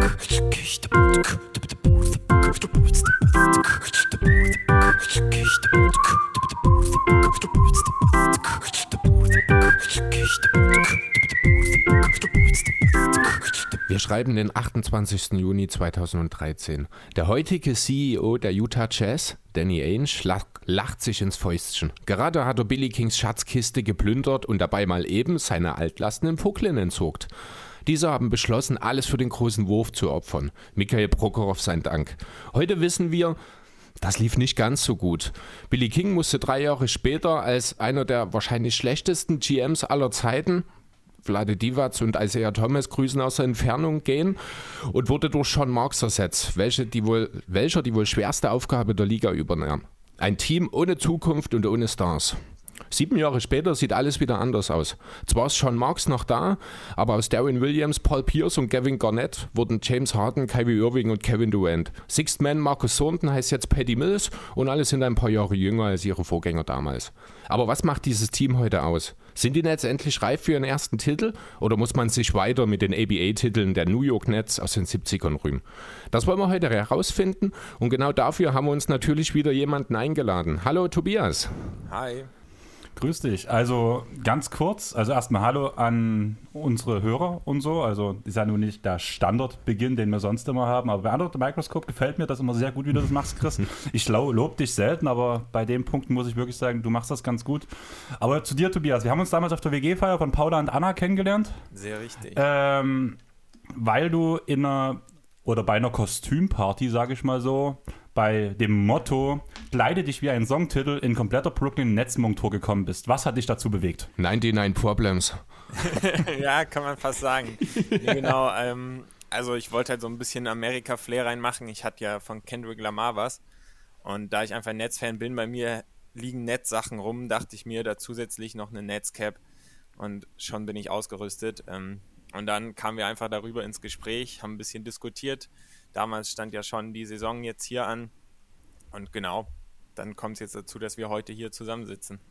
Wir schreiben den 28. Juni 2013. Der heutige CEO der Utah Jazz, Danny Ainge, lacht sich ins Fäustchen. Gerade hat er Billy Kings Schatzkiste geplündert und dabei mal eben seine Altlasten in Brooklyn entsorgt. Diese haben beschlossen, alles für den großen Wurf zu opfern. Mikhail Prokhorov sein Dank. Heute wissen wir, das lief nicht ganz so gut. Billy King musste 3 Jahre später als einer der wahrscheinlich schlechtesten GMs aller Zeiten, Vlade Divac und Isaiah Thomas grüßen aus der Entfernung, gehen und wurde durch Sean Marks ersetzt, welcher die wohl schwerste Aufgabe der Liga übernahm. Ein Team ohne Zukunft und ohne Stars. 7 Jahre später sieht alles wieder anders aus. Zwar ist Sean Marks noch da, aber aus Darren Williams, Paul Pierce und Kevin Garnett wurden James Harden, Kyrie Irving und Kevin Durant. Sixth Man Marcus Thornton heißt jetzt Patty Mills und alle sind ein paar Jahre jünger als ihre Vorgänger damals. Aber was macht dieses Team heute aus? Sind die Nets endlich reif für ihren ersten Titel oder muss man sich weiter mit den ABA-Titeln der New York Nets aus den 70ern rühmen? Das wollen wir heute herausfinden und genau dafür haben wir uns natürlich wieder jemanden eingeladen. Hallo Tobias. Hi. Grüß dich. Also ganz kurz, also erstmal Hallo an unsere Hörer und so. Also ist ja nun nicht der Standardbeginn, den wir sonst immer haben, aber bei Under the Microscope gefällt mir das immer sehr gut, wie du das machst, Chris. Ich lobe dich selten, aber bei den Punkten muss ich wirklich sagen, du machst das ganz gut. Aber zu dir, Tobias, wir haben uns damals auf der WG-Feier von Paula und Anna kennengelernt. Sehr richtig. Weil du bei einer Kostümparty, sage ich mal so, bei dem Motto "Kleide dich wie ein Songtitel" in kompletter Brooklyn Nets-Montur gekommen bist. Was hat dich dazu bewegt? 99 Problems. Ja, kann man fast sagen. Nee, genau, also ich wollte halt so ein bisschen Amerika-Flair reinmachen. Ich hatte ja von Kendrick Lamar was. Und da ich einfach Nets-Fan bin, bei mir liegen Nets-Sachen rum, dachte ich mir da zusätzlich noch eine Nets-Cap. Und schon bin ich ausgerüstet. Und dann kamen wir einfach darüber ins Gespräch, haben ein bisschen diskutiert. Damals stand ja schon die Saison jetzt hier an. Und genau, dann kommt es jetzt dazu, dass wir heute hier zusammensitzen.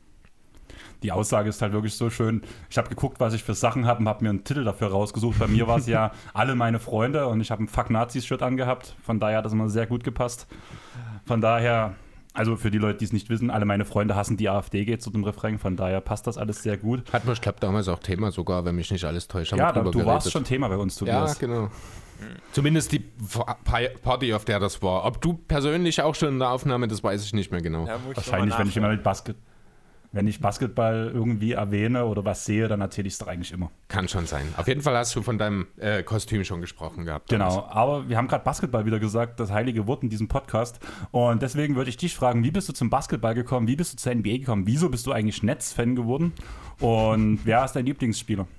Die Aussage ist halt wirklich so schön. Ich habe geguckt, was ich für Sachen habe und habe mir einen Titel dafür rausgesucht. Bei mir war es ja "Alle meine Freunde" und ich habe ein Fuck-Nazis-Shirt angehabt. Von daher hat das immer sehr gut gepasst. Von daher, also für die Leute, die es nicht wissen, "Alle meine Freunde hassen die AfD" geht zu dem Refrain. Von daher passt das alles sehr gut. Hatten wir, ich glaube, damals auch Thema sogar, wenn mich nicht alles täuscht. Ja, du warst schon Thema bei uns, Tobias. Ja, genau. Zumindest die Party, auf der das war. Ob du persönlich auch schon in der Aufnahme, das weiß ich nicht mehr genau. Ja, wahrscheinlich, wenn ich Basketball irgendwie erwähne oder was sehe, dann erzähle ich es doch eigentlich immer. Kann schon sein. Auf jeden Fall hast du von deinem Kostüm schon gesprochen gehabt. Genau, aber wir haben gerade Basketball wieder gesagt, das heilige Wort in diesem Podcast. Und deswegen würde ich dich fragen, wie bist du zum Basketball gekommen? Wie bist du zur NBA gekommen? Wieso bist du eigentlich Nets-Fan geworden? Und wer ist dein Lieblingsspieler?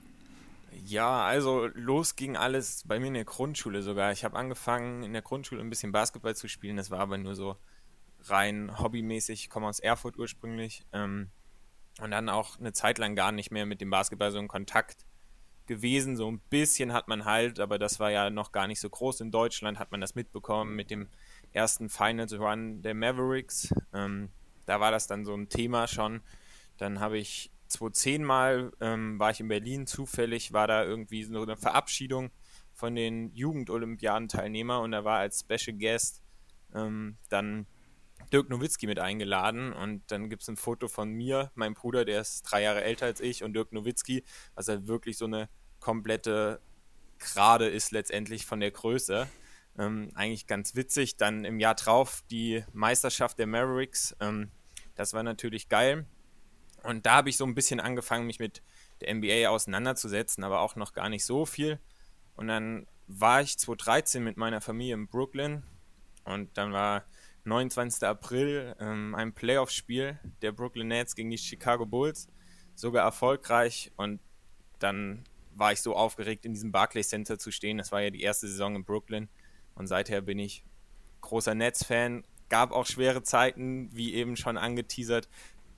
Ja, also los ging alles bei mir in der Grundschule sogar. Ich habe angefangen in der Grundschule ein bisschen Basketball zu spielen. Das war aber nur so rein hobbymäßig. Ich komme aus Erfurt ursprünglich. Und dann auch eine Zeit lang gar nicht mehr mit dem Basketball so in Kontakt gewesen. So ein bisschen hat man halt, aber das war ja noch gar nicht so groß. In Deutschland hat man das mitbekommen mit dem ersten Finals Run der Mavericks. Da war das dann so ein Thema schon. Dann habe ich 2010 mal, war ich in Berlin zufällig, war da irgendwie so eine Verabschiedung von den Jugend-Olympiaden-Teilnehmern und da war als Special Guest dann Dirk Nowitzki mit eingeladen und dann gibt es ein Foto von mir, meinem Bruder, der ist 3 Jahre älter als ich, und Dirk Nowitzki, was halt wirklich so eine komplette Gerade ist letztendlich von der Größe. Eigentlich ganz witzig. Dann im Jahr drauf die Meisterschaft der Mavericks, das war natürlich geil. Und da habe ich so ein bisschen angefangen, mich mit der NBA auseinanderzusetzen, aber auch noch gar nicht so viel. Und dann war ich 2013 mit meiner Familie in Brooklyn und dann war 29. April ein Playoff-Spiel der Brooklyn Nets gegen die Chicago Bulls, sogar erfolgreich. Und dann war ich so aufgeregt, in diesem Barclays Center zu stehen. Das war ja die erste Saison in Brooklyn und seither bin ich großer Nets-Fan. Gab auch schwere Zeiten, wie eben schon angeteasert.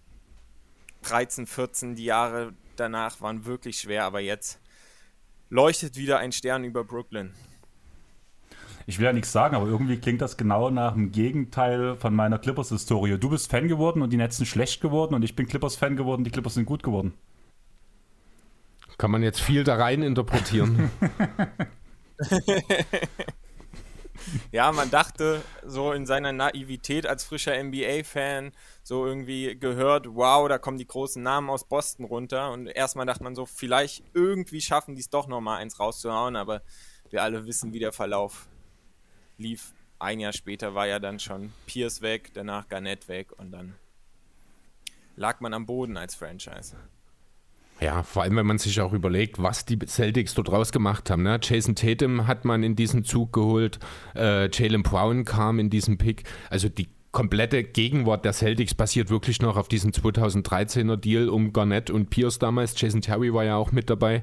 13, 14, die Jahre danach waren wirklich schwer, aber jetzt leuchtet wieder ein Stern über Brooklyn. Ich will ja nichts sagen, aber irgendwie klingt das genau nach dem Gegenteil von meiner Clippers-Historie. Du bist Fan geworden und die Nets sind schlecht geworden und ich bin Clippers-Fan geworden, die Clippers sind gut geworden. Kann man jetzt viel da rein interpretieren. Ja, man dachte so in seiner Naivität als frischer NBA-Fan so irgendwie gehört, wow, da kommen die großen Namen aus Boston runter. Und erstmal dachte man so, vielleicht irgendwie schaffen die es doch nochmal eins rauszuhauen, aber wir alle wissen, wie der Verlauf lief. Ein Jahr später war ja dann schon Pierce weg, danach Garnett weg und dann lag man am Boden als Franchise. Ja, vor allem, wenn man sich auch überlegt, was die Celtics dort rausgemacht haben. Ne? Jason Tatum hat man in diesen Zug geholt, Jaylen Brown kam in diesen Pick. Also die komplette Gegenwart der Celtics basiert wirklich noch auf diesem 2013er Deal um Garnett und Pierce damals. Jason Terry war ja auch mit dabei.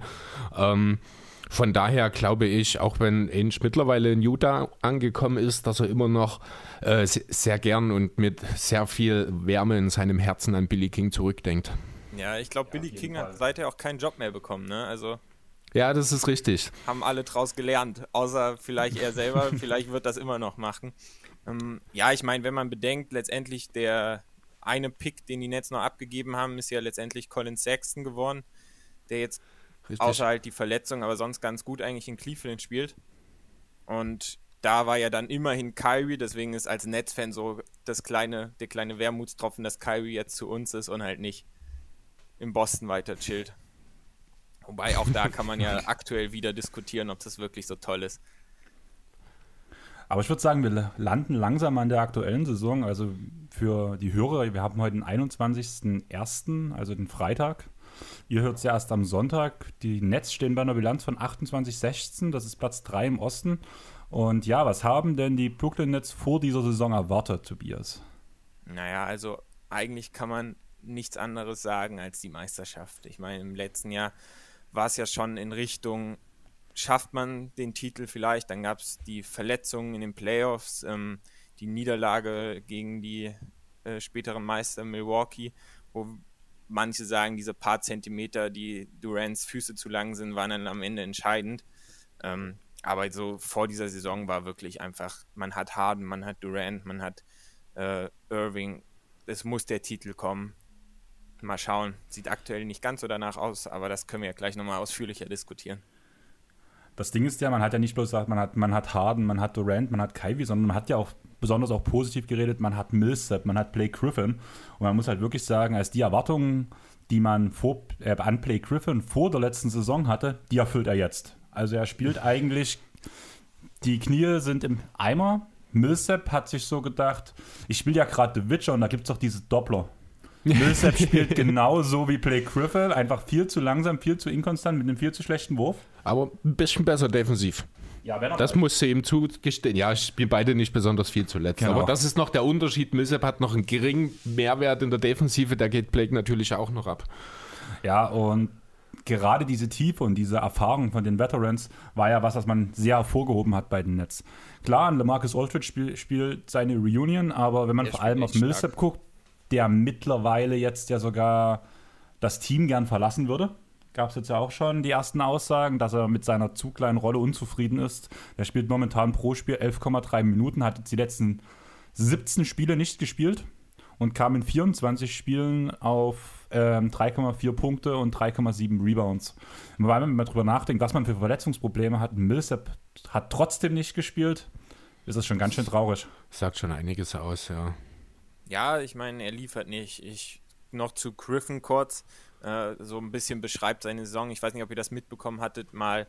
Von daher glaube ich, auch wenn Ainge mittlerweile in Utah angekommen ist, dass er immer noch sehr gern und mit sehr viel Wärme in seinem Herzen an Billy King zurückdenkt. Ja, ich glaube, Billy King hat seither auch keinen Job mehr bekommen, ne? Also ja, das ist richtig. haben alle draus gelernt, außer vielleicht er selber, vielleicht wird das immer noch machen. Ja, ich meine, wenn man bedenkt, letztendlich der eine Pick, den die Nets noch abgegeben haben, ist ja letztendlich Colin Sexton geworden, der jetzt außer halt die Verletzung, aber sonst ganz gut eigentlich in Cleveland spielt. Und da war ja dann immerhin Kyrie, deswegen ist als Nets-Fan so der kleine Wermutstropfen, dass Kyrie jetzt zu uns ist und halt nicht in Boston weiter chillt. Wobei auch da kann man ja aktuell wieder diskutieren, ob das wirklich so toll ist. Aber ich würde sagen, wir landen langsam an der aktuellen Saison. Also für die Hörer, wir haben heute den 21.01., also den Freitag. Ihr hört es ja erst am Sonntag. Die Nets stehen bei einer Bilanz von 28-16, das ist Platz 3 im Osten. Und ja, was haben denn die Brooklyn Nets vor dieser Saison erwartet, Tobias? Naja, also eigentlich kann man nichts anderes sagen als die Meisterschaft. Ich meine, im letzten Jahr war es ja schon in Richtung, schafft man den Titel vielleicht, dann gab es die Verletzungen in den Playoffs, die Niederlage gegen die späteren Meister Milwaukee, wo manche sagen, diese paar Zentimeter, die Durants Füße zu lang sind, waren dann am Ende entscheidend. Aber so vor dieser Saison war wirklich einfach, man hat Harden, man hat Durant, man hat Irving, es muss der Titel kommen. Mal schauen, sieht aktuell nicht ganz so danach aus, aber das können wir ja gleich nochmal ausführlicher diskutieren. Das Ding ist ja, man hat ja nicht bloß gesagt, man hat Harden, man hat Durant, man hat Kyrie, sondern man hat ja auch besonders auch positiv geredet, man hat Millsap, man hat Blake Griffin. Und man muss halt wirklich sagen, als die Erwartungen, die man an Blake Griffin vor der letzten Saison hatte, die erfüllt er jetzt. Also er spielt eigentlich, die Knie sind im Eimer. Millsap hat sich so gedacht, ich spiele ja gerade The Witcher und da gibt es doch diese Doppler. Millsap spielt genauso wie Blake Griffin, einfach viel zu langsam, viel zu inkonstant mit einem viel zu schlechten Wurf. Aber ein bisschen besser defensiv. Ja, das muss sie ihm zugestehen. Ja, ich spiele beide nicht besonders viel zuletzt. Genau. Aber das ist noch der Unterschied. Millsap hat noch einen geringen Mehrwert in der Defensive, da geht Blake natürlich auch noch ab. Ja, und gerade diese Tiefe und diese Erfahrung von den Veterans war ja was man sehr hervorgehoben hat bei den Nets. Klar, LaMarcus Aldridge spielt seine Reunion, aber wenn man vor allem auf Millsap guckt, der mittlerweile jetzt ja sogar das Team gern verlassen würde. Gab es jetzt ja auch schon die ersten Aussagen, dass er mit seiner zu kleinen Rolle unzufrieden ist. Er spielt momentan pro Spiel 11,3 Minuten, hat jetzt die letzten 17 Spiele nicht gespielt und kam in 24 Spielen auf 3,4 Punkte und 3,7 Rebounds. Und wenn man mal drüber nachdenkt, was man für Verletzungsprobleme hat, Millsap hat trotzdem nicht gespielt, ist das schon ganz schön traurig. Sagt schon einiges aus, ja. Ja, ich meine, er liefert nicht. Noch zu Griffin kurz, so ein bisschen beschreibt seine Saison. Ich weiß nicht, ob ihr das mitbekommen hattet, mal,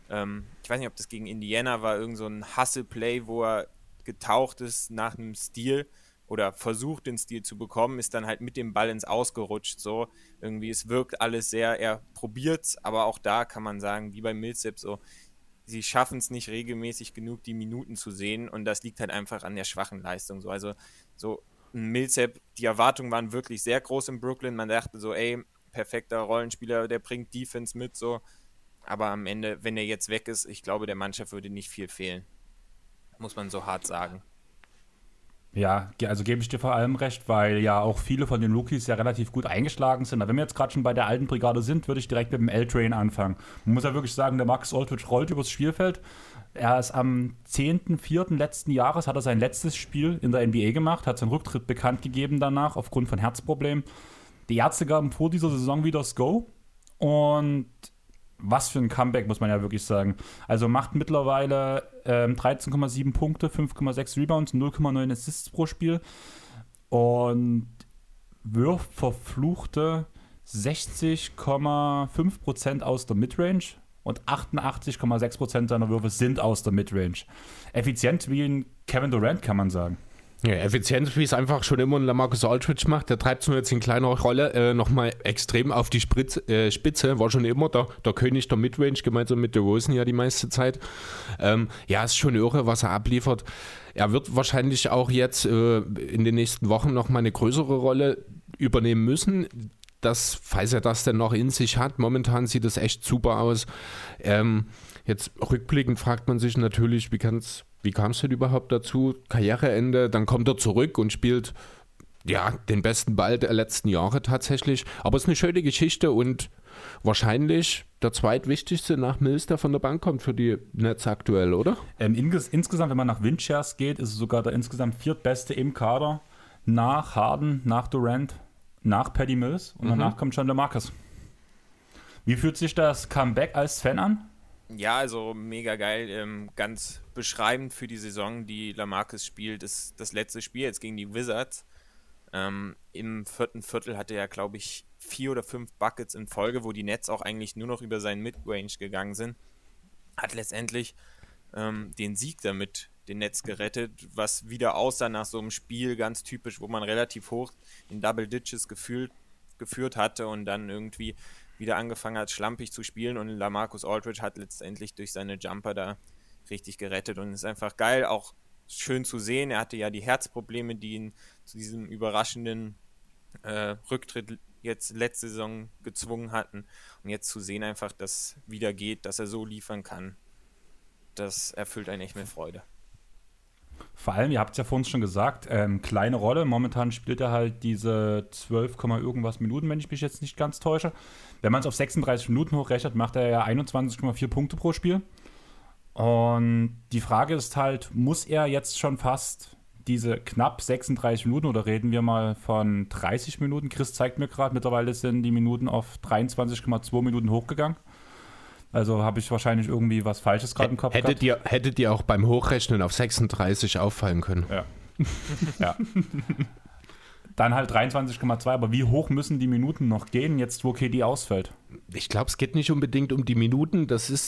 ich weiß nicht, ob das gegen Indiana war, irgend so ein Hustle-Play, wo er getaucht ist nach einem Steal oder versucht, den Steal zu bekommen, ist dann halt mit dem Ball ins Ausgerutscht. So irgendwie, es wirkt alles sehr, er probiert's, aber auch da kann man sagen, wie bei Millsap so, sie schaffen es nicht regelmäßig genug, die Minuten zu sehen und das liegt halt einfach an der schwachen Leistung. So. Also so Millsap, die Erwartungen waren wirklich sehr groß in Brooklyn. Man dachte so, ey, perfekter Rollenspieler, der bringt Defense mit, so. Aber am Ende, wenn er jetzt weg ist, ich glaube, der Mannschaft würde nicht viel fehlen. Muss man so hart sagen. Ja, also gebe ich dir vor allem recht, weil ja auch viele von den Rookies ja relativ gut eingeschlagen sind. Aber wenn wir jetzt gerade schon bei der alten Brigade sind, würde ich direkt mit dem L-Train anfangen. Man muss ja wirklich sagen, der Marcus Aldridge rollt übers Spielfeld. Er ist am 10.04. letzten Jahres, hat er sein letztes Spiel in der NBA gemacht, hat seinen Rücktritt bekannt gegeben danach, aufgrund von Herzproblemen. Die Ärzte gaben vor dieser Saison wieder das Go. Und was für ein Comeback, muss man ja wirklich sagen. Also macht mittlerweile 13,7 Punkte, 5,6 Rebounds, 0,9 Assists pro Spiel und wirft verfluchte 60,5% aus der Midrange und 88,6% seiner Würfe sind aus der Midrange. Effizient wie ein Kevin Durant, kann man sagen. Ja, effizient, wie es einfach schon immer ein LaMarcus Aldridge macht. Der treibt es nur jetzt in kleiner Rolle nochmal extrem auf die Spitze. War schon immer der König der Midrange, gemeinsam mit DeRozan ja die meiste Zeit. Ja, ist schon irre, was er abliefert. Er wird wahrscheinlich auch jetzt in den nächsten Wochen nochmal eine größere Rolle übernehmen müssen. Falls er das denn noch in sich hat. Momentan sieht es echt super aus. Jetzt rückblickend fragt man sich natürlich, wie kam es denn überhaupt dazu? Karriereende, dann kommt er zurück und spielt den besten Ball der letzten Jahre tatsächlich. Aber es ist eine schöne Geschichte und wahrscheinlich der zweitwichtigste nach Mills, der von der Bank kommt für die Nets aktuell, oder? Insgesamt, wenn man nach Windshares geht, ist es sogar der insgesamt viertbeste im Kader. Nach Harden, nach Durant, nach Patty Mills und danach kommt schon LaMarcus. Wie fühlt sich das Comeback als Fan an? Ja, also mega geil. Ganz beschreibend für die Saison, die LaMarcus spielt, ist das letzte Spiel jetzt gegen die Wizards. Im vierten Viertel hatte er, glaube ich, 4 oder 5 Buckets in Folge, wo die Nets auch eigentlich nur noch über seinen Midrange gegangen sind. Hat letztendlich den Sieg damit den Nets gerettet, was wieder aussah nach so einem Spiel, ganz typisch, wo man relativ hoch in Double Ditches geführt hatte und dann irgendwie wieder angefangen hat, schlampig zu spielen und LaMarcus Aldridge hat letztendlich durch seine Jumper da richtig gerettet und ist einfach geil, auch schön zu sehen. Er hatte ja die Herzprobleme, die ihn zu diesem überraschenden Rücktritt jetzt letzte Saison gezwungen hatten und jetzt zu sehen einfach, dass wieder geht, dass er so liefern kann, das erfüllt einen echt mit Freude. Vor allem, ihr habt es ja vorhin schon gesagt, kleine Rolle. Momentan spielt er halt diese 12, irgendwas Minuten, wenn ich mich jetzt nicht ganz täusche. Wenn man es auf 36 Minuten hochrechnet, macht er ja 21,4 Punkte pro Spiel. Und die Frage ist halt, muss er jetzt schon fast diese knapp 36 Minuten oder reden wir mal von 30 Minuten? Chris zeigt mir gerade, mittlerweile sind die Minuten auf 23,2 Minuten hochgegangen. Also habe ich wahrscheinlich irgendwie was Falsches gerade im Kopf gehabt. Hättet ihr auch beim Hochrechnen auf 36 auffallen können. Ja. Ja. Dann halt 23,2, aber wie hoch müssen die Minuten noch gehen, jetzt wo KD ausfällt? Ich glaube, es geht nicht unbedingt um die Minuten.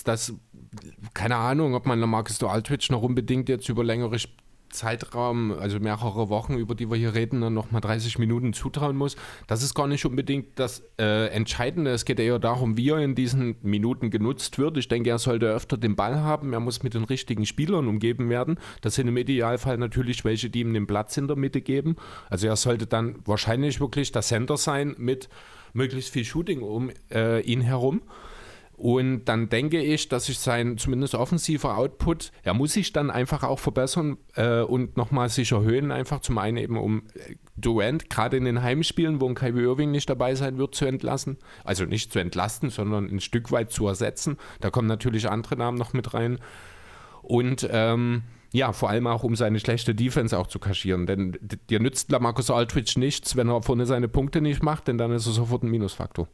Keine Ahnung, ob man LaMarcus Aldridge noch unbedingt jetzt über längere Zeitraum, also mehrere Wochen, über die wir hier reden, dann nochmal 30 Minuten zutrauen muss. Das ist gar nicht unbedingt das Entscheidende. Es geht eher darum, wie er in diesen Minuten genutzt wird. Ich denke, er sollte öfter den Ball haben. Er muss mit den richtigen Spielern umgeben werden. Das sind im Idealfall natürlich welche, die ihm den Platz in der Mitte geben. Also er sollte dann wahrscheinlich wirklich der Center sein mit möglichst viel Shooting um ihn herum. Und dann denke ich, dass sich sein zumindest offensiver Output, er muss sich dann einfach auch verbessern und nochmal sich erhöhen, einfach zum einen eben um Durant, gerade in den Heimspielen, wo ein Kyrie Irving nicht dabei sein wird, zu entlassen. Also nicht zu entlasten, sondern ein Stück weit zu ersetzen. Da kommen natürlich andere Namen noch mit rein. Und vor allem auch, um seine schlechte Defense auch zu kaschieren. Denn dir nützt LaMarcus Aldridge nichts, wenn er vorne seine Punkte nicht macht, denn dann ist er sofort ein Minusfaktor.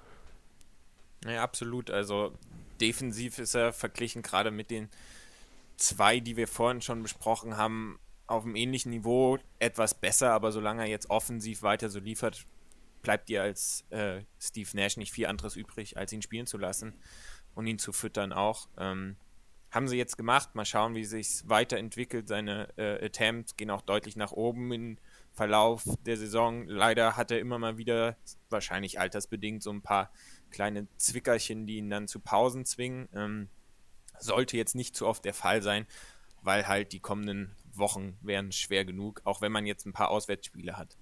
Ja, absolut. Also defensiv ist er verglichen gerade mit den 2, die wir vorhin schon besprochen haben, auf einem ähnlichen Niveau etwas besser, aber solange er jetzt offensiv weiter so liefert, bleibt dir als Steve Nash nicht viel anderes übrig, als ihn spielen zu lassen und ihn zu füttern auch. Haben sie jetzt gemacht. Mal schauen, wie sich weiterentwickelt. Seine Attempts gehen auch deutlich nach oben im Verlauf der Saison. Leider hat er immer mal wieder, wahrscheinlich altersbedingt, so ein paar kleine Zwickerchen, die ihn dann zu Pausen zwingen. Sollte jetzt nicht zu oft der Fall sein, weil halt die kommenden Wochen wären schwer genug, auch wenn man jetzt ein paar Auswärtsspiele hat.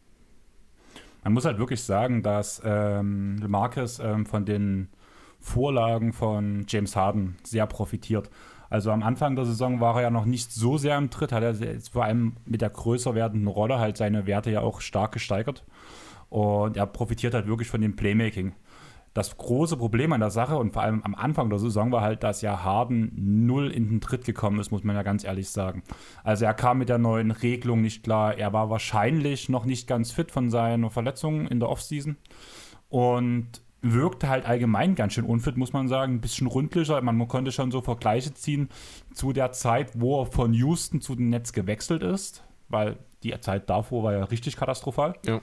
Man muss halt wirklich sagen, dass LaMarcus von den Vorlagen von James Harden sehr profitiert. Also am Anfang der Saison war er ja noch nicht so sehr im Tritt, hat er jetzt vor allem mit der größer werdenden Rolle halt seine Werte ja auch stark gesteigert. Und er profitiert halt wirklich von dem Playmaking. Das große Problem an der Sache und vor allem am Anfang der Saison war halt, dass ja Harden null in den Tritt gekommen ist, muss man ja ganz ehrlich sagen. Also er kam mit der neuen Regelung nicht klar. Er war wahrscheinlich noch nicht ganz fit von seiner Verletzung in der Offseason. Und wirkte halt allgemein ganz schön unfit, muss man sagen. Ein bisschen rundlicher. Man konnte schon so Vergleiche ziehen zu der Zeit, wo er von Houston zu den Nets gewechselt ist, weil die Zeit davor war ja richtig katastrophal. Ja.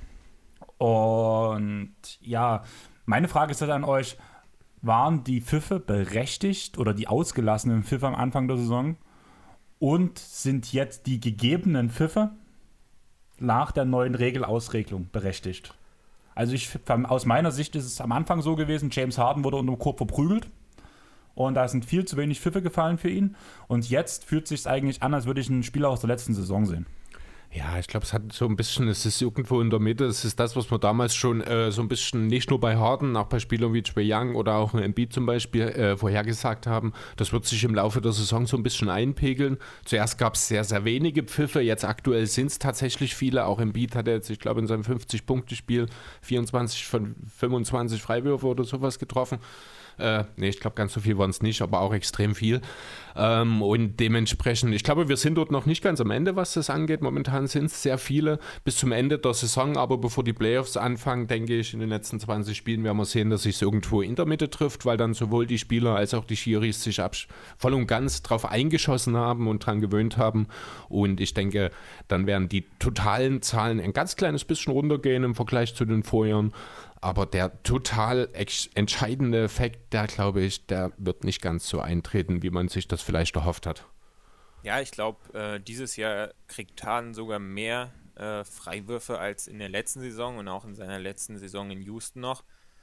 Und ja, meine Frage ist halt an euch, waren die Pfiffe berechtigt oder die ausgelassenen Pfiffe am Anfang der Saison und sind jetzt die gegebenen Pfiffe nach der neuen Regelausregelung berechtigt? Also aus meiner Sicht ist es am Anfang so gewesen, James Harden wurde unter dem Korb verprügelt und da sind viel zu wenig Pfiffe gefallen für ihn und jetzt fühlt es sich eigentlich an, als würde ich einen Spieler aus der letzten Saison sehen. Ja, ich glaube, es hat so ein bisschen, es ist irgendwo in der Mitte, es ist das, was wir damals schon so ein bisschen, nicht nur bei Harden, auch bei Spielern wie Trae Young oder auch Embiid zum Beispiel vorhergesagt haben. Das wird sich im Laufe der Saison so ein bisschen einpegeln. Zuerst gab es sehr, sehr wenige Pfiffe, jetzt aktuell sind es tatsächlich viele. Auch Embiid hat jetzt, ich glaube, in seinem 50-Punkte-Spiel 24 von 25 Freiwürfe oder sowas getroffen. Ich glaube, ganz so viel waren es nicht, aber auch extrem viel. Und dementsprechend, ich glaube, wir sind dort noch nicht ganz am Ende, was das angeht. Momentan sind es sehr viele bis zum Ende der Saison, aber bevor die Playoffs anfangen, denke ich, in den letzten 20 Spielen werden wir sehen, dass sich es irgendwo in der Mitte trifft, weil dann sowohl die Spieler als auch die Schiris sich voll und ganz drauf eingeschossen haben und dran gewöhnt haben. Und ich denke, dann werden die totalen Zahlen ein ganz kleines bisschen runtergehen im Vergleich zu den Vorjahren. Aber der total entscheidende Effekt, der glaube ich, der wird nicht ganz so eintreten, wie man sich das vielleicht erhofft hat. Ja, ich glaube, dieses Jahr kriegt Harden sogar mehr Freiwürfe als in der letzten Saison und auch in seiner letzten Saison in Houston noch.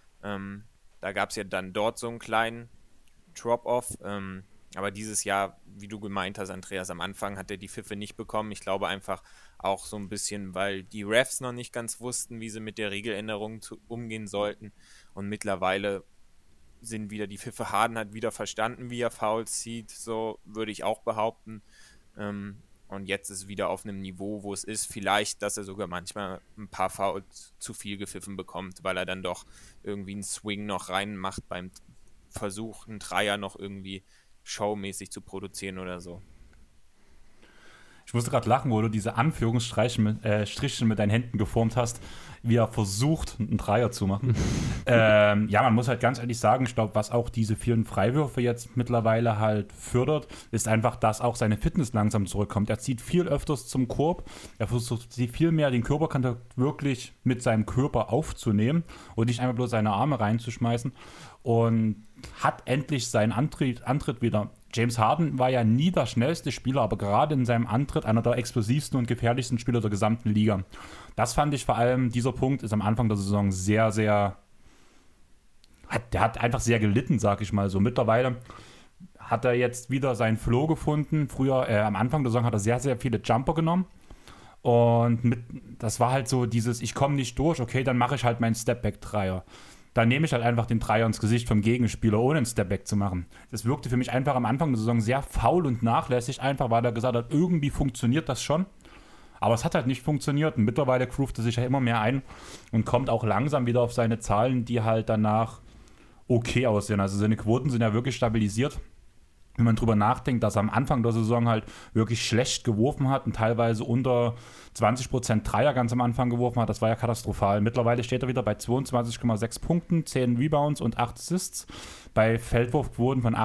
Da gab es ja dann dort so einen kleinen Drop-Off. Aber dieses Jahr, wie du gemeint hast, Andreas, am Anfang hat er die Pfiffe nicht bekommen. Ich glaube einfach auch so ein bisschen, weil die Refs noch nicht ganz wussten, wie sie mit der Regeländerung umgehen sollten. Und mittlerweile sind wieder die Pfiffe. Harden hat wieder verstanden, wie er Fouls sieht, so würde ich auch behaupten. Und jetzt ist es wieder auf einem Niveau, wo es ist, vielleicht, dass er sogar manchmal ein paar Fouls zu viel gepfiffen bekommt, weil er dann doch irgendwie einen Swing noch reinmacht beim Versuch, einen Dreier noch irgendwie showmäßig zu produzieren oder so. Ich musste gerade lachen, wo du diese Anführungsstriche mit deinen Händen geformt hast, wie er versucht, einen Dreier zu machen. Ja, man muss halt ganz ehrlich sagen, ich glaube, was auch diese vielen Freiwürfe jetzt mittlerweile halt fördert, ist einfach, dass auch seine Fitness langsam zurückkommt. Er zieht viel öfters zum Korb, er versucht viel mehr den Körperkontakt wirklich mit seinem Körper aufzunehmen und nicht einfach bloß seine Arme reinzuschmeißen und hat endlich seinen Antritt wieder. James Harden war ja nie der schnellste Spieler, aber gerade in seinem Antritt einer der explosivsten und gefährlichsten Spieler der gesamten Liga. Das fand ich vor allem, dieser Punkt ist am Anfang der Saison sehr, sehr, der hat einfach sehr gelitten, sag ich mal so. Mittlerweile hat er jetzt wieder seinen Flow gefunden. Früher, am Anfang der Saison hat er sehr, sehr viele Jumper genommen. Und das war halt so dieses, ich komme nicht durch, okay, dann mache ich halt meinen Stepback-Dreier. Dann nehme ich halt einfach den Dreier ins Gesicht vom Gegenspieler, ohne einen Stepback zu machen. Das wirkte für mich einfach am Anfang der Saison sehr faul und nachlässig, einfach weil er gesagt hat, irgendwie funktioniert das schon. Aber es hat halt nicht funktioniert und mittlerweile groovt er sich ja immer mehr ein und kommt auch langsam wieder auf seine Zahlen, die halt danach okay aussehen. Also seine Quoten sind ja wirklich stabilisiert. Wenn man drüber nachdenkt, dass er am Anfang der Saison halt wirklich schlecht geworfen hat und teilweise unter 20% Dreier ganz am Anfang geworfen hat, das war ja katastrophal. Mittlerweile steht er wieder bei 22,6 Punkten, 10 Rebounds und 8 Assists, bei Feldwurfquoten von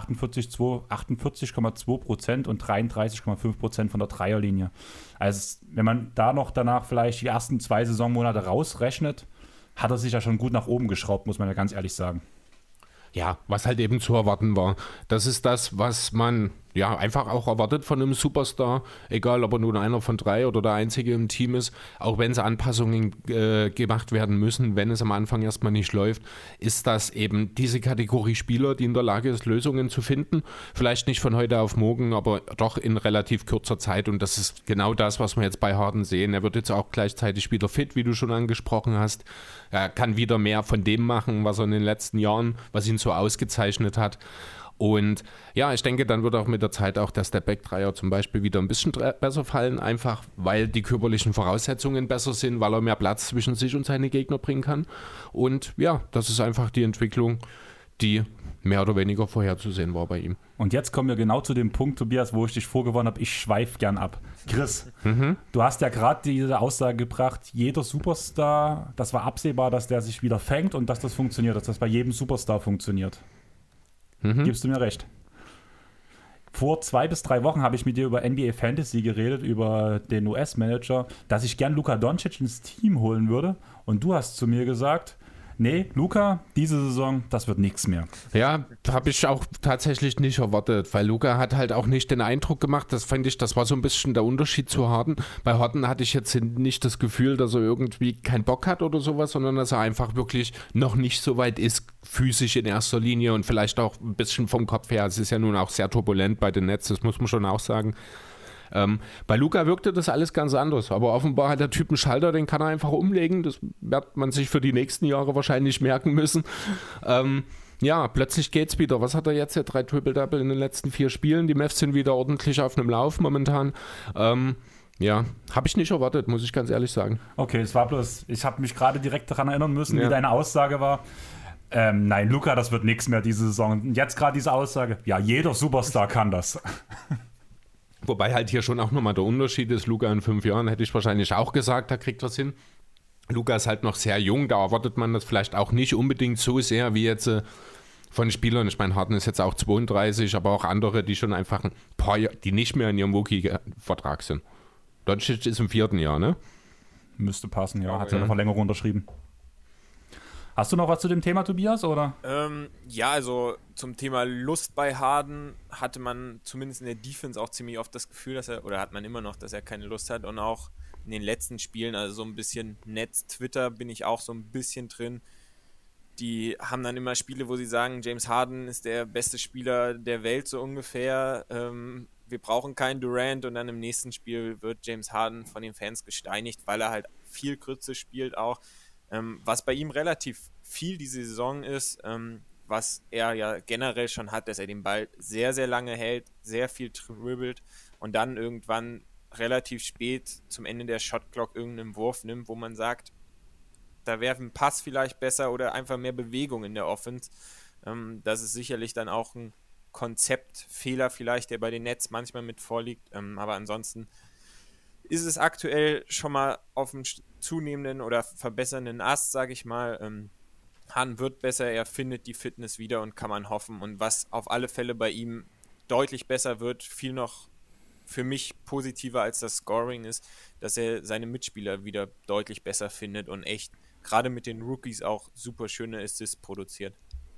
48,2% und 33,5% von der Dreierlinie. Also wenn man da noch danach vielleicht die ersten 2 Saisonmonate rausrechnet, hat er sich ja schon gut nach oben geschraubt, muss man ja ganz ehrlich sagen. Ja, was halt eben zu erwarten war. Das ist das, was man ja einfach auch erwartet von einem Superstar, egal ob er nun einer von 3 oder der Einzige im Team ist, auch wenn es Anpassungen gemacht werden müssen, wenn es am Anfang erstmal nicht läuft, ist das eben diese Kategorie Spieler, die in der Lage ist, Lösungen zu finden. Vielleicht nicht von heute auf morgen, aber doch in relativ kurzer Zeit und das ist genau das, was wir jetzt bei Harden sehen. Er wird jetzt auch gleichzeitig wieder fit, wie du schon angesprochen hast. Er kann wieder mehr von dem machen, was er in den letzten Jahren, was ihn so ausgezeichnet hat. Und ja, ich denke, dann wird auch mit der Zeit auch der Stepback-Dreier zum Beispiel wieder ein bisschen besser fallen, einfach weil die körperlichen Voraussetzungen besser sind, weil er mehr Platz zwischen sich und seine Gegner bringen kann. Und ja, das ist einfach die Entwicklung, die mehr oder weniger vorherzusehen war bei ihm. Und jetzt kommen wir genau zu dem Punkt, Tobias, wo ich dich vorgewarnt habe, ich schweife gern ab. Chris, du hast ja gerade diese Aussage gebracht, jeder Superstar, das war absehbar, dass der sich wieder fängt und dass das funktioniert, dass das bei jedem Superstar funktioniert. Gibst du mir recht? Vor 2 bis 3 Wochen habe ich mit dir über NBA Fantasy geredet, über den US-Manager, dass ich gern Luka Doncic ins Team holen würde. Und du hast zu mir gesagt, nee, Luka, diese Saison, das wird nichts mehr. Ja, habe ich auch tatsächlich nicht erwartet, weil Luka hat halt auch nicht den Eindruck gemacht, das fand ich, das war so ein bisschen der Unterschied zu Harden. Bei Harden hatte ich jetzt nicht das Gefühl, dass er irgendwie keinen Bock hat oder sowas, sondern dass er einfach wirklich noch nicht so weit ist, physisch in erster Linie und vielleicht auch ein bisschen vom Kopf her. Es ist ja nun auch sehr turbulent bei den Nets, das muss man schon auch sagen. Bei Luka wirkte das alles ganz anders, aber offenbar hat der Typ einen Schalter, den kann er einfach umlegen, das wird man sich für die nächsten Jahre wahrscheinlich merken müssen. Ja, plötzlich geht's wieder. Was hat er jetzt? 3 Triple-Double in den letzten 4 Spielen, die Mavs sind wieder ordentlich auf einem Lauf momentan. Ja, habe ich nicht erwartet, muss ich ganz ehrlich sagen. Okay, es war bloß, ich habe mich gerade direkt daran erinnern müssen, wie deine Aussage war. Nein, Luka, das wird nichts mehr diese Saison. Und jetzt gerade diese Aussage, ja, jeder Superstar kann das. Wobei halt hier schon auch nochmal der Unterschied ist, Luka in 5 Jahren hätte ich wahrscheinlich auch gesagt, da kriegt was hin. Luka ist halt noch sehr jung, da erwartet man das vielleicht auch nicht unbedingt so sehr wie jetzt von Spielern. Ich meine, Harden ist jetzt auch 32, aber auch andere, die schon einfach ein paar Jahre, die nicht mehr in ihrem Rookie-Vertrag sind. Doncic ist im 4. Jahr, ne? Müsste passen, ja. Hat seine Verlängerung unterschrieben. Hast du noch was zu dem Thema, Tobias, oder? Ja, also zum Thema Lust bei Harden hatte man zumindest in der Defense auch ziemlich oft das Gefühl, dass er, oder hat man immer noch, dass er keine Lust hat und auch in den letzten Spielen, also so ein bisschen Netz, Twitter bin ich auch so ein bisschen drin. Die haben dann immer Spiele, wo sie sagen, James Harden ist der beste Spieler der Welt so ungefähr. Wir brauchen keinen Durant und dann im nächsten Spiel wird James Harden von den Fans gesteinigt, weil er halt viel Kürze spielt auch. Was bei ihm relativ viel diese Saison ist, was er ja generell schon hat, dass er den Ball sehr, sehr lange hält, sehr viel dribbelt und dann irgendwann relativ spät zum Ende der Shotclock irgendeinen Wurf nimmt, wo man sagt, da wäre ein Pass vielleicht besser oder einfach mehr Bewegung in der Offense. Das ist sicherlich dann auch ein Konzeptfehler vielleicht, der bei den Nets manchmal mit vorliegt, aber ansonsten ist es aktuell schon mal auf dem zunehmenden oder verbessernden Ast, sage ich mal. Harden wird besser, er findet die Fitness wieder und kann man hoffen. Und was auf alle Fälle bei ihm deutlich besser wird, viel noch für mich positiver als das Scoring ist, dass er seine Mitspieler wieder deutlich besser findet und echt gerade mit den Rookies auch super schöne Assists produziert.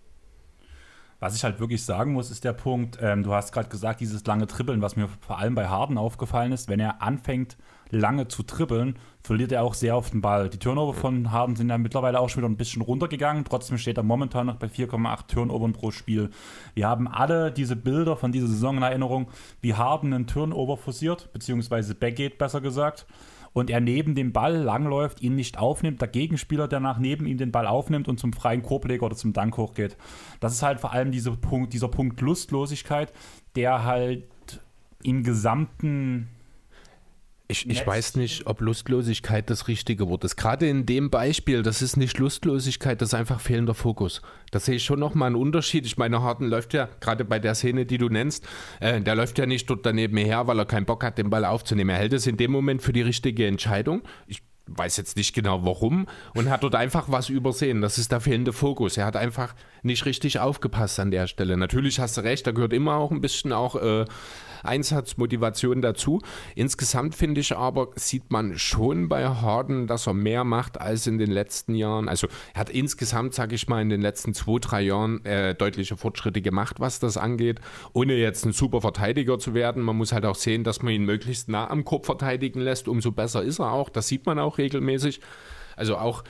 Was ich halt wirklich sagen muss, ist der Punkt, du hast gerade gesagt, dieses lange Dribbeln, was mir vor allem bei Harden aufgefallen ist, wenn er anfängt, lange zu dribbeln, verliert er auch sehr oft den Ball. Die Turnover von Harden sind ja mittlerweile auch schon wieder ein bisschen runtergegangen, trotzdem steht er momentan noch bei 4,8 Turnovern pro Spiel. Wir haben alle diese Bilder von dieser Saison in Erinnerung, wie Harden einen Turnover forciert, beziehungsweise backgeht, besser gesagt, und er neben dem Ball langläuft, ihn nicht aufnimmt, der Gegenspieler danach neben ihm den Ball aufnimmt und zum freien Korbleger oder zum Dank hochgeht. Das ist halt vor allem dieser Punkt Lustlosigkeit, der halt im gesamten... Ich weiß nicht, ob Lustlosigkeit das richtige Wort ist. Gerade in dem Beispiel, das ist nicht Lustlosigkeit, das ist einfach fehlender Fokus. Da sehe ich schon nochmal einen Unterschied. Ich meine, Harden läuft ja, gerade bei der Szene, die du nennst, der läuft ja nicht dort daneben her, weil er keinen Bock hat, den Ball aufzunehmen. Er hält es in dem Moment für die richtige Entscheidung. Ich weiß jetzt nicht genau warum und hat dort einfach was übersehen. Das ist der fehlende Fokus. Er hat einfach nicht richtig aufgepasst an der Stelle. Natürlich hast du recht, da gehört immer auch ein bisschen auch Einsatzmotivation dazu. Insgesamt finde ich aber, sieht man schon bei Harden, dass er mehr macht als in den letzten Jahren. Also er hat insgesamt, sage ich mal, in den letzten 2-3 Jahren deutliche Fortschritte gemacht, was das angeht, ohne jetzt ein super Verteidiger zu werden. Man muss halt auch sehen, dass man ihn möglichst nah am Korb verteidigen lässt, umso besser ist er auch. Das sieht man auch regelmäßig. Also auch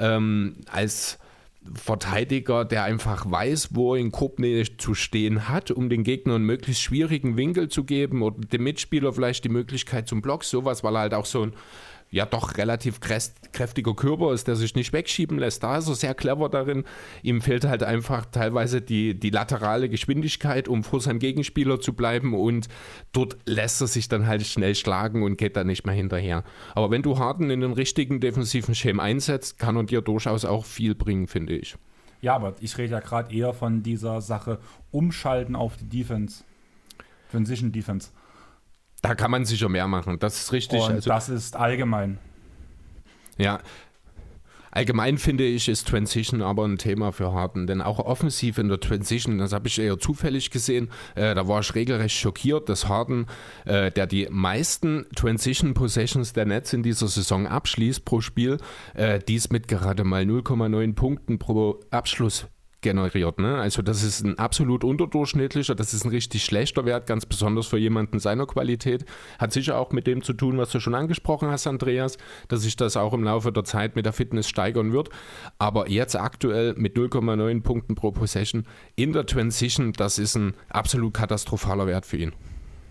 als Verteidiger, der einfach weiß, wo er in Korbnähe zu stehen hat, um den Gegner einen möglichst schwierigen Winkel zu geben oder dem Mitspieler vielleicht die Möglichkeit zum Block, sowas, weil er halt auch so ein ja doch relativ kräftiger Körper ist, der sich nicht wegschieben lässt. Da ist er sehr clever darin. Ihm fehlt halt einfach teilweise die laterale Geschwindigkeit, um vor seinem Gegenspieler zu bleiben und dort lässt er sich dann halt schnell schlagen und geht dann nicht mehr hinterher. Aber wenn du Harden in den richtigen defensiven Scheme einsetzt, kann er dir durchaus auch viel bringen, finde ich. Ja, aber ich rede ja gerade eher von dieser Sache umschalten auf die Defense. Transition Defense. Da kann man sicher mehr machen, das ist richtig. Und also, das ist allgemein. Ja, allgemein finde ich, ist Transition aber ein Thema für Harden, denn auch offensiv in der Transition, das habe ich eher zufällig gesehen, da war ich regelrecht schockiert, dass Harden, der die meisten Transition Possessions der Nets in dieser Saison abschließt pro Spiel, dies mit gerade mal 0,9 Punkten pro Abschluss generiert. Ne? Also das ist ein absolut unterdurchschnittlicher, das ist ein richtig schlechter Wert, ganz besonders für jemanden seiner Qualität. Hat sicher auch mit dem zu tun, was du schon angesprochen hast, Andreas, dass sich das auch im Laufe der Zeit mit der Fitness steigern wird. Aber jetzt aktuell mit 0,9 Punkten pro Possession in der Transition, das ist ein absolut katastrophaler Wert für ihn.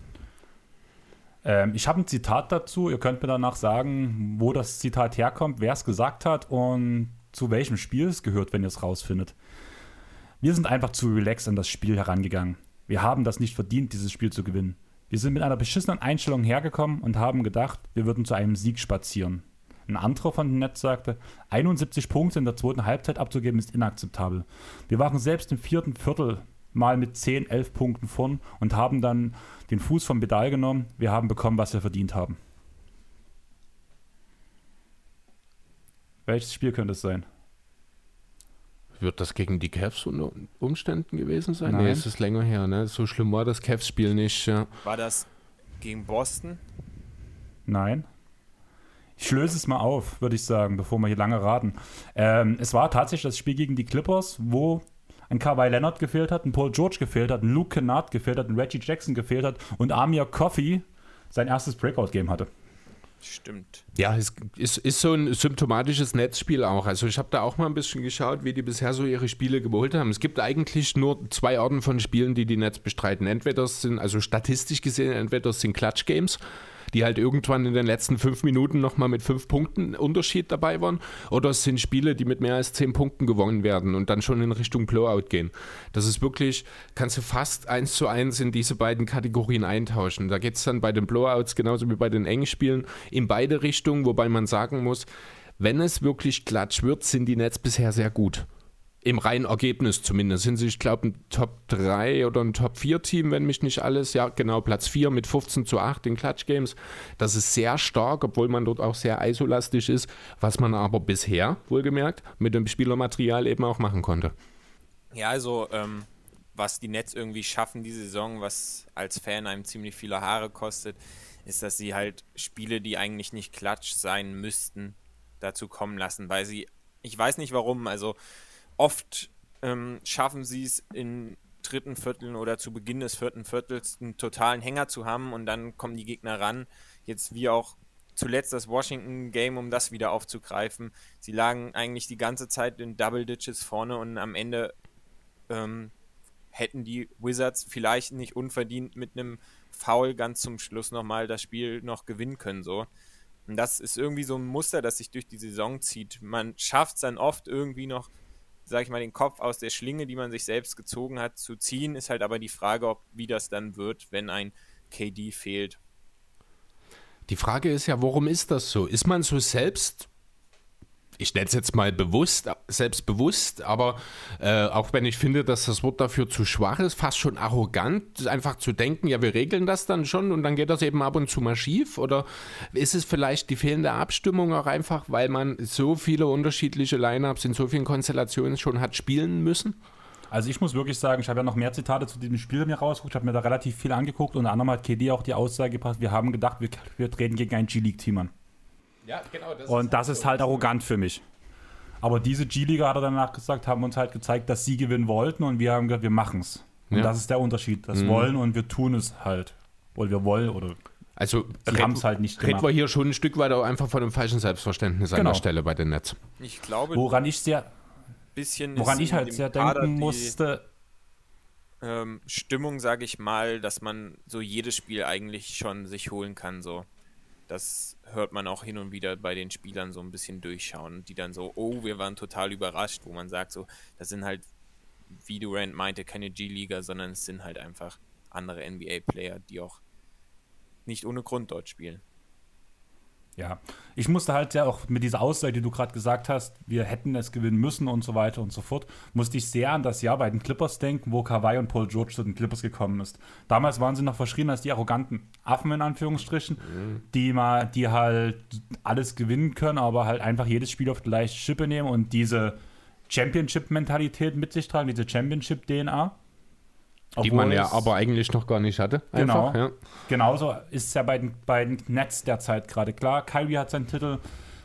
Ich habe ein Zitat dazu. Ihr könnt mir danach sagen, wo das Zitat herkommt, wer es gesagt hat und zu welchem Spiel es gehört, wenn ihr es rausfindet. Wir sind einfach zu relaxed an das Spiel herangegangen. Wir haben das nicht verdient, dieses Spiel zu gewinnen. Wir sind mit einer beschissenen Einstellung hergekommen und haben gedacht, wir würden zu einem Sieg spazieren. Ein anderer von den Nets sagte, 71 Punkte in der zweiten Halbzeit abzugeben ist inakzeptabel. Wir waren selbst im vierten Viertel mal mit 10, 11 Punkten vorn und haben dann den Fuß vom Pedal genommen. Wir haben bekommen, was wir verdient haben. Welches Spiel könnte es sein? Wird das gegen die Cavs unter Umständen gewesen sein? Nein. Nee, es ist länger her. Ne? So schlimm war das Cavs-Spiel nicht. Ja. War das gegen Boston? Nein. Ich löse es mal auf, würde ich sagen, bevor wir hier lange raten. Es war tatsächlich das Spiel gegen die Clippers, wo ein Kawhi Leonard gefehlt hat, ein Paul George gefehlt hat, ein Luke Kennard gefehlt hat, ein Reggie Jackson gefehlt hat und Amir Coffey sein erstes Breakout-Game hatte. Stimmt. Ja, es ist so ein symptomatisches Netzspiel auch. Also ich habe da auch mal ein bisschen geschaut, wie die bisher so ihre Spiele geholt haben. Es gibt eigentlich nur zwei Arten von Spielen, die Nets bestreiten. Entweder es sind, also statistisch gesehen, entweder es sind Clutch-Games, die halt irgendwann in den letzten 5 Minuten nochmal mit 5 Punkten Unterschied dabei waren, oder es sind Spiele, die mit mehr als 10 Punkten gewonnen werden und dann schon in Richtung Blowout gehen. Das ist wirklich, kannst du fast 1:1 in diese beiden Kategorien eintauschen. Da geht es dann bei den Blowouts genauso wie bei den engen Spielen in beide Richtungen, wobei man sagen muss, wenn es wirklich klatsch wird, sind die Nets bisher sehr gut. Im reinen Ergebnis zumindest sind sie, ich glaube, ein Top 3 oder ein Top 4 Team, wenn mich nicht alles, ja genau, Platz 4 mit 15:8 in Clutch Games. Das ist sehr stark, obwohl man dort auch sehr isolastisch ist, was man aber bisher, wohlgemerkt, mit dem Spielermaterial eben auch machen konnte. Ja, also was die Nets irgendwie schaffen diese Saison, was als Fan einem ziemlich viele Haare kostet, ist, dass sie halt Spiele, die eigentlich nicht Klatsch sein müssten, dazu kommen lassen, weil sie, ich weiß nicht warum, also oft schaffen sie es in dritten Vierteln oder zu Beginn des vierten Viertels einen totalen Hänger zu haben und dann kommen die Gegner ran. Jetzt wie auch zuletzt das Washington-Game, um das wieder aufzugreifen. Sie lagen eigentlich die ganze Zeit in Double Digits vorne und am Ende hätten die Wizards vielleicht nicht unverdient mit einem Foul ganz zum Schluss nochmal das Spiel noch gewinnen können. So. Und das ist irgendwie so ein Muster, das sich durch die Saison zieht. Man schafft es dann oft irgendwie noch, sag ich mal, den Kopf aus der Schlinge, die man sich selbst gezogen hat, zu ziehen, ist halt aber die Frage, wie das dann wird, wenn ein KD fehlt. Die Frage ist ja, warum ist das so? Ist man so selbst, ich nenne es jetzt mal selbstbewusst, aber auch wenn ich finde, dass das Wort dafür zu schwach ist, fast schon arrogant, einfach zu denken, ja, wir regeln das dann schon und dann geht das eben ab und zu mal schief? Oder ist es vielleicht die fehlende Abstimmung auch einfach, weil man so viele unterschiedliche Lineups in so vielen Konstellationen schon hat spielen müssen? Also ich muss wirklich sagen, ich habe ja noch mehr Zitate zu diesem Spiel mir rausgeguckt, ich habe mir da relativ viel angeguckt. Unter anderem hat KD auch die Aussage gebracht, wir haben gedacht, wir treten gegen ein G-League-Team an. Ja, genau. Das ist halt arrogant für mich. Aber diese G-Liga, hat er danach gesagt, haben uns halt gezeigt, dass sie gewinnen wollten und wir haben gesagt, wir machen es. Und das ist der Unterschied. Das wollen und wir tun es halt. Oder wir wollen oder also wir haben es halt nicht gemacht. Reden wir hier schon ein Stück weit auch einfach von einem falschen Selbstverständnis an der Stelle bei den Nets. Ich glaube, woran ich halt sehr denken musste, Stimmung, sage ich mal, dass man so jedes Spiel eigentlich schon sich holen kann, so. Das hört man auch hin und wieder bei den Spielern so ein bisschen durchschauen, die dann so, oh, wir waren total überrascht, wo man sagt so, das sind halt, wie Durant meinte, keine G-Liga, sondern es sind halt einfach andere NBA-Player, die auch nicht ohne Grund dort spielen. Ja, ich musste halt ja auch mit dieser Aussage, die du gerade gesagt hast, wir hätten es gewinnen müssen und so weiter und so fort, musste ich sehr an das Jahr bei den Clippers denken, wo Kawhi und Paul George zu den Clippers gekommen ist. Damals waren sie noch verschrien als die arroganten Affen in Anführungsstrichen, die halt alles gewinnen können, aber halt einfach jedes Spiel auf die leichte Schippe nehmen und diese Championship-Mentalität mit sich tragen, diese Championship-DNA. Die man ja aber eigentlich noch gar nicht hatte. Einfach, Genau. ja. Genauso ist es ja bei den Nets derzeit gerade klar. Kyrie hat seinen Titel,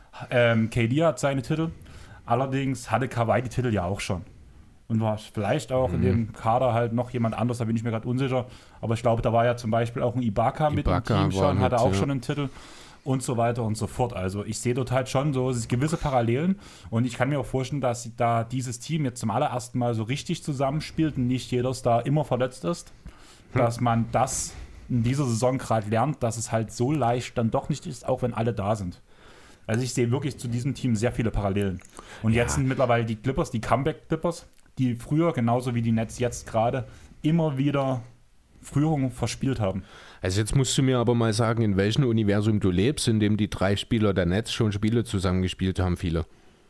KD hat seine Titel. Allerdings hatte Kawhi die Titel ja auch schon. Und war vielleicht auch in dem Kader halt noch jemand anders, da bin ich mir gerade unsicher. Aber ich glaube, da war ja zum Beispiel auch ein Ibaka mit im Team schon, hatte auch schon einen Titel. Und so weiter und so fort. Also ich sehe dort halt schon so gewisse Parallelen und ich kann mir auch vorstellen, dass da dieses Team jetzt zum allerersten Mal so richtig zusammenspielt und nicht jeder Star immer verletzt ist, dass man das in dieser Saison gerade lernt, dass es halt so leicht dann doch nicht ist, auch wenn alle da sind. Also ich sehe wirklich zu diesem Team sehr viele Parallelen. Und jetzt sind mittlerweile die Clippers, die Comeback-Clippers, die früher, genauso wie die Nets jetzt gerade, immer wieder Führung verspielt haben. Also jetzt musst du mir aber mal sagen, in welchem Universum du lebst, in dem die 3 Spieler der Nets schon Spiele zusammengespielt haben, viele.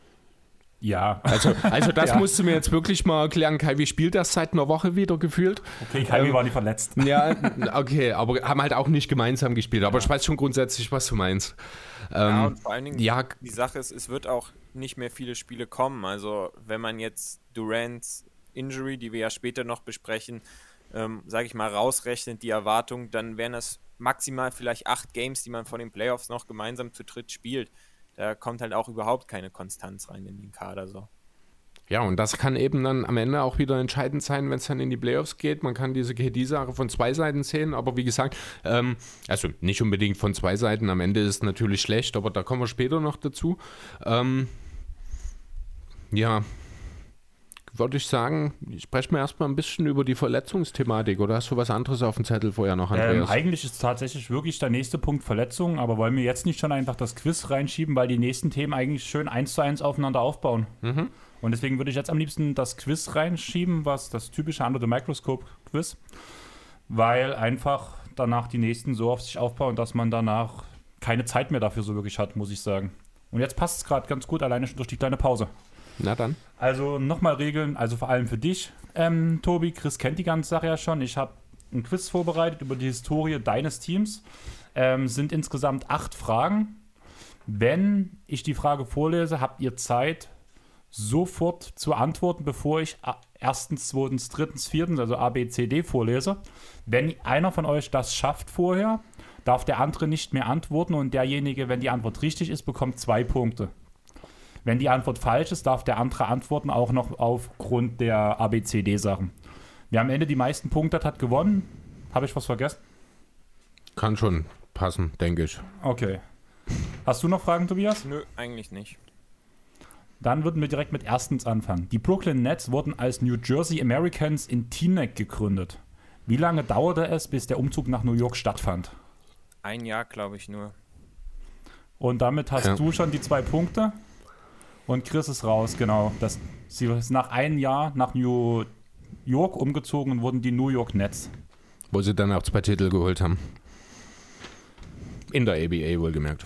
Ja. Also das musst du mir jetzt wirklich mal erklären. Kyrie spielt das seit einer Woche wieder gefühlt. Okay, Kyrie war nicht verletzt. Ja, okay, aber haben halt auch nicht gemeinsam gespielt. Aber ich weiß schon grundsätzlich, was du meinst. Ja, und vor allen Dingen, die Sache ist, es wird auch nicht mehr viele Spiele kommen. Also wenn man jetzt Durants Injury, die wir ja später noch besprechen, sage ich mal, rausrechnet, die Erwartung, dann wären das maximal vielleicht 8 Games, die man vor den Playoffs noch gemeinsam zu dritt spielt. Da kommt halt auch überhaupt keine Konstanz rein in den Kader. So. Ja, und das kann eben dann am Ende auch wieder entscheidend sein, wenn es dann in die Playoffs geht. Man kann diese KD-Sache von 2 Seiten sehen, aber wie gesagt, also nicht unbedingt von 2 Seiten. Am Ende ist es natürlich schlecht, aber da kommen wir später noch dazu. Ja, würde ich sagen, sprechen wir erstmal ein bisschen über die Verletzungsthematik, oder hast du was anderes auf dem Zettel vorher noch, Andreas? Eigentlich ist tatsächlich wirklich der nächste Punkt Verletzungen, aber wollen wir jetzt nicht schon einfach das Quiz reinschieben, weil die nächsten Themen eigentlich schön 1:1 aufeinander aufbauen. Und deswegen würde ich jetzt am liebsten das Quiz reinschieben, was das typische Under the Microscope Quiz, weil einfach danach die nächsten so auf sich aufbauen, dass man danach keine Zeit mehr dafür so wirklich hat, muss ich sagen. Und jetzt passt es gerade ganz gut, alleine schon durch die kleine Pause. Na dann. Also nochmal Regeln, also vor allem für dich, Tobi. Chris kennt die ganze Sache ja schon. Ich habe ein Quiz vorbereitet über die Historie deines Teams. Sind insgesamt 8 Fragen. Wenn ich die Frage vorlese, habt ihr Zeit, sofort zu antworten, bevor ich 1., 2., 3., 4., also A, B, C, D vorlese. Wenn einer von euch das schafft vorher, darf der andere nicht mehr antworten und derjenige, wenn die Antwort richtig ist, bekommt 2 Punkte. Wenn die Antwort falsch ist, darf der andere antworten, auch noch aufgrund der ABCD-Sachen. Wer am Ende die meisten Punkte hat gewonnen. Habe ich was vergessen? Kann schon passen, denke ich. Okay. Hast du noch Fragen, Tobias? Nö, eigentlich nicht. Dann würden wir direkt mit erstens anfangen. Die Brooklyn Nets wurden als New Jersey Americans in Teaneck gegründet. Wie lange dauerte es, bis der Umzug nach New York stattfand? 1 Jahr, glaube ich, nur. Und damit hast du schon die 2 Punkte. Und Chris ist raus, genau. Sie ist nach 1 Jahr nach New York umgezogen und wurden die New York Nets. Wo sie dann auch 2 Titel geholt haben. In der ABA wohlgemerkt.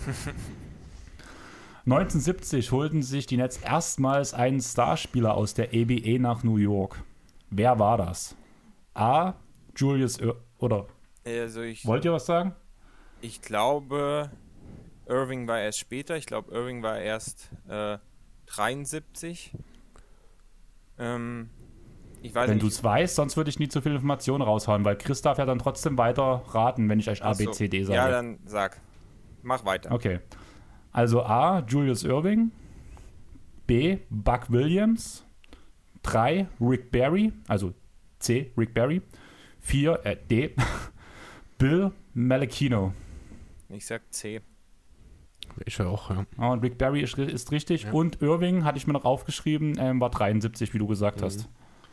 1970 holten sich die Nets erstmals einen Starspieler aus der ABA nach New York. Wer war das? A. Julius oder Also wollt ihr was sagen? Ich glaube, Irving war erst später. Ich glaube, Irving war erst 73. Ich weiß Wenn nicht. du es weißt, sonst würde ich nie zu viel Informationen raushauen, weil Chris darf ja dann trotzdem weiter raten, wenn ich euch A, B, C, D sage. Ja, dann sag. Mach weiter. Okay. Also A. Julius Irving. B. Buck Williams. 3. Rick Barry. Also C. Rick Barry. 4. D. Bill Malachino. Ich sag C. Ich auch, ja. Und Rick Barry ist richtig. Ja. Und Irving, hatte ich mir noch aufgeschrieben, war 73, wie du gesagt hast.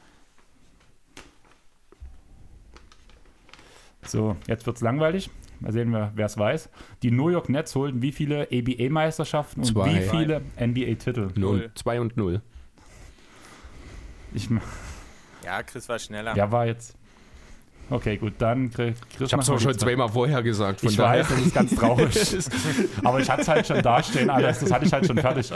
So, jetzt wird's langweilig. Mal sehen wir, wer es weiß. Die New York Nets holten wie viele ABA-Meisterschaften und 2. wie viele NBA-Titel? 0. 2 und 0. Ja, Chris war schneller. Wer war jetzt? Okay, gut, dann Chris. Ich habe es auch schon zweimal vorher gesagt. Ich weiß, das ist ganz traurig. Aber ich hatte es halt schon dastehen, alles. Das hatte ich halt schon fertig.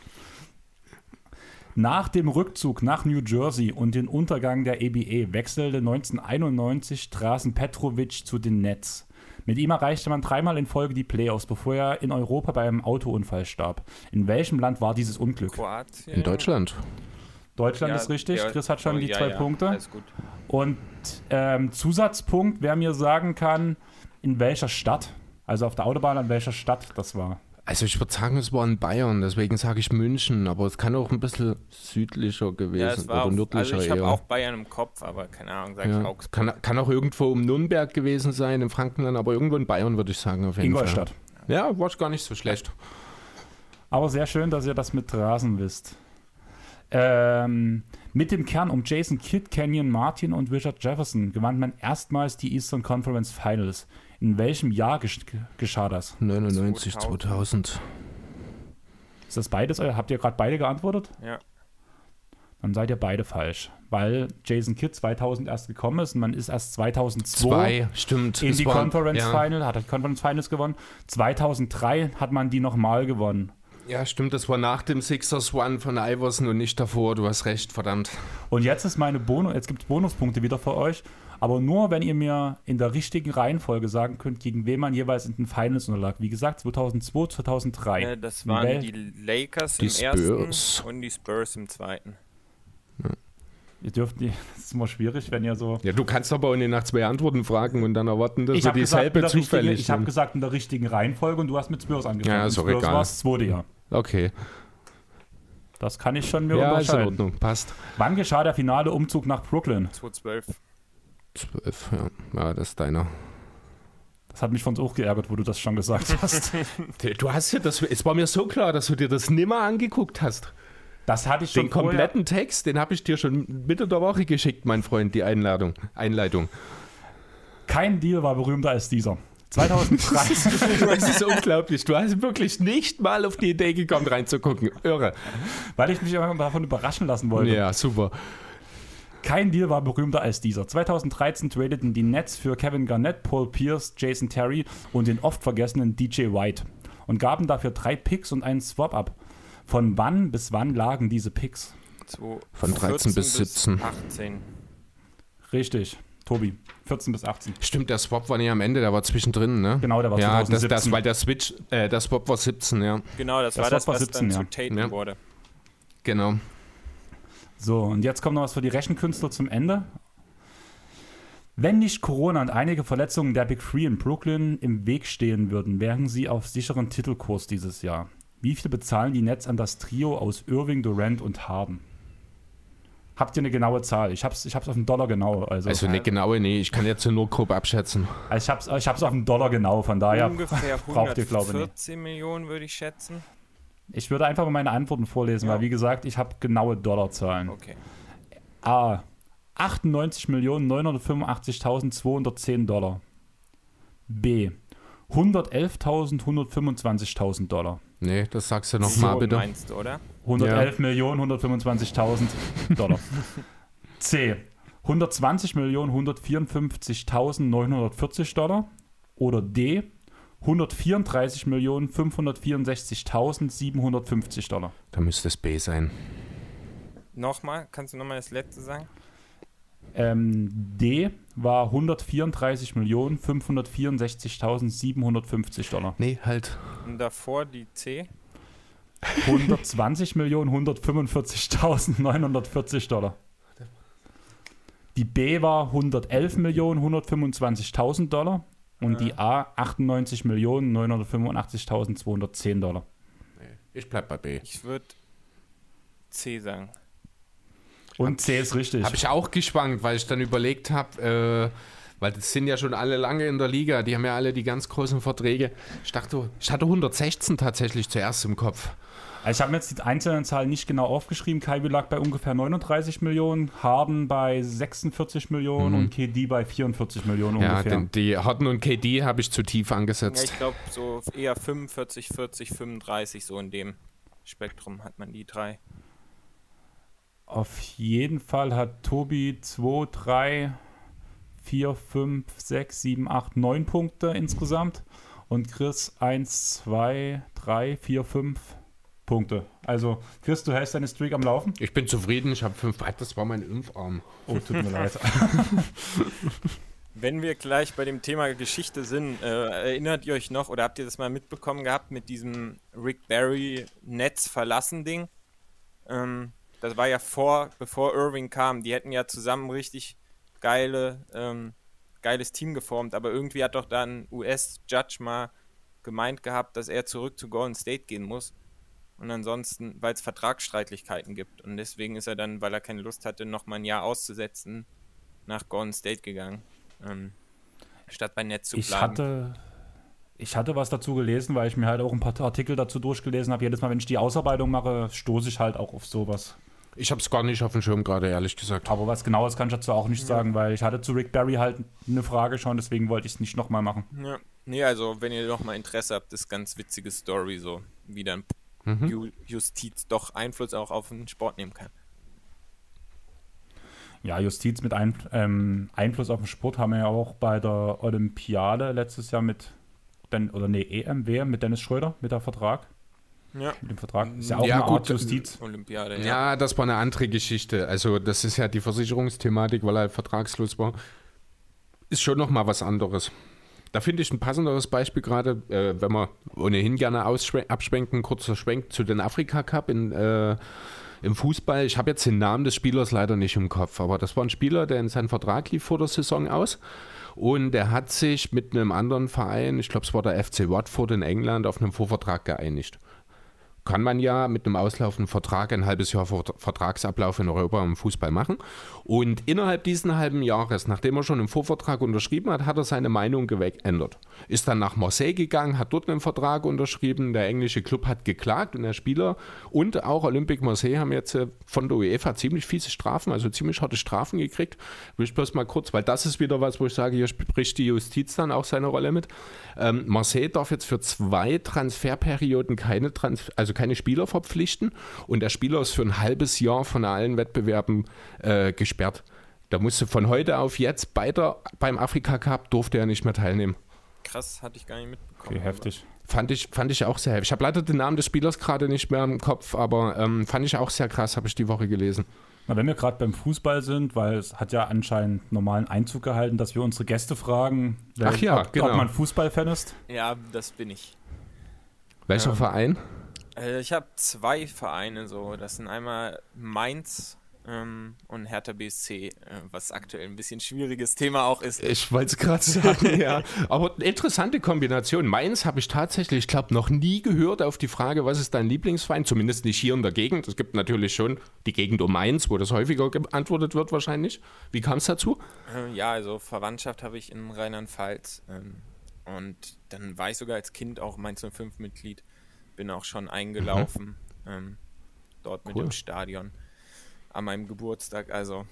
Nach dem Rückzug nach New Jersey und dem Untergang der ABA wechselte 1991 Drazen Petrovic zu den Nets. Mit ihm erreichte man 3-mal in Folge die Playoffs, bevor er in Europa bei einem Autounfall starb. In welchem Land war dieses Unglück? Kroatien. In Deutschland. Deutschland Ja, ist richtig. ja, Chris hat schon die 2 Punkte. Alles gut. Und Zusatzpunkt, wer mir sagen kann, in welcher Stadt, also auf der Autobahn, an welcher Stadt das war. Also ich würde sagen, es war in Bayern, deswegen sage ich München, aber es kann auch ein bisschen südlicher gewesen Ja, es war oder auch, nördlicher also ich habe eher. auch Bayern im Kopf, aber keine Ahnung, sage ich Ja. Augsburg. Kann auch irgendwo um Nürnberg gewesen sein, im Frankenland, aber irgendwo in Bayern würde ich sagen auf jeden Ingolstadt. Fall. Ja, war gar nicht so schlecht. Aber sehr schön, dass ihr das mit Rasen wisst. Mit dem Kern um Jason Kidd, Kenyon Martin und Richard Jefferson gewann man erstmals die Eastern Conference Finals. In welchem Jahr geschah das? 99, 2000. Ist das beides? Habt ihr gerade beide geantwortet? Ja. Dann seid ihr beide falsch. Weil Jason Kidd 2000 erst gekommen ist und man ist erst 2002 Stimmt. in Es die war- Conference ja. Final, hat die Conference Finals gewonnen. 2003 hat man die nochmal gewonnen. Ja, stimmt, das war nach dem Sixers One von Iverson und nicht davor, du hast recht, verdammt. Und jetzt ist jetzt gibt es Bonuspunkte wieder für euch, aber nur, wenn ihr mir in der richtigen Reihenfolge sagen könnt, gegen wen man jeweils in den Finals unterlag. Wie gesagt, 2002, 2003. Das waren die Lakers Die im Spurs. ersten und die Spurs im zweiten. Ihr dürft nicht, das ist immer schwierig, wenn ihr so... Ja, du kannst aber auch nicht nach 2 Antworten fragen und dann erwarten, dass Ich wir habe gesagt, dieselbe zufällig ich habe sind. gesagt in der richtigen Reihenfolge und du hast mit Spurs angefangen. Ja, ist Und auch Spurs egal. war das zweite Jahr. Okay. Das kann ich schon mir Ja, ist in unterscheiden. Ordnung, passt. Wann geschah der finale Umzug nach Brooklyn? 2012. 12, ja, das ist deiner. Das hat mich von uns auch geärgert, wo du das schon gesagt hast. Du hast ja das, es war mir so klar, dass du dir das nimmer angeguckt hast. Das hatte ich schon Den kompletten Text, den habe ich dir schon Mitte der Woche geschickt, mein Freund, die Einleitung. Kein Deal war berühmter als dieser. 2003, Das ist unglaublich. Du hast wirklich nicht mal auf die Idee gekommen, reinzugucken. Irre. weil ich mich immer davon überraschen lassen wollte. Ja, super. Kein Deal war berühmter als dieser. 2013 tradeten die Nets für Kevin Garnett, Paul Pierce, Jason Terry und den oft vergessenen DJ White und gaben dafür 3 Picks und einen Swap ab. Von wann bis wann lagen diese Picks? Von 13 bis 17. 18. Richtig, Tobi, 14 bis 18. Stimmt, der Swap war nicht am Ende, der war zwischendrin, ne? Genau, der war Ja, 2017. weil der Swap war 17, ja. Genau, das war Das das, war was 17, dann ja. zu Tatum Ja. wurde. Genau. So, und jetzt kommt noch was für die Rechenkünstler zum Ende. Wenn nicht Corona und einige Verletzungen der Big Three in Brooklyn im Weg stehen würden, wären sie auf sicheren Titelkurs dieses Jahr. Wie viel bezahlen die Nets an das Trio aus Irving, Durant und Harden? Habt ihr eine genaue Zahl? Ich hab's auf den Dollar genau. Also Also nicht genau, nee, ich kann jetzt nur grob abschätzen. ich hab's auf den Dollar genau, von daher Ungefähr braucht ihr, glaube ich, nicht. 114 Millionen, würde ich schätzen. Ich würde einfach mal meine Antworten vorlesen, Ja. weil wie gesagt, ich habe genaue Dollarzahlen. Okay. A. 98.985.210 Dollar. B. 111.125.000 Dollar. Nee, das sagst du nochmal, So bitte. meinst du, oder? 111.125.000 Dollar. C. 120.154.940 Dollar. Oder D. 134.564.750 Dollar. Da müsste es B sein. Nochmal, kannst du nochmal das letzte sagen? D war 134.564.750 Dollar. Nee, halt. Und davor die C? 120.145.940 Dollar. Die B war 111.125.000 Dollar und die A 98.985.210 Dollar. Ich bleib bei B. Ich würde C sagen. Und C ist richtig. Habe ich auch geschwankt, weil ich dann überlegt habe, weil das sind ja schon alle lange in der Liga, die haben ja alle die ganz großen Verträge. Ich hatte 116 tatsächlich zuerst im Kopf. Ich habe mir jetzt die einzelnen Zahlen nicht genau aufgeschrieben. Kaiwi lag bei ungefähr 39 Millionen, Harden bei 46 Millionen und KD bei 44 Millionen Ja, ungefähr. denn die Harden und KD habe ich zu tief Ja, angesetzt. ich glaube so eher 45, 40, 35, so in dem Spektrum hat man die drei. Auf jeden Fall hat Tobi 2, 3, 4, 5, 6, 7, 8, 9 Punkte insgesamt. Und Chris 1, 2, 3, 4, 5 Punkte. Also, Chris, du hältst deine Streak am Laufen? Ich bin zufrieden, ich habe 5. Das war mein Impfarm. Oh, tut mir leid. Wenn wir gleich bei dem Thema Geschichte sind, erinnert ihr euch noch oder habt ihr das mal mitbekommen gehabt mit diesem Rick Barry Nets verlassen Ding? Das war ja bevor Irving kam. Die hätten ja zusammen richtig geiles Team geformt, aber irgendwie hat doch dann US-Judge mal gemeint gehabt, dass er zurück zu Golden State gehen muss. Und ansonsten, weil es Vertragsstreitigkeiten gibt. Und deswegen ist er dann, weil er keine Lust hatte, noch mal ein Jahr auszusetzen, nach Golden State gegangen. Statt bei Netz zu bleiben. Ich hatte was dazu gelesen, weil ich mir halt auch ein paar Artikel dazu durchgelesen habe. Jedes Mal, wenn ich die Ausarbeitung mache, stoße ich halt auch auf sowas. Ich habe es gar nicht auf dem Schirm gerade, ehrlich gesagt. Aber was Genaues kann ich dazu auch nicht sagen, weil ich hatte zu Rick Barry halt eine Frage schon, deswegen wollte ich es nicht nochmal machen. Ja. Nee, also wenn ihr noch mal Interesse habt, ist ganz witzige Story, so wie dann Justiz doch Einfluss auch auf den Sport nehmen kann. Ja, Justiz mit Einfluss auf den Sport haben wir ja auch bei der Olympiade letztes Jahr WM mit Dennis Schröder, mit der Vertrag. Ja. Mit dem Vertrag. Ist ja auch Ja, eine gut, Art Justiz. Olympiade, Ja, das war eine andere Geschichte. Also das ist ja die Versicherungsthematik, weil er vertragslos war. Ist schon nochmal was anderes. Da finde ich ein passenderes Beispiel gerade, wenn wir ohnehin gerne abschwenken, kurzer Schwenk zu den Afrika-Cup im Fußball. Ich habe jetzt den Namen des Spielers leider nicht im Kopf, aber das war ein Spieler, der in seinen Vertrag lief vor der Saison aus. Und der hat sich mit einem anderen Verein, ich glaube es war der FC Watford in England, auf einen Vorvertrag geeinigt. Kann man ja mit einem auslaufenden Vertrag ein halbes Jahr Vertragsablauf in Europa im Fußball machen. Und innerhalb diesen halben Jahres, nachdem er schon einen Vorvertrag unterschrieben hat, hat er seine Meinung geändert. Ist dann nach Marseille gegangen, hat dort einen Vertrag unterschrieben. Der englische Club hat geklagt und der Spieler und auch Olympique Marseille haben jetzt von der UEFA ziemlich fiese Strafen, also ziemlich harte Strafen gekriegt. Will ich bloß mal kurz, weil das ist wieder was, wo ich sage, hier spricht die Justiz dann auch seine Rolle mit. Marseille darf jetzt für 2 Transferperioden keine Spieler verpflichten und der Spieler ist für ein halbes Jahr von allen Wettbewerben gesperrt. Da musste von heute auf jetzt beim Afrika Cup durfte er nicht mehr teilnehmen. Krass, hatte ich gar nicht mitbekommen. Okay, heftig. Fand ich auch sehr heftig. Ich habe leider den Namen des Spielers gerade nicht mehr im Kopf, aber fand ich auch sehr krass, habe ich die Woche gelesen. Na, wenn wir gerade beim Fußball sind, weil es hat ja anscheinend normalen Einzug gehalten, dass wir unsere Gäste fragen, ob man Fußballfan ist. Ja, das bin ich. Welcher Verein? Ich habe 2 Vereine so. Das sind einmal Mainz und Hertha BSC, was aktuell ein bisschen schwieriges Thema auch ist. Ich wollte es gerade sagen, ja. Aber eine interessante Kombination. Mainz habe ich tatsächlich, ich glaube, noch nie gehört auf die Frage, was ist dein Lieblingsverein? Zumindest nicht hier in der Gegend. Es gibt natürlich schon die Gegend um Mainz, wo das häufiger geantwortet wird wahrscheinlich. Wie kam es dazu? Ja, also Verwandtschaft habe ich in Rheinland-Pfalz. Und dann war ich sogar als Kind auch Mainz 05 Mitglied. Bin auch schon eingelaufen, dort mit dem Stadion an meinem Geburtstag. Also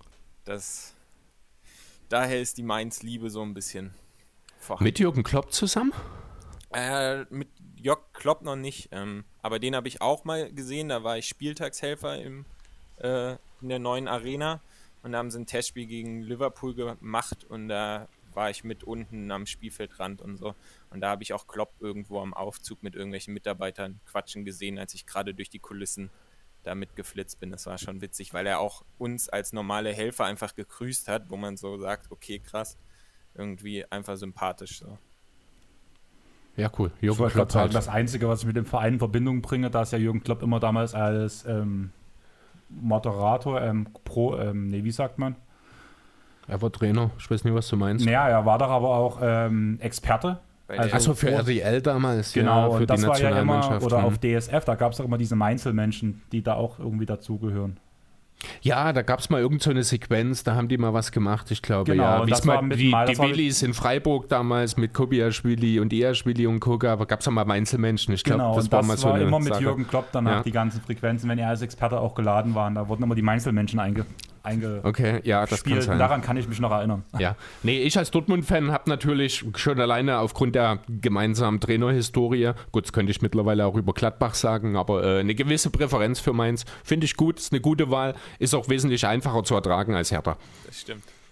daher ist die Mainz-Liebe so ein bisschen vorhanden. Mit Jürgen Klopp zusammen? Mit Jörg Klopp noch nicht, aber den habe ich auch mal gesehen. Da war ich Spieltagshelfer in der neuen Arena und da haben sie ein Testspiel gegen Liverpool gemacht und da war ich mit unten am Spielfeldrand und so. Und da habe ich auch Klopp irgendwo am Aufzug mit irgendwelchen Mitarbeitern quatschen gesehen, als ich gerade durch die Kulissen da mitgeflitzt bin. Das war schon witzig, weil er auch uns als normale Helfer einfach gegrüßt hat, wo man so sagt, okay, krass, irgendwie einfach sympathisch so. Ja, cool. Ich wollte gerade sagen, das Einzige, was ich mit dem Verein in Verbindung bringe, da ist ja Jürgen Klopp immer damals als Moderator, wie sagt man? Er war Trainer, ich weiß nicht, was du meinst. Naja, er war doch aber auch Experte. Also für RTL damals, genau, ja, für und das die war ja immer, Nationalmannschaft. oder auf DSF, da gab es doch immer diese Mainzelmenschen, die da auch irgendwie dazugehören. Ja, da gab es mal irgend so eine Sequenz, da haben die mal was gemacht, ich glaube, genau, ja. Wie es mal die Willis in Freiburg damals mit Kobiaschwili und Iashvili und Koga, aber gab es auch mal Einzelmenschen, ich glaube, genau, das war mal so eine immer mit Sache. Jürgen Klopp danach die ganzen Frequenzen, wenn er als Experte auch geladen war, da wurden immer die Einzelmenschen Okay, ja, das kann sein. Daran kann ich mich noch erinnern. Ja, nee, ich als Dortmund-Fan habe natürlich schon alleine aufgrund der gemeinsamen Trainerhistorie, gut, das könnte ich mittlerweile auch über Gladbach sagen, aber eine gewisse Präferenz für Mainz finde ich gut, ist eine gute Wahl, ist auch wesentlich einfacher zu ertragen als Hertha. Das stimmt.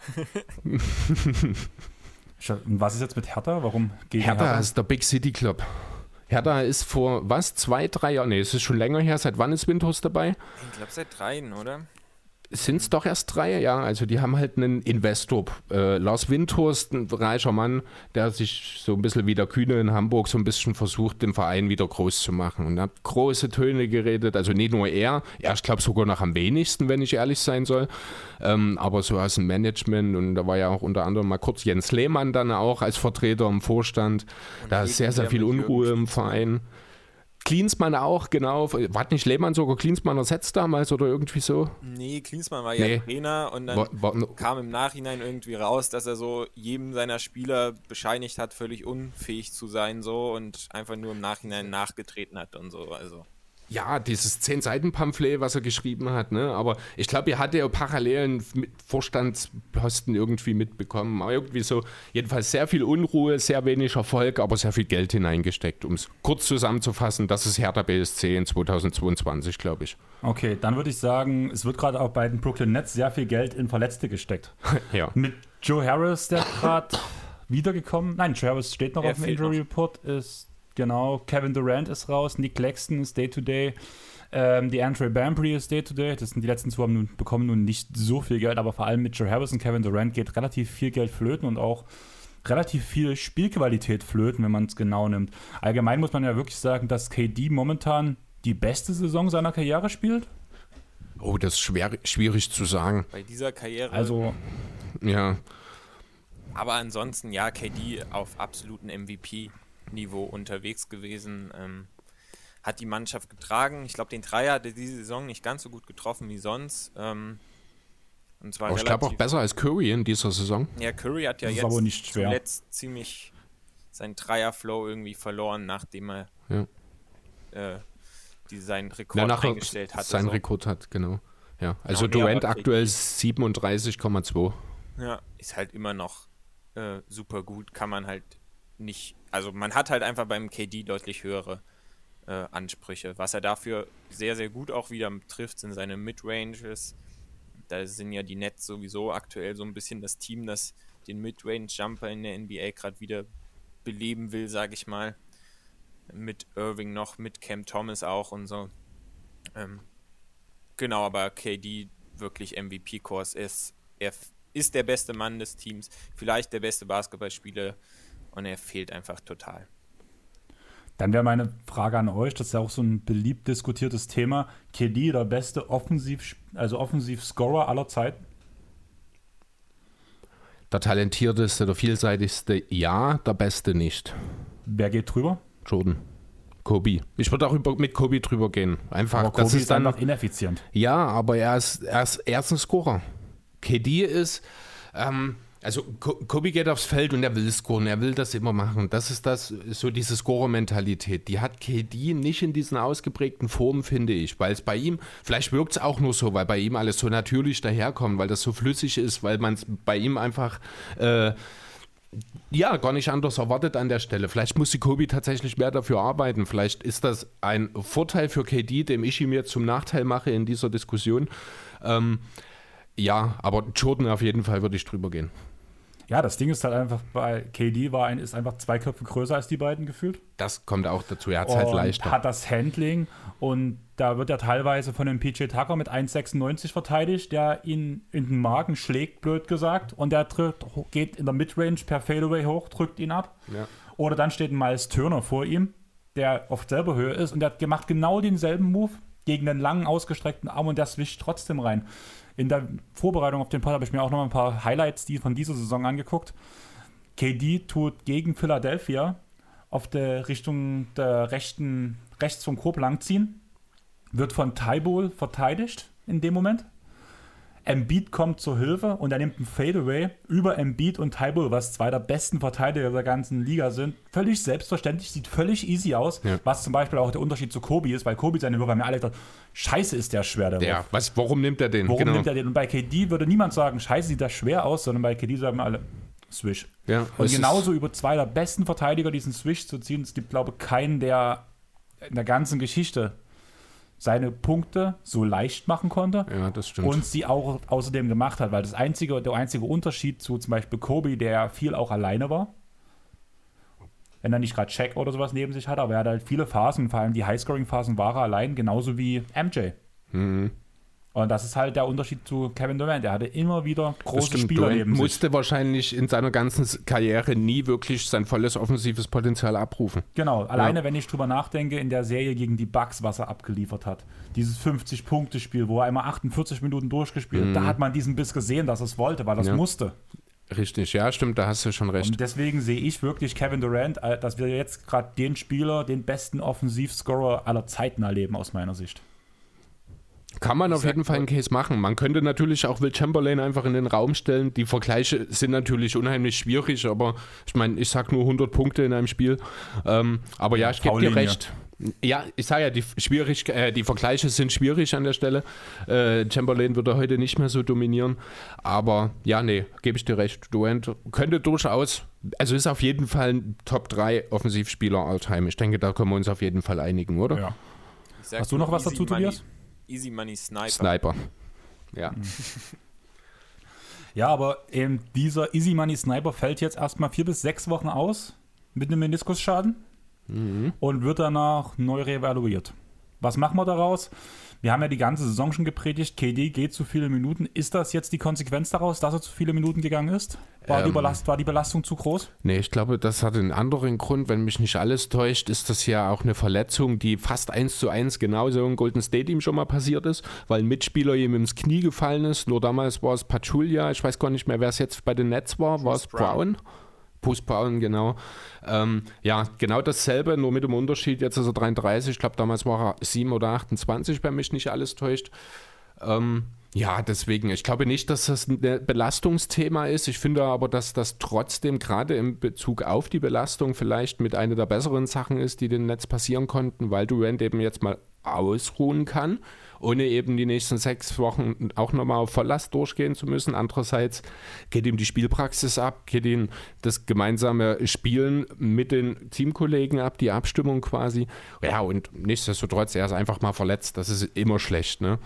Und was ist jetzt mit Hertha? Warum gegen Hertha ist der Big City Club. Hertha ist vor, 2-3 Jahren, nee, es ist schon länger her, seit wann ist Windhorst dabei? Ich glaube seit 3, oder? Sind es doch erst 3, ja. Also die haben halt einen Investor. Lars Windhorst, ein reicher Mann, der sich so ein bisschen wie der Kühne in Hamburg so ein bisschen versucht, den Verein wieder groß zu machen. Und hat große Töne geredet. Also nicht nur er, ich glaube sogar noch am wenigsten, wenn ich ehrlich sein soll. Aber so aus dem Management. Und da war ja auch unter anderem mal kurz Jens Lehmann dann auch als Vertreter im Vorstand. Und da ist sehr, sehr viel Unruhe im Verein. Klinsmann auch, genau. War nicht Lehmann sogar Klinsmann ersetzt damals oder irgendwie so? Nee, Klinsmann war ja Trainer und dann kam im Nachhinein irgendwie raus, dass er so jedem seiner Spieler bescheinigt hat, völlig unfähig zu sein so und einfach nur im Nachhinein nachgetreten hat und so, also. Ja, dieses 10-Seiten-Pamphlet, was er geschrieben hat, ne? Aber ich glaube, er hatte ja parallel einen Vorstandsposten irgendwie mitbekommen. Aber irgendwie so, jedenfalls sehr viel Unruhe, sehr wenig Erfolg, aber sehr viel Geld hineingesteckt. Um es kurz zusammenzufassen, das ist Hertha BSC in 2022, glaube ich. Okay, dann würde ich sagen, es wird gerade auch bei den Brooklyn Nets sehr viel Geld in Verletzte gesteckt. Ja. Mit Joe Harris, der gerade wiedergekommen. Nein, Joe Harris steht noch auf dem Injury Report, ist. Genau, Kevin Durant ist raus, Nick Claxton ist Day-to-Day, die Andre Bambry ist Day-to-Day. Das sind die letzten zwei, bekommen nun nicht so viel Geld, aber vor allem mit Joe Harris und Kevin Durant geht relativ viel Geld flöten und auch relativ viel Spielqualität flöten, wenn man es genau nimmt. Allgemein muss man ja wirklich sagen, dass KD momentan die beste Saison seiner Karriere spielt. Oh, das ist schwierig zu sagen. Bei dieser Karriere. Also, ja. Aber ansonsten, ja, KD auf absoluten MVP-Niveau unterwegs gewesen, hat die Mannschaft getragen. Ich glaube, den Dreier hat er diese Saison nicht ganz so gut getroffen wie sonst. Und zwar aber ich glaube auch besser als Curry in dieser Saison. Ja, Curry hat ja jetzt zuletzt ziemlich seinen Dreier-Flow irgendwie verloren, nachdem er seinen Rekord eingestellt hat. Seinen Rekord hat, genau. Ja, also Durant aktuell 37,2. Ja, ist halt immer noch super gut, kann man halt nicht, also man hat halt einfach beim KD deutlich höhere Ansprüche. Was er dafür sehr, sehr gut auch wieder trifft, sind seine Midranges. Da sind ja die Nets sowieso aktuell so ein bisschen das Team, das den Midrange-Jumper in der NBA gerade wieder beleben will, sage ich mal. Mit Irving noch, mit Cam Thomas auch und so. Genau, aber KD wirklich MVP-Kurs ist. Er ist der beste Mann des Teams, vielleicht der beste Basketballspieler und er fehlt einfach total. Dann wäre meine Frage an euch, das ist ja auch so ein beliebt diskutiertes Thema. KD, der beste Offensiv-Scorer aller Zeiten? Der talentierteste, der vielseitigste, ja, der beste nicht. Wer geht drüber? Jordan. Kobe. Ich würde auch mit Kobe drüber gehen. Einfach, aber Kobe ist dann einfach ineffizient. Ja, aber er ist ein Scorer. KD ist, also Kobe geht aufs Feld und er will scoren, er will das immer machen. Das ist so diese Scorer-Mentalität. Die hat KD nicht in diesen ausgeprägten Formen, finde ich. Weil es bei ihm, vielleicht wirkt es auch nur so, weil bei ihm alles so natürlich daherkommt, weil das so flüssig ist, weil man es bei ihm einfach gar nicht anders erwartet an der Stelle. Vielleicht muss die Kobe tatsächlich mehr dafür arbeiten. Vielleicht ist das ein Vorteil für KD, dem ich ihm jetzt zum Nachteil mache in dieser Diskussion. Ja, aber Jordan auf jeden Fall würde ich drüber gehen. Ja, das Ding ist halt einfach, bei KD ist einfach 2 Köpfe größer als die beiden gefühlt. Das kommt auch dazu, er hat es halt leichter. Hat das Handling und da wird er teilweise von dem PJ Tucker mit 1,96 verteidigt, der ihn in den Magen schlägt, blöd gesagt, und der geht in der Midrange per Fadeaway hoch, drückt ihn ab. Ja. Oder dann steht ein Miles Turner vor ihm, der auf selber Höhe ist und der macht genau denselben Move gegen den langen, ausgestreckten Arm und der swischt trotzdem rein. In der Vorbereitung auf den Pod habe ich mir auch noch ein paar Highlights von dieser Saison angeguckt. KD tut gegen Philadelphia auf der Richtung der rechts vom Korb langziehen, wird von Thibault verteidigt in dem Moment. Embiid kommt zur Hilfe und er nimmt einen Fadeaway über Embiid und Thibault, was 2 der besten Verteidiger der ganzen Liga sind. Völlig selbstverständlich, sieht völlig easy aus, was zum Beispiel auch der Unterschied zu Kobe ist, weil Kobe seine Würfe haben ja alle gedacht, scheiße ist der schwer, der Wurf. Warum nimmt er den? Nimmt er den? Und bei KD würde niemand sagen, scheiße sieht das schwer aus, sondern bei KD sagen alle, Swish. Ja, und genauso über 2 der besten Verteidiger diesen Swish zu ziehen, es gibt, glaube ich, keinen, der in der ganzen Geschichte seine Punkte so leicht machen konnte. Ja, das stimmt. Und sie auch außerdem gemacht hat, weil der einzige Unterschied zu zum Beispiel Kobe, der viel auch alleine war, wenn er nicht gerade Shaq oder sowas neben sich hatte, aber er hat halt viele Phasen, vor allem die Highscoring-Phasen war er allein, genauso wie MJ. Mhm. Und das ist halt der Unterschied zu Kevin Durant. Er hatte immer wieder große Spieler Durant neben sich. musste wahrscheinlich in seiner ganzen Karriere nie wirklich sein volles offensives Potenzial abrufen. Genau, alleine wenn ich drüber nachdenke, in der Serie gegen die Bucks, was er abgeliefert hat. Dieses 50-Punkte-Spiel, wo er einmal 48 Minuten durchgespielt hat, da hat man diesen Biss gesehen, dass er es wollte, weil er es musste. Richtig, ja, stimmt, da hast du schon recht. Und deswegen sehe ich wirklich Kevin Durant, dass wir jetzt gerade den Spieler, den besten Offensivscorer aller Zeiten erleben, aus meiner Sicht. Kann man auf jeden Fall einen Case machen. Man könnte natürlich auch Will Chamberlain einfach in den Raum stellen. Die Vergleiche sind natürlich unheimlich schwierig, aber ich meine, ich sag nur 100 Punkte in einem Spiel. Aber ja, ich gebe dir recht. Ja, ich sage ja, die Vergleiche sind schwierig an der Stelle. Chamberlain würde heute nicht mehr so dominieren. Aber ja, nee, gebe ich dir recht. Durant könnte durchaus, also ist auf jeden Fall ein Top 3 Offensivspieler all-time. Ich denke, da können wir uns auf jeden Fall einigen, oder? Ja. Hast du noch was dazu, Tobias? Easy Money Sniper. Sniper. Ja. Ja, aber eben dieser Easy Money Sniper fällt jetzt erstmal 4 bis 6 Wochen aus mit einem Meniskusschaden und wird danach neu reevaluiert. Was machen wir daraus? Wir haben ja die ganze Saison schon gepredigt, KD geht zu viele Minuten. Ist das jetzt die Konsequenz daraus, dass er zu viele Minuten gegangen ist? War die Belastung zu groß? Nee, ich glaube, das hat einen anderen Grund. Wenn mich nicht alles täuscht, ist das ja auch eine Verletzung, die fast 1:1 genauso im Golden State Team schon mal passiert ist, weil ein Mitspieler ihm ins Knie gefallen ist. Nur damals war es Pachulia. Ich weiß gar nicht mehr, wer es jetzt bei den Nets war. War es Brown? Bruce Brown, genau. Ja, genau dasselbe, nur mit dem Unterschied. Jetzt ist er 33. Ich glaube, damals war er 7 oder 28, wenn mich nicht alles täuscht. Ja, deswegen, ich glaube nicht, dass das ein Belastungsthema ist. Ich finde aber, dass das trotzdem gerade in Bezug auf die Belastung vielleicht mit einer der besseren Sachen ist, die den Nets passieren konnten, weil Durant eben jetzt mal ausruhen kann, ohne eben die nächsten 6 Wochen auch nochmal auf Volllast durchgehen zu müssen. Andererseits geht ihm die Spielpraxis ab, geht ihm das gemeinsame Spielen mit den Teamkollegen ab, die Abstimmung quasi. Ja, und nichtsdestotrotz, er ist einfach mal verletzt. Das ist immer schlecht, ne?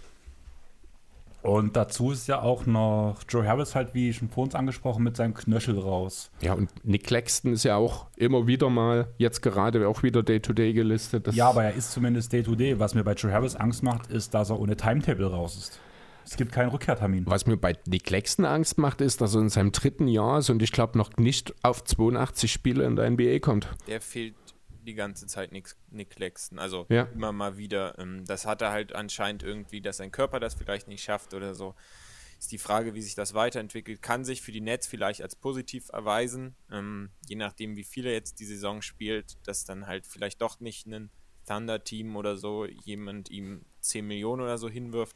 Und dazu ist ja auch noch Joe Harris halt, wie schon vor uns angesprochen, mit seinem Knöchel raus. Ja, und Nick Claxton ist ja auch immer wieder mal, jetzt gerade auch wieder Day-to-Day gelistet. Ja, aber er ist zumindest Day-to-Day. Was mir bei Joe Harris Angst macht, ist, dass er ohne Timetable raus ist. Es gibt keinen Rückkehrtermin. Was mir bei Nick Claxton Angst macht, ist, dass er in seinem 3. Jahr ist und ich glaube noch nicht auf 82 Spiele in der NBA kommt. Der fehlt die ganze Zeit Nick Claxton, also ja. Immer mal wieder. Das hat er halt anscheinend irgendwie, dass sein Körper das vielleicht nicht schafft oder so. Ist die Frage, wie sich das weiterentwickelt. Kann sich für die Nets vielleicht als positiv erweisen, je nachdem, wie viel er jetzt die Saison spielt, dass dann halt vielleicht doch nicht ein Thunder-Team oder so jemand ihm 10 Millionen oder so hinwirft.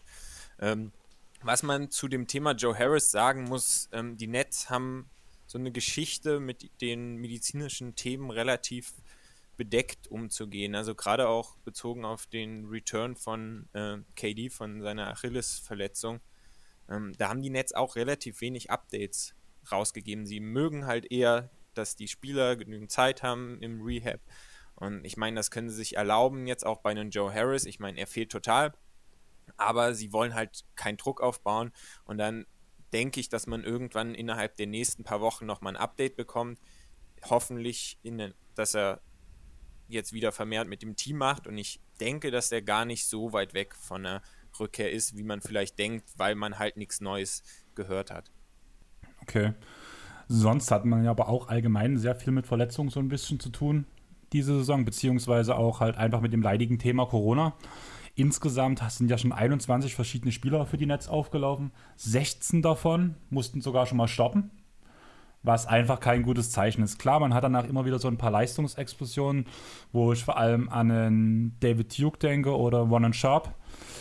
Was man zu dem Thema Joe Harris sagen muss, die Nets haben so eine Geschichte mit den medizinischen Themen relativ bedeckt umzugehen, also gerade auch bezogen auf den Return von KD von seiner Achillesverletzung. Da haben die Nets auch relativ wenig Updates rausgegeben. Sie mögen halt eher, dass die Spieler genügend Zeit haben im Rehab. Und ich meine, das können sie sich erlauben jetzt auch bei einem Joe Harris. Ich meine, er fehlt total, aber sie wollen halt keinen Druck aufbauen. Und dann denke ich, dass man irgendwann innerhalb der nächsten paar Wochen nochmal ein Update bekommt. Hoffentlich, dass er jetzt wieder vermehrt mit dem Team macht, und ich denke, dass der gar nicht so weit weg von der Rückkehr ist, wie man vielleicht denkt, weil man halt nichts Neues gehört hat. Okay. Sonst hat man ja aber auch allgemein sehr viel mit Verletzungen so ein bisschen zu tun diese Saison, beziehungsweise auch halt einfach mit dem leidigen Thema Corona. Insgesamt sind ja schon 21 verschiedene Spieler für die Nets aufgelaufen. 16 davon mussten sogar schon mal stoppen, was einfach kein gutes Zeichen ist. Klar, man hat danach immer wieder so ein paar Leistungsexplosionen, wo ich vor allem an einen David Duke denke oder Ronan Sharp.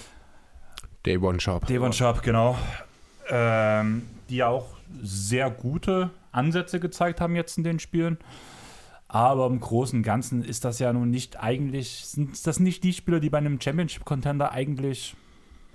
Davon Sharp, genau. Die auch sehr gute Ansätze gezeigt haben jetzt in den Spielen. Aber im Großen und Ganzen ist das ja nun nicht eigentlich, sind das nicht die Spieler, die bei einem Championship-Contender eigentlich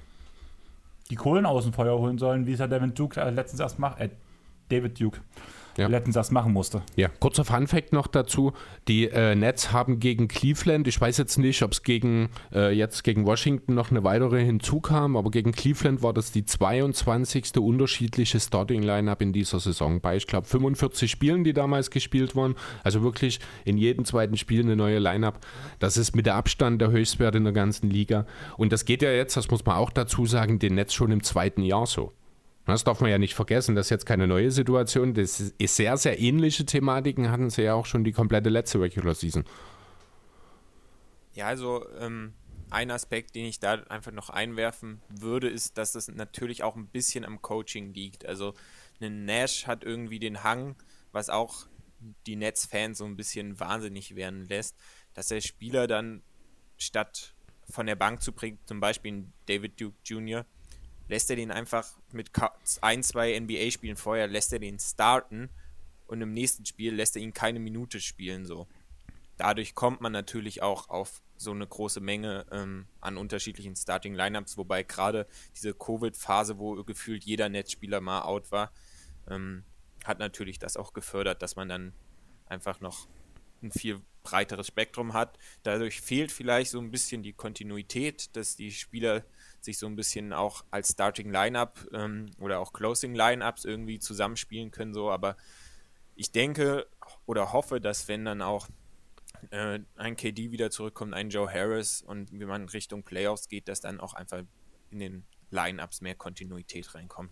die Kohlen aus dem Feuer holen sollen, wie es ja David Duke letztens erst macht. David Duke. letztens erst machen musste. Ja, kurzer Funfact noch dazu. Die Nets haben gegen Cleveland, ich weiß jetzt nicht, ob es jetzt gegen Washington noch eine weitere hinzukam, aber gegen Cleveland war das die 22. unterschiedliche Starting-Lineup in dieser Saison bei, ich glaube, 45 Spielen, die damals gespielt wurden. Also wirklich in jedem zweiten Spiel eine neue Lineup. Das ist mit der Abstand der Höchstwert in der ganzen Liga. Und das geht ja jetzt, das muss man auch dazu sagen, den Nets schon im zweiten Jahr so. Das darf man ja nicht vergessen, das ist jetzt keine neue Situation. Das ist sehr, sehr ähnliche Thematiken hatten sie ja auch schon die komplette letzte Regular Season. Ja, also ein Aspekt, den ich da einfach noch einwerfen würde, ist, dass das natürlich auch ein bisschen am Coaching liegt. Also ein Nash hat irgendwie den Hang, was auch die Nets-Fans so ein bisschen wahnsinnig werden lässt, dass der Spieler dann statt von der Bank zu bringen, zum Beispiel einen David Duke Jr., lässt er den einfach mit 1-2 NBA-Spielen vorher, lässt er den starten und im nächsten Spiel lässt er ihn keine Minute spielen. So. Dadurch kommt man natürlich auch auf so eine große Menge an unterschiedlichen Starting-Lineups, wobei gerade diese Covid-Phase, wo gefühlt jeder Netzspieler mal out war, hat natürlich das auch gefördert, dass man dann einfach noch ein viel breiteres Spektrum hat. Dadurch fehlt vielleicht so ein bisschen die Kontinuität, dass die Spieler sich so ein bisschen auch als Starting Lineup oder auch Closing Lineups irgendwie zusammenspielen können, so, aber ich denke oder hoffe, dass wenn dann auch ein KD wieder zurückkommt, ein Joe Harris und wenn man Richtung Playoffs geht, dass dann auch einfach in den Lineups mehr Kontinuität reinkommt.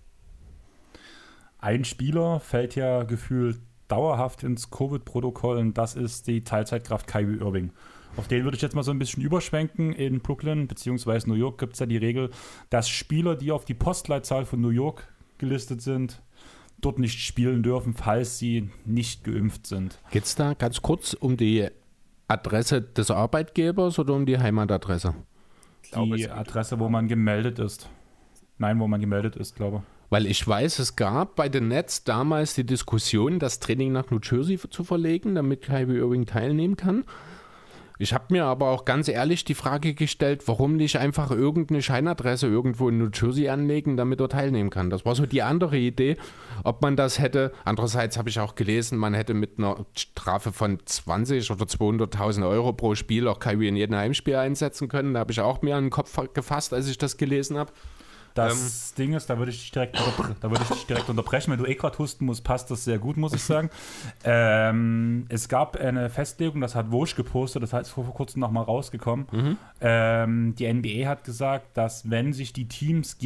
Ein Spieler fällt ja gefühlt dauerhaft ins Covid-Protokoll und das ist die Teilzeitkraft Kyrie Irving. Auf den würde ich jetzt mal so ein bisschen überschwenken. In Brooklyn bzw. New York gibt es ja die Regel, dass Spieler, die auf die Postleitzahl von New York gelistet sind, dort nicht spielen dürfen, falls sie nicht geimpft sind. Geht es da ganz kurz um die Adresse des Arbeitgebers oder um die Heimatadresse? Die Adresse, wo man gemeldet ist. Nein, wo man gemeldet ist, glaube ich. Weil ich weiß, es gab bei den Nets damals die Diskussion, das Training nach New Jersey zu verlegen, damit Kyrie Irving teilnehmen kann. Ich habe mir aber auch ganz ehrlich die Frage gestellt, warum nicht einfach irgendeine Scheinadresse irgendwo in New Jersey anlegen, damit er teilnehmen kann. Das war so die andere Idee, ob man das hätte. Andererseits habe ich auch gelesen, man hätte mit einer Strafe von 20 oder 200.000 Euro pro Spiel auch Kyrie in jedem Heimspiel einsetzen können. Da habe ich auch mir an den Kopf gefasst, als ich das gelesen habe. Das Ding ist, da würde ich dich direkt unterbrechen. Wenn du gerade husten musst, passt das sehr gut, muss ich sagen. Es gab eine Festlegung, das hat Woj gepostet, das heißt vor kurzem nochmal rausgekommen. Die NBA hat gesagt, dass wenn sich die Teams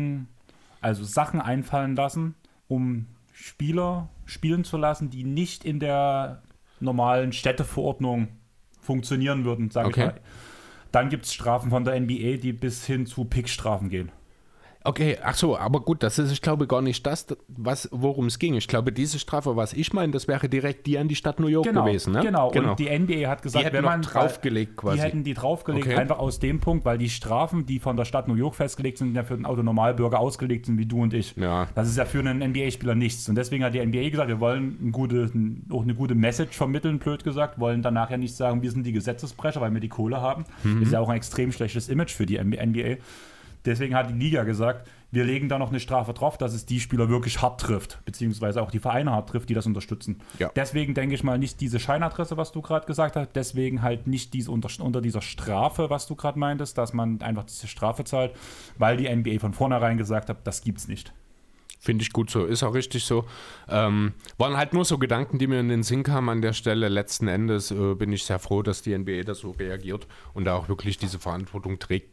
also Sachen einfallen lassen, um Spieler spielen zu lassen, die nicht in der normalen Städteverordnung funktionieren würden, sage ich mal, dann gibt es Strafen von der NBA, die bis hin zu Pickstrafen gehen. Okay, ach so, aber gut, das ist, ich glaube, gar nicht das, worum es ging. Ich glaube, diese Strafe, was ich meine, das wäre direkt die an die Stadt New York gewesen. Ne? Genau, und die NBA hat gesagt, wenn man draufgelegt quasi. Die hätten die draufgelegt, einfach aus dem Punkt, weil die Strafen, die von der Stadt New York festgelegt sind, ja für den Autonormalbürger ausgelegt sind, wie du und ich. Ja. Das ist ja für einen NBA-Spieler nichts. Und deswegen hat die NBA gesagt, wir wollen auch eine gute Message vermitteln, blöd gesagt, wollen danach ja nicht sagen, wir sind die Gesetzesbrecher, weil wir die Kohle haben. Ist ja auch ein extrem schlechtes Image für die NBA. Deswegen hat die Liga gesagt, wir legen da noch eine Strafe drauf, dass es die Spieler wirklich hart trifft, beziehungsweise auch die Vereine hart trifft, die das unterstützen. Ja. Deswegen denke ich mal nicht diese Scheinadresse, was du gerade gesagt hast, deswegen halt nicht diese unter dieser Strafe, was du gerade meintest, dass man einfach diese Strafe zahlt, weil die NBA von vornherein gesagt hat, das gibt's nicht. Finde ich gut so, ist auch richtig so. Waren halt nur so Gedanken, die mir in den Sinn kamen an der Stelle. Letzten Endes bin ich sehr froh, dass die NBA da so reagiert und da auch wirklich diese Verantwortung trägt,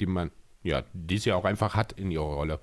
die sie auch einfach hat in ihrer Rolle.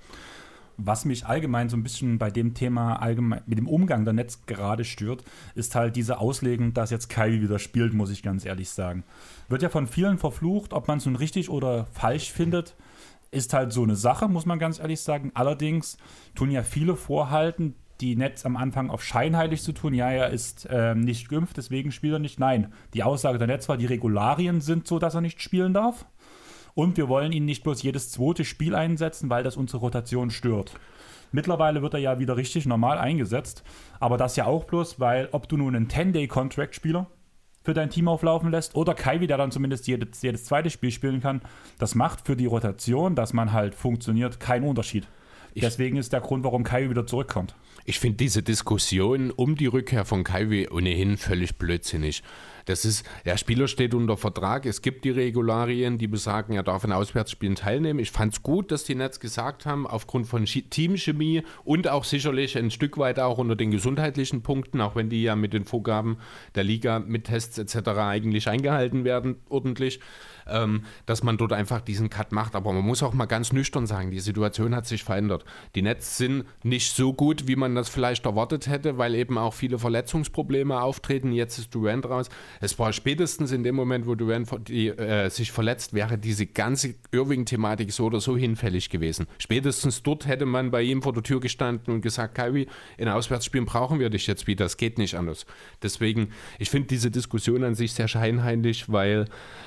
Was mich allgemein so ein bisschen bei dem Thema mit dem Umgang der Nets gerade stört, ist halt diese Auslegung, dass jetzt Kyrie wieder spielt, muss ich ganz ehrlich sagen. Wird ja von vielen verflucht, ob man es nun richtig oder falsch findet, ist halt so eine Sache, muss man ganz ehrlich sagen. Allerdings tun ja viele vorhalten, die Nets am Anfang auf scheinheilig zu tun. Ja, er ist nicht geimpft, deswegen spielt er nicht. Nein, die Aussage der Nets war, die Regularien sind so, dass er nicht spielen darf. Und wir wollen ihn nicht bloß jedes zweite Spiel einsetzen, weil das unsere Rotation stört. Mittlerweile wird er ja wieder richtig normal eingesetzt. Aber das ja auch bloß, weil ob du nun einen 10-Day-Contract-Spieler für dein Team auflaufen lässt oder Kyrie, der dann zumindest jedes zweite Spiel spielen kann, das macht für die Rotation, dass man halt funktioniert, keinen Unterschied. Deswegen ist der Grund, warum Kyrie wieder zurückkommt. Ich finde diese Diskussion um die Rückkehr von Kyrie ohnehin völlig blödsinnig. Der Spieler steht unter Vertrag, es gibt die Regularien, die besagen, er darf an Auswärtsspielen teilnehmen. Ich fand es gut, dass die Nets gesagt haben, aufgrund von Teamchemie und auch sicherlich ein Stück weit auch unter den gesundheitlichen Punkten, auch wenn die ja mit den Vorgaben der Liga mit Tests etc. eigentlich eingehalten werden, ordentlich, dass man dort einfach diesen Cut macht. Aber man muss auch mal ganz nüchtern sagen, die Situation hat sich verändert. Die Nets sind nicht so gut, wie man das vielleicht erwartet hätte, weil eben auch viele Verletzungsprobleme auftreten. Jetzt ist Durant raus. Es war spätestens in dem Moment, wo Durant sich verletzt, wäre diese ganze Irving-Thematik so oder so hinfällig gewesen. Spätestens dort hätte man bei ihm vor der Tür gestanden und gesagt, Kyrie, in Auswärtsspielen brauchen wir dich jetzt wieder, das geht nicht anders. Deswegen, ich finde diese Diskussion an sich sehr scheinheilig, weil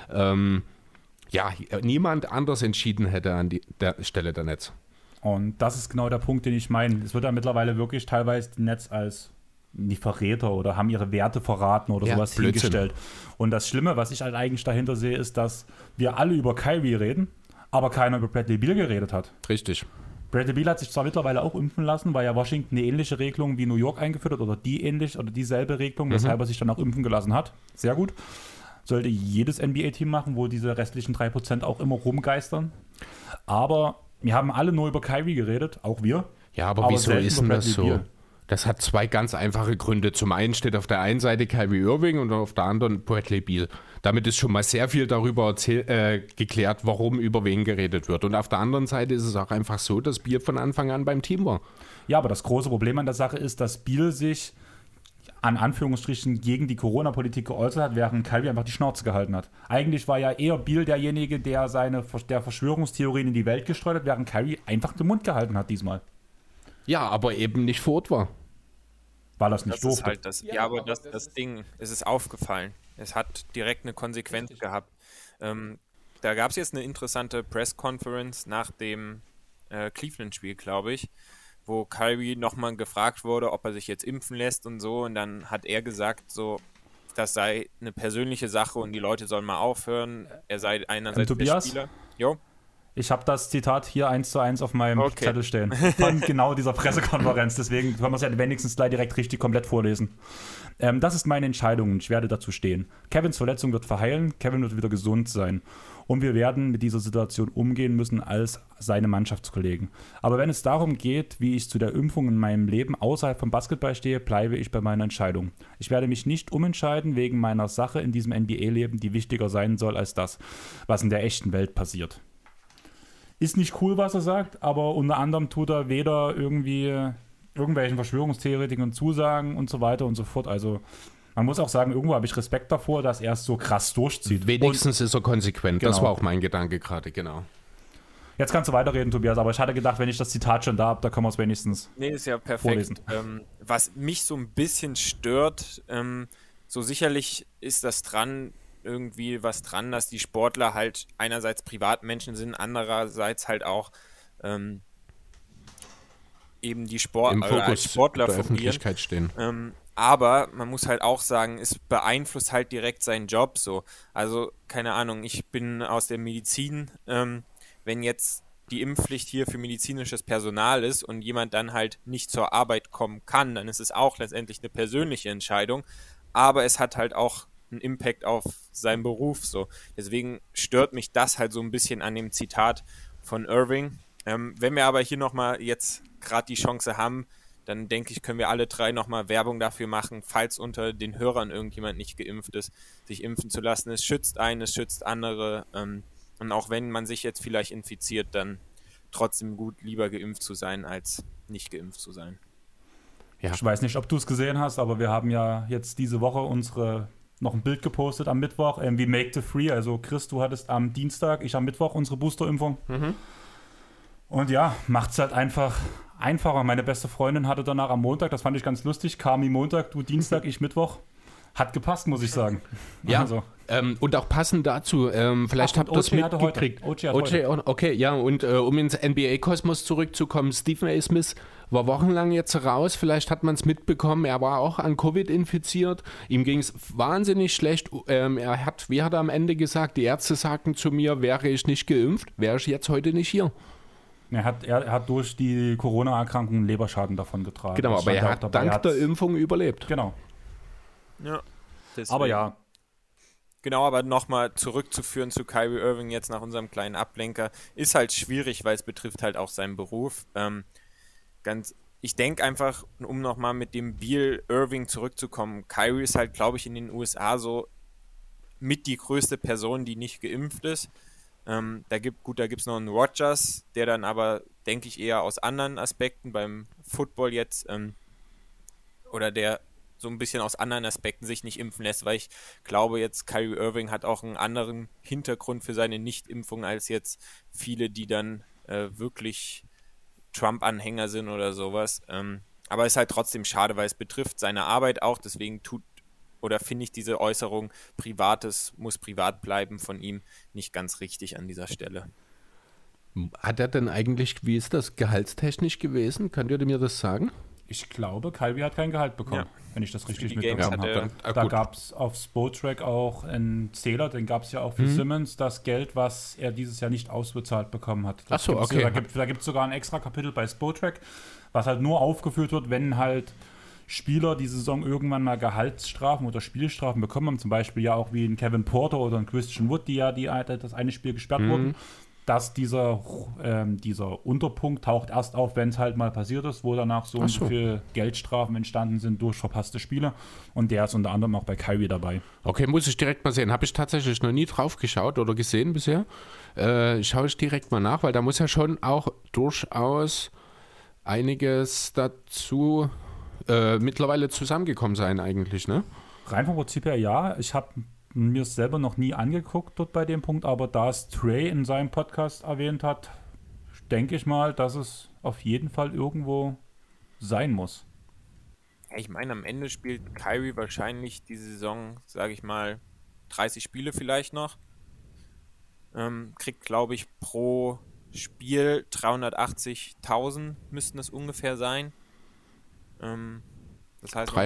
niemand anders entschieden hätte an der Stelle der Nets. Und das ist genau der Punkt, den ich meine. Es wird ja mittlerweile wirklich teilweise die Nets als die Verräter oder haben ihre Werte verraten oder sowas Blödsinn hingestellt. Und das Schlimme, was ich halt eigentlich dahinter sehe, ist, dass wir alle über Kyrie reden, aber keiner über Bradley Beal geredet hat. Richtig. Bradley Beal hat sich zwar mittlerweile auch impfen lassen, weil ja Washington eine ähnliche Regelung wie New York eingeführt hat oder dieselbe Regelung, weshalb er sich dann auch impfen gelassen hat. Sehr gut. Sollte jedes NBA-Team machen, wo diese restlichen 3% auch immer rumgeistern. Aber wir haben alle nur über Kyrie geredet, auch wir. Ja, aber wieso ist denn das so? Das hat zwei ganz einfache Gründe. Zum einen steht auf der einen Seite Kyrie Irving und auf der anderen Bradley Beal. Damit ist schon mal sehr viel darüber geklärt, warum über wen geredet wird. Und auf der anderen Seite ist es auch einfach so, dass Beal von Anfang an beim Team war. Ja, aber das große Problem an der Sache ist, dass Beal sich an Anführungsstrichen gegen die Corona-Politik geäußert hat, während Kyrie einfach die Schnauze gehalten hat. Eigentlich war ja eher Beal derjenige, der der Verschwörungstheorien in die Welt gestreut hat, während Kyrie einfach den Mund gehalten hat diesmal. Ja, aber eben nicht vor Ort war. Weil das nicht durfte. Ist halt das Ding, es ist aufgefallen. Es hat direkt eine Konsequenz gehabt. Da gab es jetzt eine interessante Press-Conference nach dem Cleveland-Spiel, glaube ich, wo Kyrie nochmal gefragt wurde, ob er sich jetzt impfen lässt und so. Und dann hat er gesagt, so, das sei eine persönliche Sache und die Leute sollen mal aufhören. Er sei einerseits der Spieler. Jo. Ich habe das Zitat hier 1:1 auf meinem Zettel stehen. Von genau dieser Pressekonferenz. Deswegen können wir es ja wenigstens gleich direkt richtig komplett vorlesen. Das ist meine Entscheidung und ich werde dazu stehen. Kevins Verletzung wird verheilen, Kevin wird wieder gesund sein. Und wir werden mit dieser Situation umgehen müssen als seine Mannschaftskollegen. Aber wenn es darum geht, wie ich zu der Impfung in meinem Leben außerhalb vom Basketball stehe, bleibe ich bei meiner Entscheidung. Ich werde mich nicht umentscheiden wegen meiner Sache in diesem NBA-Leben, die wichtiger sein soll als das, was in der echten Welt passiert. Ist nicht cool, was er sagt, aber unter anderem tut er weder irgendwelchen Verschwörungstheoretikern zusagen und so weiter und so fort. Also man muss auch sagen, irgendwo habe ich Respekt davor, dass er es so krass durchzieht. Wenigstens ist er konsequent. Genau. Das war auch mein Gedanke gerade, genau. Jetzt kannst du weiterreden, Tobias, aber ich hatte gedacht, wenn ich das Zitat schon da habe, da können wir es wenigstens ist ja perfekt. Was mich so ein bisschen stört, so sicherlich ist das irgendwie was dran, dass die Sportler halt einerseits Privatmenschen sind, andererseits halt auch eben die Sportler als Sportler der Öffentlichkeit stehen. Aber man muss halt auch sagen, es beeinflusst halt direkt seinen Job so. Also, keine Ahnung, ich bin aus der Medizin, wenn jetzt die Impfpflicht hier für medizinisches Personal ist und jemand dann halt nicht zur Arbeit kommen kann, dann ist es auch letztendlich eine persönliche Entscheidung, aber es hat halt auch einen Impact auf seinen Beruf so. Deswegen stört mich das halt so ein bisschen an dem Zitat von Irving. Wenn wir aber hier nochmal jetzt gerade die Chance haben, dann denke ich, können wir alle drei nochmal Werbung dafür machen, falls unter den Hörern irgendjemand nicht geimpft ist, sich impfen zu lassen. Es schützt einen, es schützt andere. Und auch wenn man sich jetzt vielleicht infiziert, dann trotzdem gut, lieber geimpft zu sein, als nicht geimpft zu sein. Ja. Ich weiß nicht, ob du es gesehen hast, aber wir haben ja jetzt diese Woche noch ein Bild gepostet am Mittwoch, wie Make the Free. Also Chris, du hattest am Dienstag, ich am Mittwoch unsere Boosterimpfung. Mhm. Und ja, macht es halt einfach einfacher. Meine beste Freundin hatte danach am Montag, das fand ich ganz lustig, Kami Montag, du Dienstag, ich Mittwoch. Hat gepasst, muss ich sagen. Ja, also. Und auch passend dazu, vielleicht habt ihr das mitgekriegt. Okay, ja, und um ins NBA-Kosmos zurückzukommen, Stephen A. Smith war wochenlang jetzt raus, vielleicht hat man es mitbekommen, er war auch an Covid infiziert, ihm ging es wahnsinnig schlecht, wie hat er am Ende gesagt, die Ärzte sagten zu mir, wäre ich nicht geimpft, wäre ich jetzt heute nicht hier. Er hat durch die Corona-Erkrankung einen Leberschaden davon getragen. Genau, aber er hat dank der Impfung überlebt. Genau. Ja. Deswegen. Aber ja. Genau, aber nochmal zurückzuführen zu Kyrie Irving jetzt nach unserem kleinen Ablenker, ist halt schwierig, weil es betrifft halt auch seinen Beruf. Ich denke einfach, um nochmal mit dem Beal Irving zurückzukommen, Kyrie ist halt, glaube ich, in den USA so mit die größte Person, die nicht geimpft ist. Da gibt es noch einen Rodgers, der dann aber, denke ich, eher aus anderen Aspekten beim Football jetzt oder der so ein bisschen aus anderen Aspekten sich nicht impfen lässt, weil ich glaube jetzt, Kyrie Irving hat auch einen anderen Hintergrund für seine Nichtimpfung als jetzt viele, die dann wirklich Trump-Anhänger sind oder sowas. Aber ist halt trotzdem schade, weil es betrifft seine Arbeit auch, deswegen finde ich diese Äußerung, Privates muss privat bleiben von ihm, nicht ganz richtig an dieser Stelle. Hat er denn eigentlich, wie ist das gehaltstechnisch gewesen? Könnt ihr mir das sagen? Ich glaube, Kyrie hat kein Gehalt bekommen, wenn ich das richtig mitbekommen habe. Da gab es auf Spotrac auch einen Zähler, den gab es ja auch für Simmons, das Geld, was er dieses Jahr nicht ausbezahlt bekommen hat. Ach so, okay. Da gibt es sogar ein extra Kapitel bei Spotrac, was halt nur aufgeführt wird, wenn halt Spieler die Saison irgendwann mal Gehaltsstrafen oder Spielstrafen bekommen haben, zum Beispiel ja auch wie ein Kevin Porter oder ein Christian Wood, die ja das eine Spiel gesperrt wurden, dass dieser Unterpunkt taucht erst auf, wenn es halt mal passiert ist, wo danach so viele Geldstrafen entstanden sind durch verpasste Spiele, und der ist unter anderem auch bei Kyrie dabei. Okay, muss ich direkt mal sehen. Habe ich tatsächlich noch nie drauf geschaut oder gesehen bisher. Schaue ich direkt mal nach, weil da muss ja schon auch durchaus einiges dazu mittlerweile zusammengekommen sein eigentlich, ne? Rein vom Prinzip her ja. Ich habe mir es selber noch nie angeguckt dort bei dem Punkt, aber da es Trey in seinem Podcast erwähnt hat, denke ich mal, dass es auf jeden Fall irgendwo sein muss. Ich meine, am Ende spielt Kyrie wahrscheinlich diese Saison, sage ich mal, 30 Spiele vielleicht noch. Kriegt, glaube ich, pro Spiel 380.000 müssten es ungefähr sein. Das heißt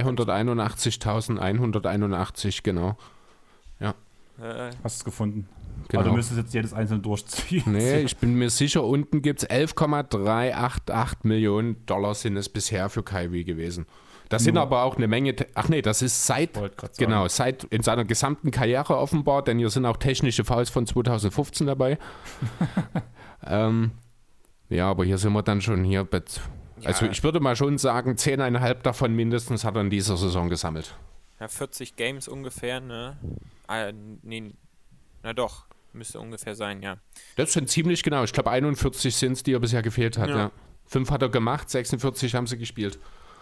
381.181, genau. Ja. Hast du es gefunden? Genau. Aber du müsstest jetzt jedes einzelne durchziehen. Nee, ich bin mir sicher, unten gibt es 11,388 Millionen Dollar sind es bisher für Kyrie gewesen. Das sind aber auch eine Menge, das ist seit in seiner gesamten Karriere offenbar, denn hier sind auch technische Fouls von 2015 dabei. Ja, aber hier sind wir dann schon hier also ich würde mal schon sagen, 10,5 davon mindestens hat er in dieser Saison gesammelt. Ja, 40 Games ungefähr, ne? Nee, na doch, müsste ungefähr sein, ja. Das sind ziemlich genau, ich glaube 41 sind es, die er bisher gefehlt hat, ja. 5 hat er gemacht, 46 haben sie gespielt.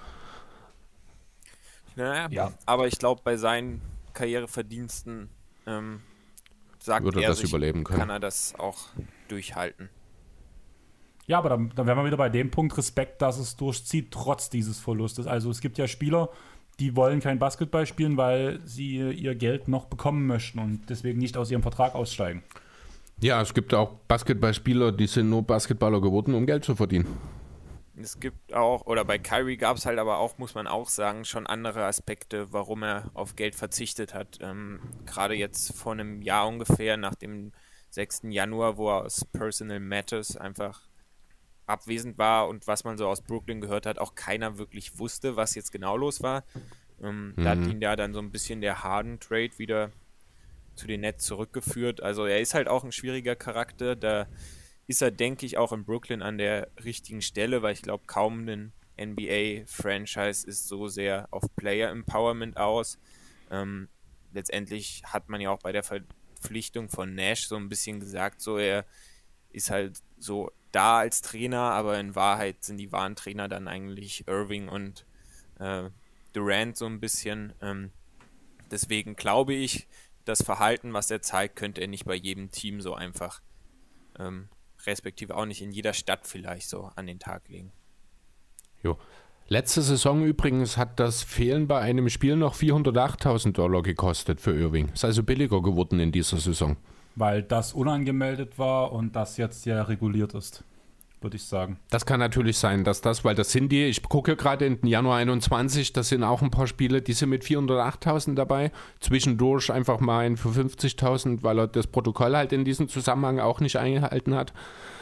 Naja, ja. Aber ich glaube, bei seinen Karriereverdiensten würde er das überleben können. Kann er das auch durchhalten. Ja, aber dann wären wir wieder bei dem Punkt Respekt, dass es durchzieht, trotz dieses Verlustes. Also es gibt ja Spieler, die wollen kein Basketball spielen, weil sie ihr Geld noch bekommen möchten und deswegen nicht aus ihrem Vertrag aussteigen. Ja, es gibt auch Basketballspieler, die sind nur Basketballer geworden, um Geld zu verdienen. Es gibt auch, oder bei Kyrie gab es halt aber auch, muss man auch sagen, schon andere Aspekte, warum er auf Geld verzichtet hat. Gerade jetzt vor einem Jahr ungefähr, nach dem 6. Januar, wo er aus Personal Matters einfach abwesend war und was man so aus Brooklyn gehört hat, auch keiner wirklich wusste, was jetzt genau los war. Da hat ihn ja dann so ein bisschen der Harden-Trade wieder zu den Nets zurückgeführt. Also er ist halt auch ein schwieriger Charakter. Da ist er, denke ich, auch in Brooklyn an der richtigen Stelle, weil ich glaube, kaum ein NBA-Franchise ist so sehr auf Player-Empowerment aus. Letztendlich hat man ja auch bei der Verpflichtung von Nash so ein bisschen gesagt, so er ist halt so da als Trainer, aber in Wahrheit sind die wahren Trainer dann eigentlich Irving und Durant so ein bisschen. Deswegen glaube ich, das Verhalten, was er zeigt, könnte er nicht bei jedem Team so einfach, respektive auch nicht in jeder Stadt vielleicht so an den Tag legen. Jo. Letzte Saison übrigens hat das Fehlen bei einem Spiel noch $408.000 gekostet für Irving. Ist also billiger geworden in dieser Saison. Weil das unangemeldet war und das jetzt ja reguliert ist, würde ich sagen. Das kann natürlich sein, weil das sind ich gucke gerade in den Januar 21, das sind auch ein paar Spiele, die sind mit 408.000 dabei. Zwischendurch einfach mal einen für 50.000, weil er das Protokoll halt in diesem Zusammenhang auch nicht eingehalten hat.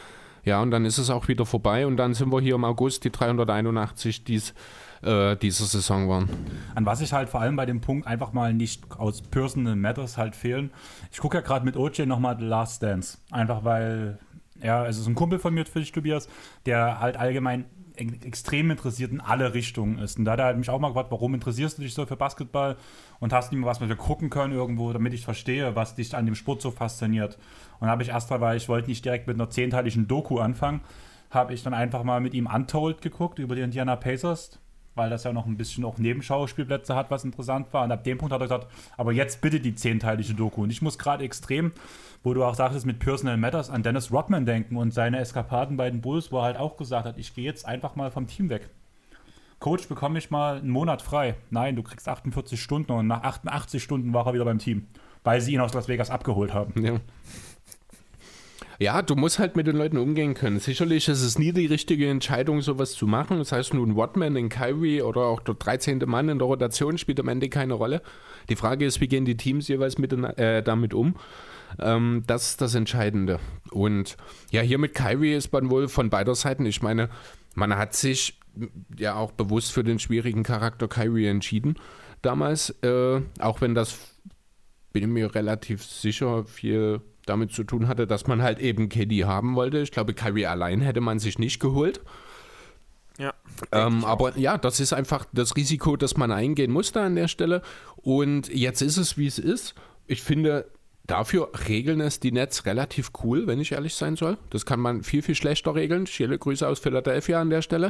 Ja, und dann ist es auch wieder vorbei und dann sind wir hier im August, die 381 dieser Saison waren. An was ich halt vor allem bei dem Punkt einfach mal nicht aus Personal Matters halt fehlen. Ich gucke ja gerade mit OJ nochmal The Last Dance. Einfach weil es ist ein Kumpel von mir, Tobias, der halt allgemein extrem interessiert in alle Richtungen ist. Und da hat er halt mich auch mal gefragt, warum interessierst du dich so für Basketball und hast nicht mehr was, was wir gucken können irgendwo, damit ich verstehe, was dich an dem Sport so fasziniert. Und habe ich erst mal, weil ich wollte nicht direkt mit einer 10-teiligen Doku anfangen, habe ich dann einfach mal mit ihm Untold geguckt über die Indiana Pacers, weil das ja noch ein bisschen auch Nebenschauspielplätze hat, was interessant war. Und ab dem Punkt hat er gesagt, aber jetzt bitte die 10-teilige Doku. Und ich muss gerade extrem, wo du auch sagtest, mit Personal Matters an Dennis Rodman denken und seine Eskapaden bei den Bulls, wo er halt auch gesagt hat, ich gehe jetzt einfach mal vom Team weg. Coach, bekomme ich mal einen Monat frei. Nein, du kriegst 48 Stunden und nach 88 Stunden war er wieder beim Team, weil sie ihn aus Las Vegas abgeholt haben. Ja. Ja, du musst halt mit den Leuten umgehen können. Sicherlich ist es nie die richtige Entscheidung, sowas zu machen. Das heißt, nun Rodman, in Kyrie oder auch der 13. Mann in der Rotation spielt am Ende keine Rolle. Die Frage ist, wie gehen die Teams jeweils damit um? Das ist das Entscheidende. Und ja, hier mit Kyrie ist man wohl von beider Seiten. Ich meine, man hat sich ja auch bewusst für den schwierigen Charakter Kyrie entschieden damals. Auch wenn das, bin ich mir relativ sicher, viel damit zu tun hatte, dass man halt eben KD haben wollte. Ich glaube, Kyrie allein hätte man sich nicht geholt. Ja. Aber ja, das ist einfach das Risiko, das man eingehen musste an der Stelle. Und jetzt ist es, wie es ist. Ich finde, dafür regeln es die Nets relativ cool, wenn ich ehrlich sein soll. Das kann man viel, viel schlechter regeln. Schöne Grüße aus Philadelphia an der Stelle.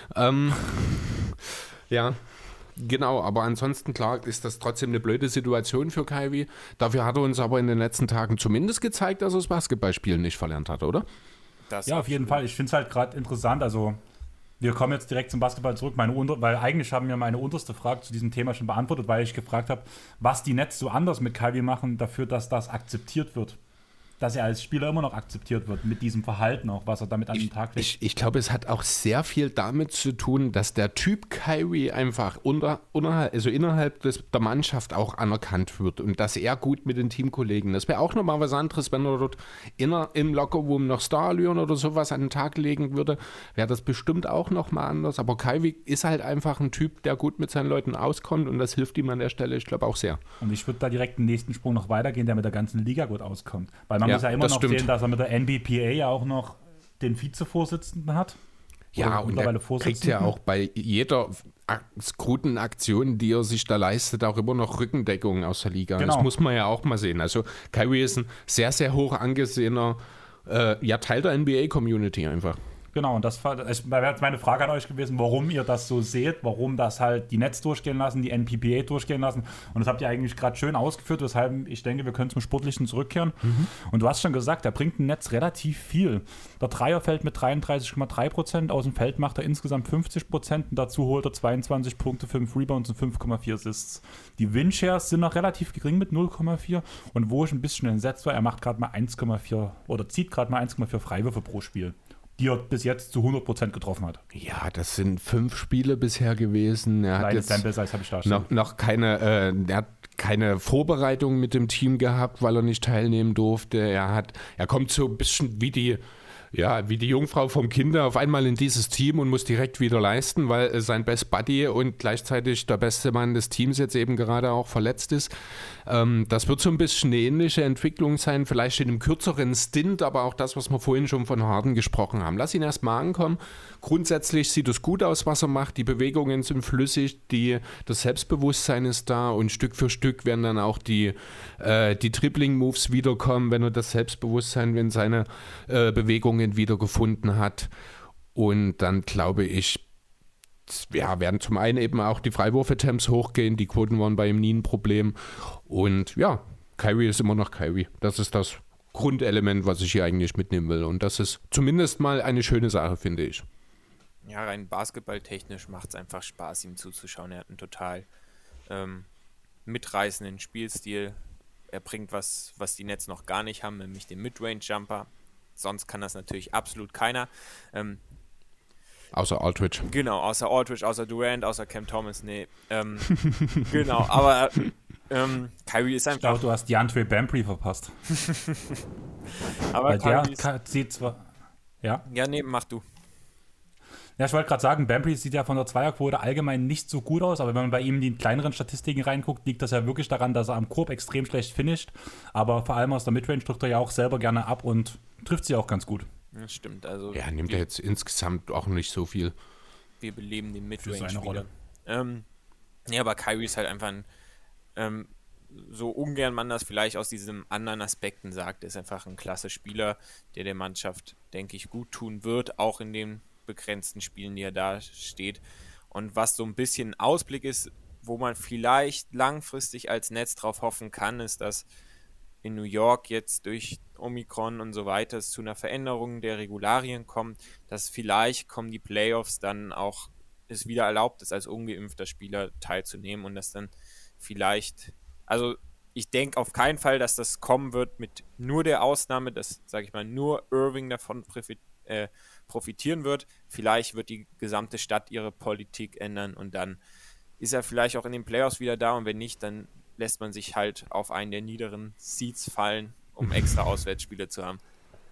Ja. Genau, aber ansonsten, klar, ist das trotzdem eine blöde Situation für Kyrie. Dafür hat er uns aber in den letzten Tagen zumindest gezeigt, dass er das Basketballspielen nicht verlernt hat, oder? Ja, auf jeden Fall. Ich finde es halt gerade interessant. Also, wir kommen jetzt direkt zum Basketball zurück, weil eigentlich haben wir meine unterste Frage zu diesem Thema schon beantwortet, weil ich gefragt habe, was die Nets so anders mit Kyrie machen, dafür, dass das akzeptiert wird. Dass er als Spieler immer noch akzeptiert wird, mit diesem Verhalten auch, was er damit an den Tag legt. Ich glaube, es hat auch sehr viel damit zu tun, dass der Typ Kyrie einfach innerhalb der Mannschaft auch anerkannt wird und dass er gut mit den Teamkollegen, das wäre auch nochmal was anderes, wenn er dort im Lockerroom noch Starallüren oder sowas an den Tag legen würde, wäre das bestimmt auch nochmal anders, aber Kyrie ist halt einfach ein Typ, der gut mit seinen Leuten auskommt und das hilft ihm an der Stelle, ich glaube, auch sehr. Und ich würde da direkt den nächsten Sprung noch weitergehen, der mit der ganzen Liga gut auskommt, weil man muss ja immer noch sehen, dass er mit der NBPA ja auch noch den Vizevorsitzenden hat. Ja, und er kriegt ja auch bei jeder guten Aktion, die er sich da leistet, auch immer noch Rückendeckung aus der Liga. Genau. Das muss man ja auch mal sehen. Also Kyrie ist ein sehr, sehr hoch angesehener Teil der NBA-Community einfach. Genau, und das wäre jetzt meine Frage an euch gewesen, warum ihr das so seht, warum das halt die Nets durchgehen lassen, die NBPA durchgehen lassen. Und das habt ihr eigentlich gerade schön ausgeführt, weshalb ich denke, wir können zum Sportlichen zurückkehren. Und du hast schon gesagt, er bringt dem Netz relativ viel. Der Dreier fällt mit 33,3%, aus dem Feld macht er insgesamt 50% und dazu holt er 22 Punkte, 5 Rebounds und 5,4 Assists. Die Win-Shares sind noch relativ gering mit 0,4 und wo ich ein bisschen entsetzt war, er macht gerade mal 1,4 oder zieht gerade mal 1,4 Freiwürfe pro Spiel, die er bis jetzt zu 100% getroffen hat. Ja, das sind 5 Spiele bisher gewesen. Er hat jetzt Sample-Size habe ich da schon. Noch keine, er hat keine Vorbereitung mit dem Team gehabt, weil er nicht teilnehmen durfte. Er kommt so ein bisschen wie die Jungfrau vom Kinder auf einmal in dieses Team und muss direkt wieder leisten, weil sein Best Buddy und gleichzeitig der beste Mann des Teams jetzt eben gerade auch verletzt ist. Das wird so ein bisschen eine ähnliche Entwicklung sein, vielleicht in einem kürzeren Stint, aber auch das, was wir vorhin schon von Harden gesprochen haben. Lass ihn erstmal ankommen. Grundsätzlich sieht es gut aus, was er macht. Die Bewegungen sind flüssig, das Selbstbewusstsein ist da und Stück für Stück werden dann auch die Dribbling-Moves wiederkommen, wenn er das Selbstbewusstsein, wenn seine Bewegungen wieder gefunden hat. Und dann glaube ich, werden zum einen eben auch die Freiwurf-Attempts hochgehen, die Quoten waren bei ihm nie ein Problem. Und ja, Kyrie ist immer noch Kyrie. Das ist das Grundelement, was ich hier eigentlich mitnehmen will. Und das ist zumindest mal eine schöne Sache, finde ich. Ja, rein basketballtechnisch macht es einfach Spaß, ihm zuzuschauen. Er hat einen total mitreißenden Spielstil. Er bringt was die Nets noch gar nicht haben, nämlich den Midrange-Jumper. Sonst kann das natürlich absolut keiner. Außer Aldridge. Genau, außer Aldridge, außer Durant, außer Cam Thomas, nee. Genau, aber Kyrie ist einfach... Ich glaube, du hast DeAndre Bembry verpasst. Aber weil der sieht zwar... Ja? Ja, nee, mach du. Ja, ich wollte gerade sagen, Bambry sieht ja von der Zweierquote allgemein nicht so gut aus, aber wenn man bei ihm in die kleineren Statistiken reinguckt, liegt das ja wirklich daran, dass er am Korb extrem schlecht finisht, aber vor allem aus der Midrange drückt er ja auch selber gerne ab und trifft sie auch ganz gut. Das stimmt, also... Ja, nimmt er jetzt insgesamt auch nicht so viel. Wir beleben den Für seine Midrange-Spieler. Rolle. Ja, aber Kyrie ist halt einfach ein, so ungern man das vielleicht aus diesen anderen Aspekten sagt, ist einfach ein klasse Spieler, der Mannschaft, denke ich, gut tun wird, auch in den begrenzten Spielen, die er da steht. Und was so ein bisschen Ausblick ist, wo man vielleicht langfristig als Netz drauf hoffen kann, ist, dass in New York jetzt durch Omikron und so weiter es zu einer Veränderung der Regularien kommt, dass vielleicht kommen die Playoffs dann auch, es wieder erlaubt ist, als ungeimpfter Spieler teilzunehmen und dass dann vielleicht, also ich denke auf keinen Fall, dass das kommen wird mit nur der Ausnahme, dass, sage ich mal, nur Irving davon profitieren wird. Vielleicht wird die gesamte Stadt ihre Politik ändern und dann ist er vielleicht auch in den Playoffs wieder da und wenn nicht, dann lässt man sich halt auf einen der niederen Seeds fallen, um extra Auswärtsspiele zu haben.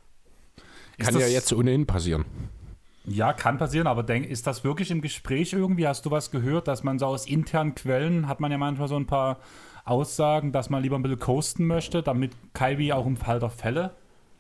Kann ja jetzt ohnehin passieren. Ja, kann passieren, aber ist das wirklich im Gespräch irgendwie? Hast du was gehört, dass man so aus internen Quellen, hat man ja manchmal so ein paar Aussagen, dass man lieber ein bisschen coasten möchte, damit Kyrie auch im Fall der Fälle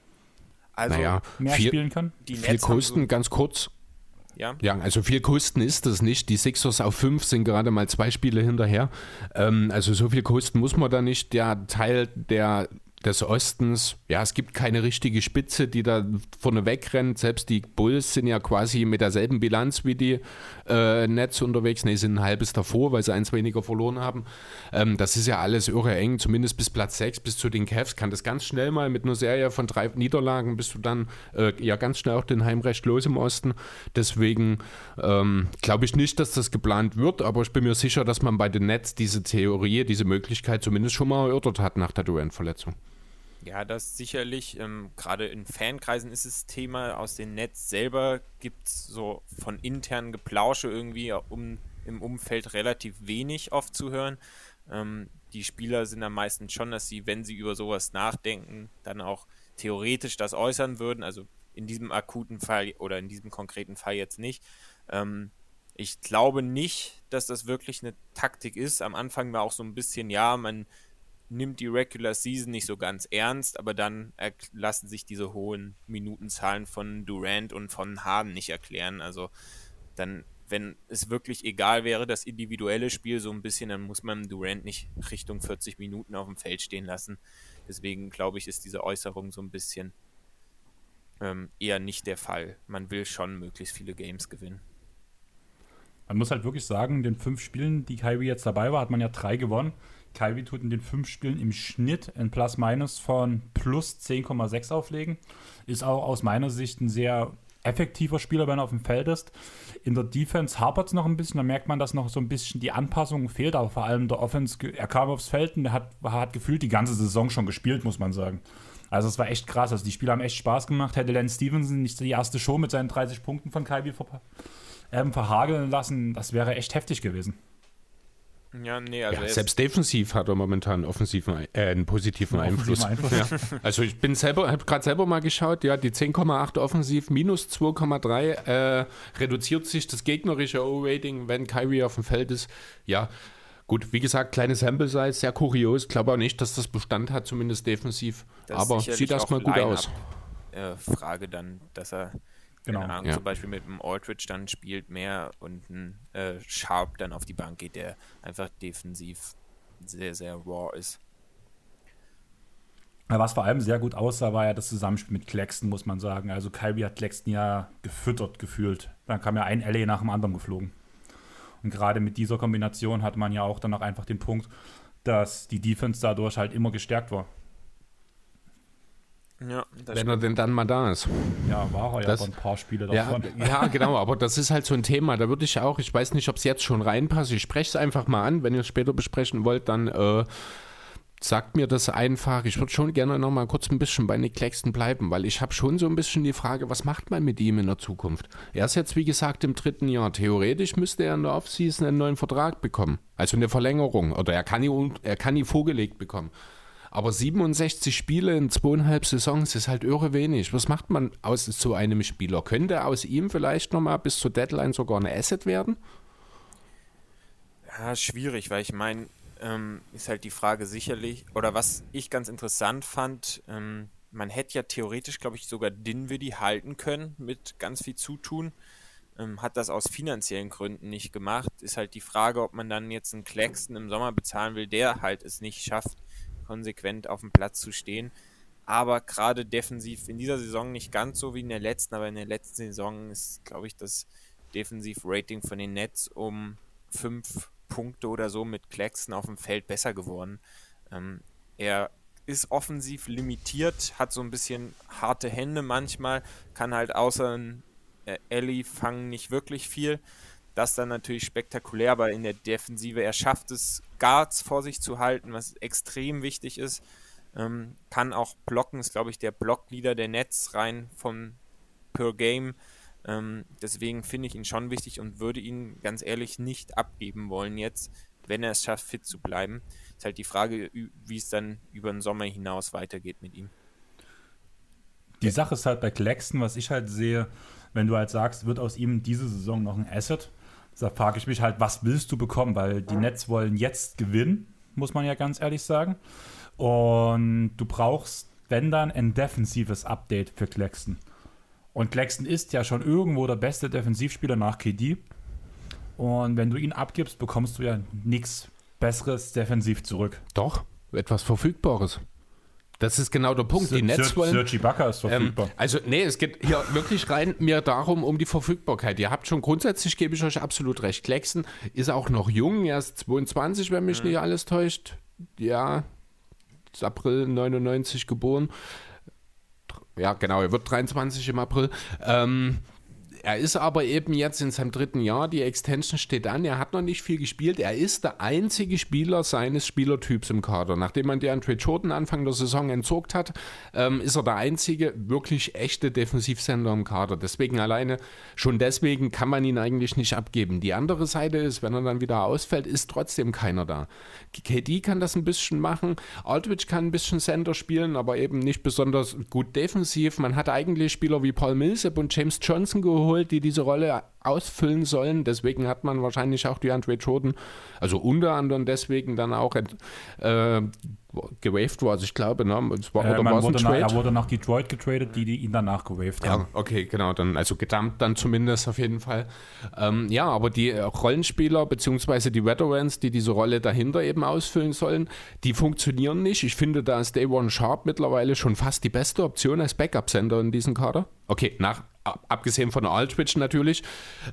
Also mehr spielen kann? Viel coasten, ganz kurz. Ja, also viel coasten ist das nicht. Die Sixers auf 5 sind gerade mal 2 Spiele hinterher. Also so viel coasten muss man da nicht. Der Teil des Ostens, ja, es gibt keine richtige Spitze, die da vorne wegrennt. Selbst die Bulls sind ja quasi mit derselben Bilanz wie die Nets unterwegs. Ne, sind ein halbes davor, weil sie 1 weniger verloren haben. Das ist ja alles irre eng, zumindest bis Platz 6, bis zu den Cavs. Kann das ganz schnell mal mit einer Serie von 3 Niederlagen, bist du dann ja ganz schnell auch den Heimrecht los im Osten. Deswegen glaube ich nicht, dass das geplant wird, aber ich bin mir sicher, dass man bei den Nets diese Theorie, diese Möglichkeit zumindest schon mal erörtert hat nach der Durant-Verletzung. Ja, das sicherlich, gerade in Fankreisen ist es Thema, aus den Nets selber gibt es so von internen Geplausche irgendwie im Umfeld relativ wenig oft zu hören. Die Spieler sind am meisten schon, dass sie, wenn sie über sowas nachdenken, dann auch theoretisch das äußern würden, also in diesem akuten Fall oder in diesem konkreten Fall jetzt nicht. Ich glaube nicht, dass das wirklich eine Taktik ist. Am Anfang war auch so ein bisschen, ja, man nimmt die Regular Season nicht so ganz ernst, aber dann lassen sich diese hohen Minutenzahlen von Durant und von Harden nicht erklären. Also dann, wenn es wirklich egal wäre, das individuelle Spiel so ein bisschen, dann muss man Durant nicht Richtung 40 Minuten auf dem Feld stehen lassen. Deswegen glaube ich, ist diese Äußerung so ein bisschen eher nicht der Fall. Man will schon möglichst viele Games gewinnen. Man muss halt wirklich sagen, in den 5 Spielen, die Kyrie jetzt dabei war, hat man ja 3 gewonnen. Kyrie tut in den 5 Spielen im Schnitt ein Plus-Minus von plus 10,6 auflegen. Ist auch aus meiner Sicht ein sehr effektiver Spieler, wenn er auf dem Feld ist. In der Defense hapert es noch ein bisschen, da merkt man, dass noch so ein bisschen die Anpassung fehlt, aber vor allem der Offense, er kam aufs Feld und hat gefühlt die ganze Saison schon gespielt, muss man sagen. Also es war echt krass, also die Spieler haben echt Spaß gemacht. Hätte Lance Stevenson nicht die erste Show mit seinen 30 Punkten von Kyrie verhageln lassen, das wäre echt heftig gewesen. Ja, nee, also selbst defensiv hat er momentan einen positiven Einfluss. Ja. Also ich habe gerade selber mal geschaut, ja, die 10,8 offensiv, minus 2,3 reduziert sich das gegnerische O-Rating, wenn Kyrie auf dem Feld ist. Ja, gut, wie gesagt, kleine Sample-Size, sehr kurios. Ich glaube auch nicht, dass das Bestand hat, zumindest defensiv. Aber sieht erstmal gut aus. Frage dann, dass er zum Beispiel mit einem Aldridge dann spielt mehr und ein Sharp dann auf die Bank geht, der einfach defensiv sehr, sehr raw ist. Was vor allem sehr gut aussah, war ja das Zusammenspiel mit Claxton, muss man sagen. Also Kyrie hat Claxton ja gefüttert gefühlt. Dann kam ja ein LA nach dem anderen geflogen. Und gerade mit dieser Kombination hatte man ja auch dann auch einfach den Punkt, dass die Defense dadurch halt immer gestärkt war. Ja, wenn er denn dann mal da ist. Ja, war er ja ein paar Spiele davon. Ja, genau, aber das ist halt so ein Thema, da würde ich auch, ich weiß nicht, ob es jetzt schon reinpasst, ich spreche es einfach mal an, wenn ihr es später besprechen wollt, dann sagt mir das einfach. Ich würde schon gerne noch mal kurz ein bisschen bei Nick Claxton bleiben, weil ich habe schon so ein bisschen die Frage, was macht man mit ihm in der Zukunft? Er ist jetzt, wie gesagt, im 3. Jahr. Theoretisch müsste er in der Offseason einen neuen Vertrag bekommen, also eine Verlängerung, oder er kann ihn vorgelegt bekommen. Aber 67 Spiele in 2,5 Saisons ist halt irre wenig. Was macht man aus so einem Spieler? Könnte aus ihm vielleicht nochmal bis zur Deadline sogar ein Asset werden? Ja, schwierig, weil ich meine, ist halt die Frage sicherlich, oder was ich ganz interessant fand, man hätte ja theoretisch, glaube ich, sogar Dinwiddie halten können mit ganz viel Zutun, hat das aus finanziellen Gründen nicht gemacht. Ist halt die Frage, ob man dann jetzt einen Claxton im Sommer bezahlen will, der halt es nicht schafft, konsequent auf dem Platz zu stehen. Aber gerade defensiv in dieser Saison nicht ganz so wie in der letzten, aber in der letzten Saison ist, glaube ich, das Defensiv-Rating von den Nets um 5 Punkte oder so mit Claxton auf dem Feld besser geworden. Er ist offensiv limitiert, hat so ein bisschen harte Hände manchmal, kann halt außer Ellie fangen nicht wirklich viel. Das dann natürlich spektakulär, aber in der Defensive, er schafft es, Guards vor sich zu halten, was extrem wichtig ist. Kann auch blocken, ist, glaube ich, der Blockleader der Nets rein von per Game. Deswegen finde ich ihn schon wichtig und würde ihn ganz ehrlich nicht abgeben wollen jetzt, wenn er es schafft, fit zu bleiben. Ist halt die Frage, wie es dann über den Sommer hinaus weitergeht mit ihm. Die Sache ist halt bei Claxton, was ich halt sehe, wenn du halt sagst, wird aus ihm diese Saison noch ein Asset, da frage ich mich halt, was willst du bekommen? Weil die Nets wollen jetzt gewinnen, muss man ja ganz ehrlich sagen. Und du brauchst, wenn dann, ein defensives Update für Claxton. Und Claxton ist ja schon irgendwo der beste Defensivspieler nach KD. Und wenn du ihn abgibst, bekommst du ja nichts Besseres defensiv zurück. Doch, etwas Verfügbares. Das ist genau der Punkt. Die Nets wollen. Serge Ibaka ist verfügbar. Es geht hier wirklich rein mir darum, um die Verfügbarkeit. Ihr habt schon grundsätzlich, gebe ich euch absolut recht. Claxton ist auch noch jung, er ist 22, wenn mich nicht alles täuscht. Ja, ist April 99 geboren. Ja, genau, er wird 23 im April. Er ist aber eben jetzt in seinem 3. Jahr, die Extension steht an, er hat noch nicht viel gespielt, er ist der einzige Spieler seines Spielertyps im Kader. Nachdem man DeAndre Jordan Anfang der Saison entzogen hat, ist er der einzige wirklich echte Defensivsender im Kader. Schon deswegen kann man ihn eigentlich nicht abgeben. Die andere Seite ist, wenn er dann wieder ausfällt, ist trotzdem keiner da. KD kann das ein bisschen machen, Aldridge kann ein bisschen Center spielen, aber eben nicht besonders gut defensiv. Man hat eigentlich Spieler wie Paul Millsap und James Johnson geholt, die diese Rolle ausfüllen sollen. Deswegen hat man wahrscheinlich auch DeAndre Jordan, also unter anderem deswegen dann auch gewaved war. Also ich glaube, er wurde nach Detroit getradet, die ihn danach gewaved haben. Ja, okay, genau. Also gedumpt dann zumindest auf jeden Fall. Aber die Rollenspieler bzw. die Veterans, die diese Rolle dahinter eben ausfüllen sollen, die funktionieren nicht. Ich finde, da ist Day'Ron Sharpe mittlerweile schon fast die beste Option als Backup-Center in diesem Kader. Okay, abgesehen von Aldridge natürlich.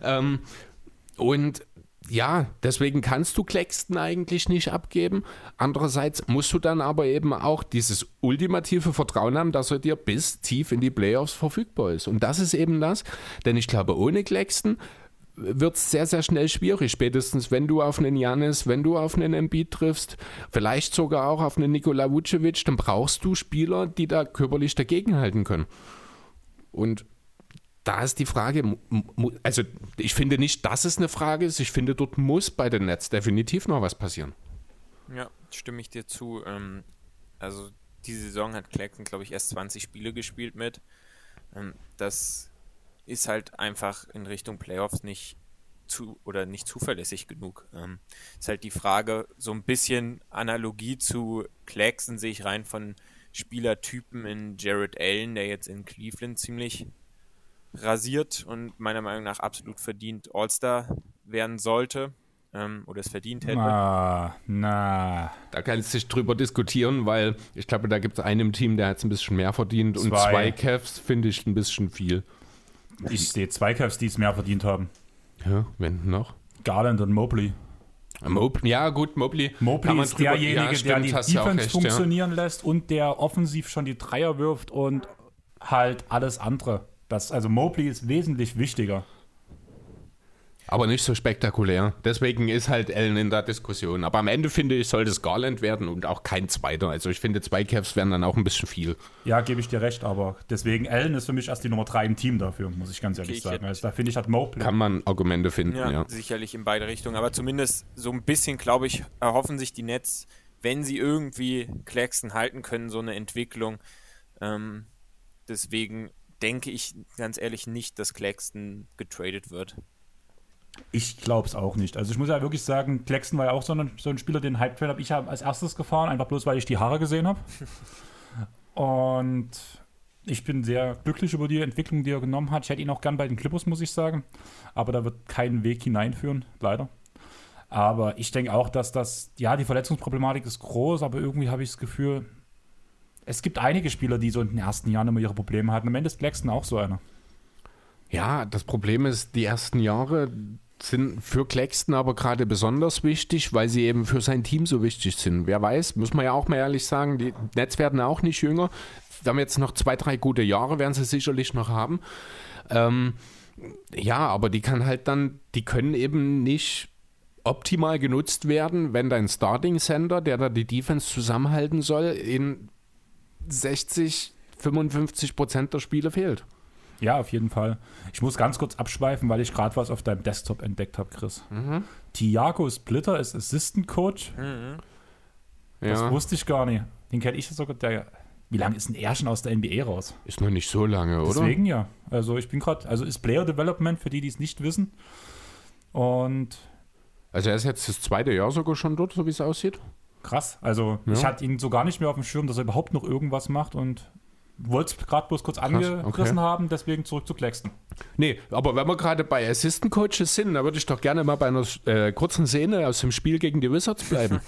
Und ja, deswegen kannst du Claxton eigentlich nicht abgeben. Andererseits musst du dann aber eben auch dieses ultimative Vertrauen haben, dass er dir bis tief in die Playoffs verfügbar ist. Und das ist eben das, denn ich glaube, ohne Claxton wird es sehr, sehr schnell schwierig. Spätestens, wenn du auf einen Giannis, wenn du auf einen Embiid triffst, vielleicht sogar auch auf einen Nikola Vucevic, dann brauchst du Spieler, die da körperlich dagegenhalten können. Und da ist die Frage, also ich finde nicht, dass es eine Frage ist, ich finde, dort muss bei den Nets definitiv noch was passieren. Ja, stimme ich dir zu. Also diese Saison hat Claxton, glaube ich, erst 20 Spiele gespielt mit. Das ist halt einfach in Richtung Playoffs nicht zuverlässig genug. Ist halt die Frage, so ein bisschen Analogie zu Claxton sehe ich rein von Spielertypen in Jared Allen, der jetzt in Cleveland ziemlich rasiert und meiner Meinung nach absolut verdient All-Star werden sollte oder es verdient hätte. Da kannst du dich drüber diskutieren, weil ich glaube, da gibt es einen Team, der hat es ein bisschen mehr verdient und 2 Cavs finde ich ein bisschen viel. Ich sehe 2 Cavs, die es mehr verdient haben. Ja, wenn noch? Garland und Mobley. Ja gut, Mobley ist derjenige, der die Defense funktionieren lässt und der offensiv schon die Dreier wirft und halt alles andere. Also Mobley ist wesentlich wichtiger. Aber nicht so spektakulär. Deswegen ist halt Allen in der Diskussion. Aber am Ende, finde ich, sollte es Garland werden und auch kein Zweiter. Also ich finde, 2 Cavs wären dann auch ein bisschen viel. Ja, gebe ich dir recht, aber deswegen Allen ist für mich erst die Nummer 3 im Team dafür, muss ich ganz ehrlich sagen. Also da finde ich, hat Mobley. Kann man Argumente finden, ja. Sicherlich in beide Richtungen. Aber zumindest so ein bisschen, glaube ich, erhoffen sich die Nets wenn sie irgendwie Claxton halten können, so eine Entwicklung. Deswegen denke ich ganz ehrlich nicht, dass Claxton getradet wird. Ich glaube es auch nicht. Also ich muss ja wirklich sagen, Claxton war ja auch so ein Spieler, den Hype-Trade habe ich ja als erstes gefahren, einfach bloß, weil ich die Haare gesehen habe. Und ich bin sehr glücklich über die Entwicklung, die er genommen hat. Ich hätte ihn auch gern bei den Clippers, muss ich sagen. Aber da wird kein Weg hineinführen, leider. Aber ich denke auch, dass die Verletzungsproblematik ist groß, aber irgendwie habe ich das Gefühl, es gibt einige Spieler, die so in den ersten Jahren immer ihre Probleme hatten. Am Ende ist Claxton auch so einer. Ja, das Problem ist, die ersten Jahre sind für Claxton aber gerade besonders wichtig, weil sie eben für sein Team so wichtig sind. Wer weiß, muss man ja auch mal ehrlich sagen, die Nets werden auch nicht jünger. Wir haben jetzt noch 2, 3 gute Jahre, werden sie sicherlich noch haben. Ja, aber die können eben nicht optimal genutzt werden, wenn dein Starting Center, der da die Defense zusammenhalten soll, in 60-55% der Spiele fehlt. Ja, auf jeden Fall. Ich muss ganz kurz abschweifen, weil ich gerade was auf deinem Desktop entdeckt habe, Chris. Thiago Splitter ist Assistant Coach. Das wusste ich gar nicht. Den kenne ich sogar. Wie lange ist denn er schon aus der NBA raus? Ist noch nicht so lange, oder? Deswegen ja. Also ich bin gerade, ist Player Development für die, die es nicht wissen. Und also er ist jetzt das 2. Jahr sogar schon dort, so wie es aussieht. Krass. Also ich hatte ihn so gar nicht mehr auf dem Schirm, dass er überhaupt noch irgendwas macht und wollte es gerade bloß kurz angerissen haben, deswegen zurück zu Claxton. Nee, aber wenn wir gerade bei Assistant Coaches sind, dann würde ich doch gerne mal bei einer kurzen Szene aus dem Spiel gegen die Wizards bleiben.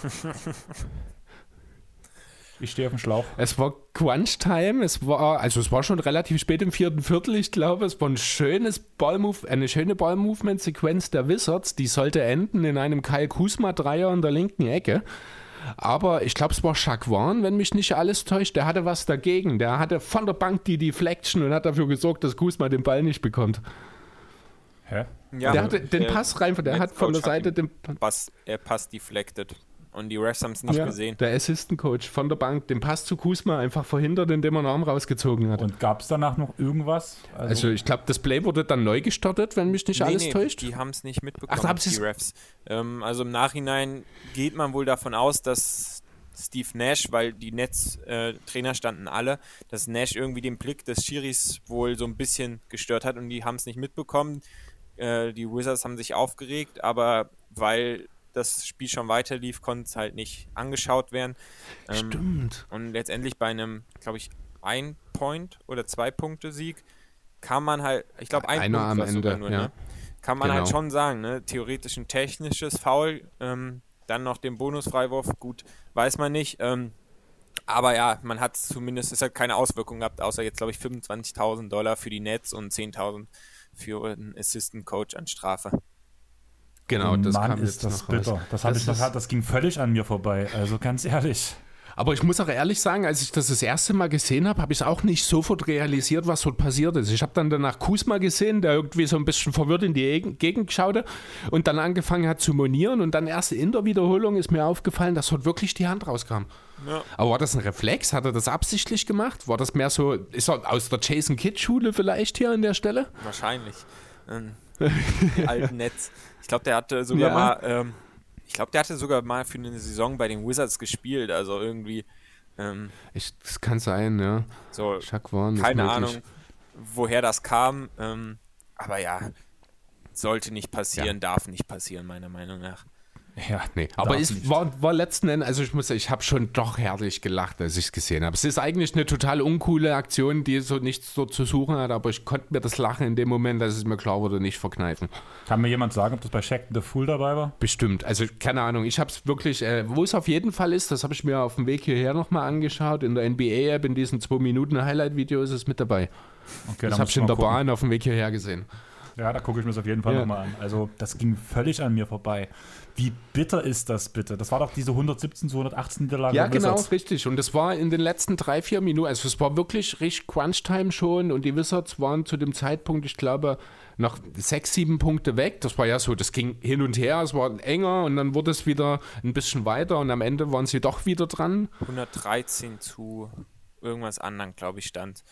Ich stehe auf dem Schlauch. Es war Crunch-Time, es war schon relativ spät im 4. Viertel, ich glaube. Es war eine schöne Ball-Movement-Sequenz der Wizards, die sollte enden in einem Kyle Kuzma-Dreier in der linken Ecke. Aber ich glaube, es war Jacques Vaughn, wenn mich nicht alles täuscht. Der hatte was dagegen. Der hatte von der Bank die Deflection und hat dafür gesorgt, dass Kuzma den Ball nicht bekommt. Hä? Ja, der hatte den Pass rein, der hat von der Seite den Pass deflected. Und die Refs haben es nicht gesehen. Der Assistant Coach von der Bank den Pass zu Kuzma einfach verhindert, indem er einen Arm rausgezogen hat. Und gab es danach noch irgendwas? Also ich glaube, das Play wurde dann neu gestartet, wenn mich nicht alles täuscht. Die haben es nicht mitbekommen, die Refs. Also im Nachhinein geht man wohl davon aus, dass Steve Nash, weil die Nets-Trainer standen alle, dass Nash irgendwie den Blick des Schiris wohl so ein bisschen gestört hat und die haben es nicht mitbekommen. Die Wizards haben sich aufgeregt, aber weil das Spiel schon weiter lief, konnte es halt nicht angeschaut werden. Stimmt. Und letztendlich bei einem, glaube ich, 1-Point- oder 2-Punkte-Sieg kann man halt, ich glaube, ein Punkt am Ende, nur, ne? Kann man halt schon sagen, ne? Theoretisch ein technisches Foul, dann noch den Bonusfreiwurf, gut, weiß man nicht. Aber ja, man hat zumindest, es hat keine Auswirkungen gehabt, außer jetzt, glaube ich, $25.000 für die Nets und 10.000 für einen Assistant Coach an Strafe. Genau, das Mann, kam ist jetzt das noch bitter. raus. Das ging völlig an mir vorbei, also ganz ehrlich. Aber ich muss auch ehrlich sagen, als ich das erste Mal gesehen habe, habe ich auch nicht sofort realisiert, was dort passiert ist. Ich habe dann danach Kuzma gesehen, der irgendwie so ein bisschen verwirrt in die Gegend schaute und dann angefangen hat zu monieren und dann erst in der Wiederholung ist mir aufgefallen, dass dort wirklich die Hand rauskam. Ja. Aber war das ein Reflex? Hat er das absichtlich gemacht? War das mehr so, ist er aus der Jason Kidd-Schule vielleicht hier an der Stelle? Wahrscheinlich. Die alten Nets. Ich glaube, der hatte sogar mal für eine Saison bei den Wizards gespielt, also irgendwie. Das kann sein, ja. So, Jacques Vaughn, keine Ahnung, woher das kam, aber ja, sollte nicht passieren, darf nicht passieren, meiner Meinung nach. Ja, nee. Aber es war letzten Endes, also ich habe schon doch herrlich gelacht, als ich es gesehen habe. Es ist eigentlich eine total uncoole Aktion, die so nichts so zu suchen hat, aber ich konnte mir das Lachen in dem Moment, als es mir klar wurde, nicht verkneifen. Kann mir jemand sagen, ob das bei Shaq the Fool dabei war? Bestimmt. Also keine Ahnung. Ich habe es wirklich, wo es auf jeden Fall ist, das habe ich mir auf dem Weg hierher nochmal angeschaut. In der NBA-App, in diesen 2 Minuten Highlight-Video ist es mit dabei. Okay, das habe ich in der Bahn auf dem Weg hierher gesehen. Ja, da gucke ich mir das auf jeden Fall nochmal an. Also das ging völlig an mir vorbei. Wie bitter ist das bitte? Das war doch diese 117 zu 118 Niederlage. Ja, genau, richtig. Und das war in den letzten 3-4 Minuten, also es war wirklich richtig Crunch-Time schon und die Wizards waren zu dem Zeitpunkt, ich glaube, noch 6-7 Punkte weg. Das war ja so, das ging hin und her, es war enger und dann wurde es wieder ein bisschen weiter und am Ende waren sie doch wieder dran. 113 zu irgendwas anderem, glaube ich, stand.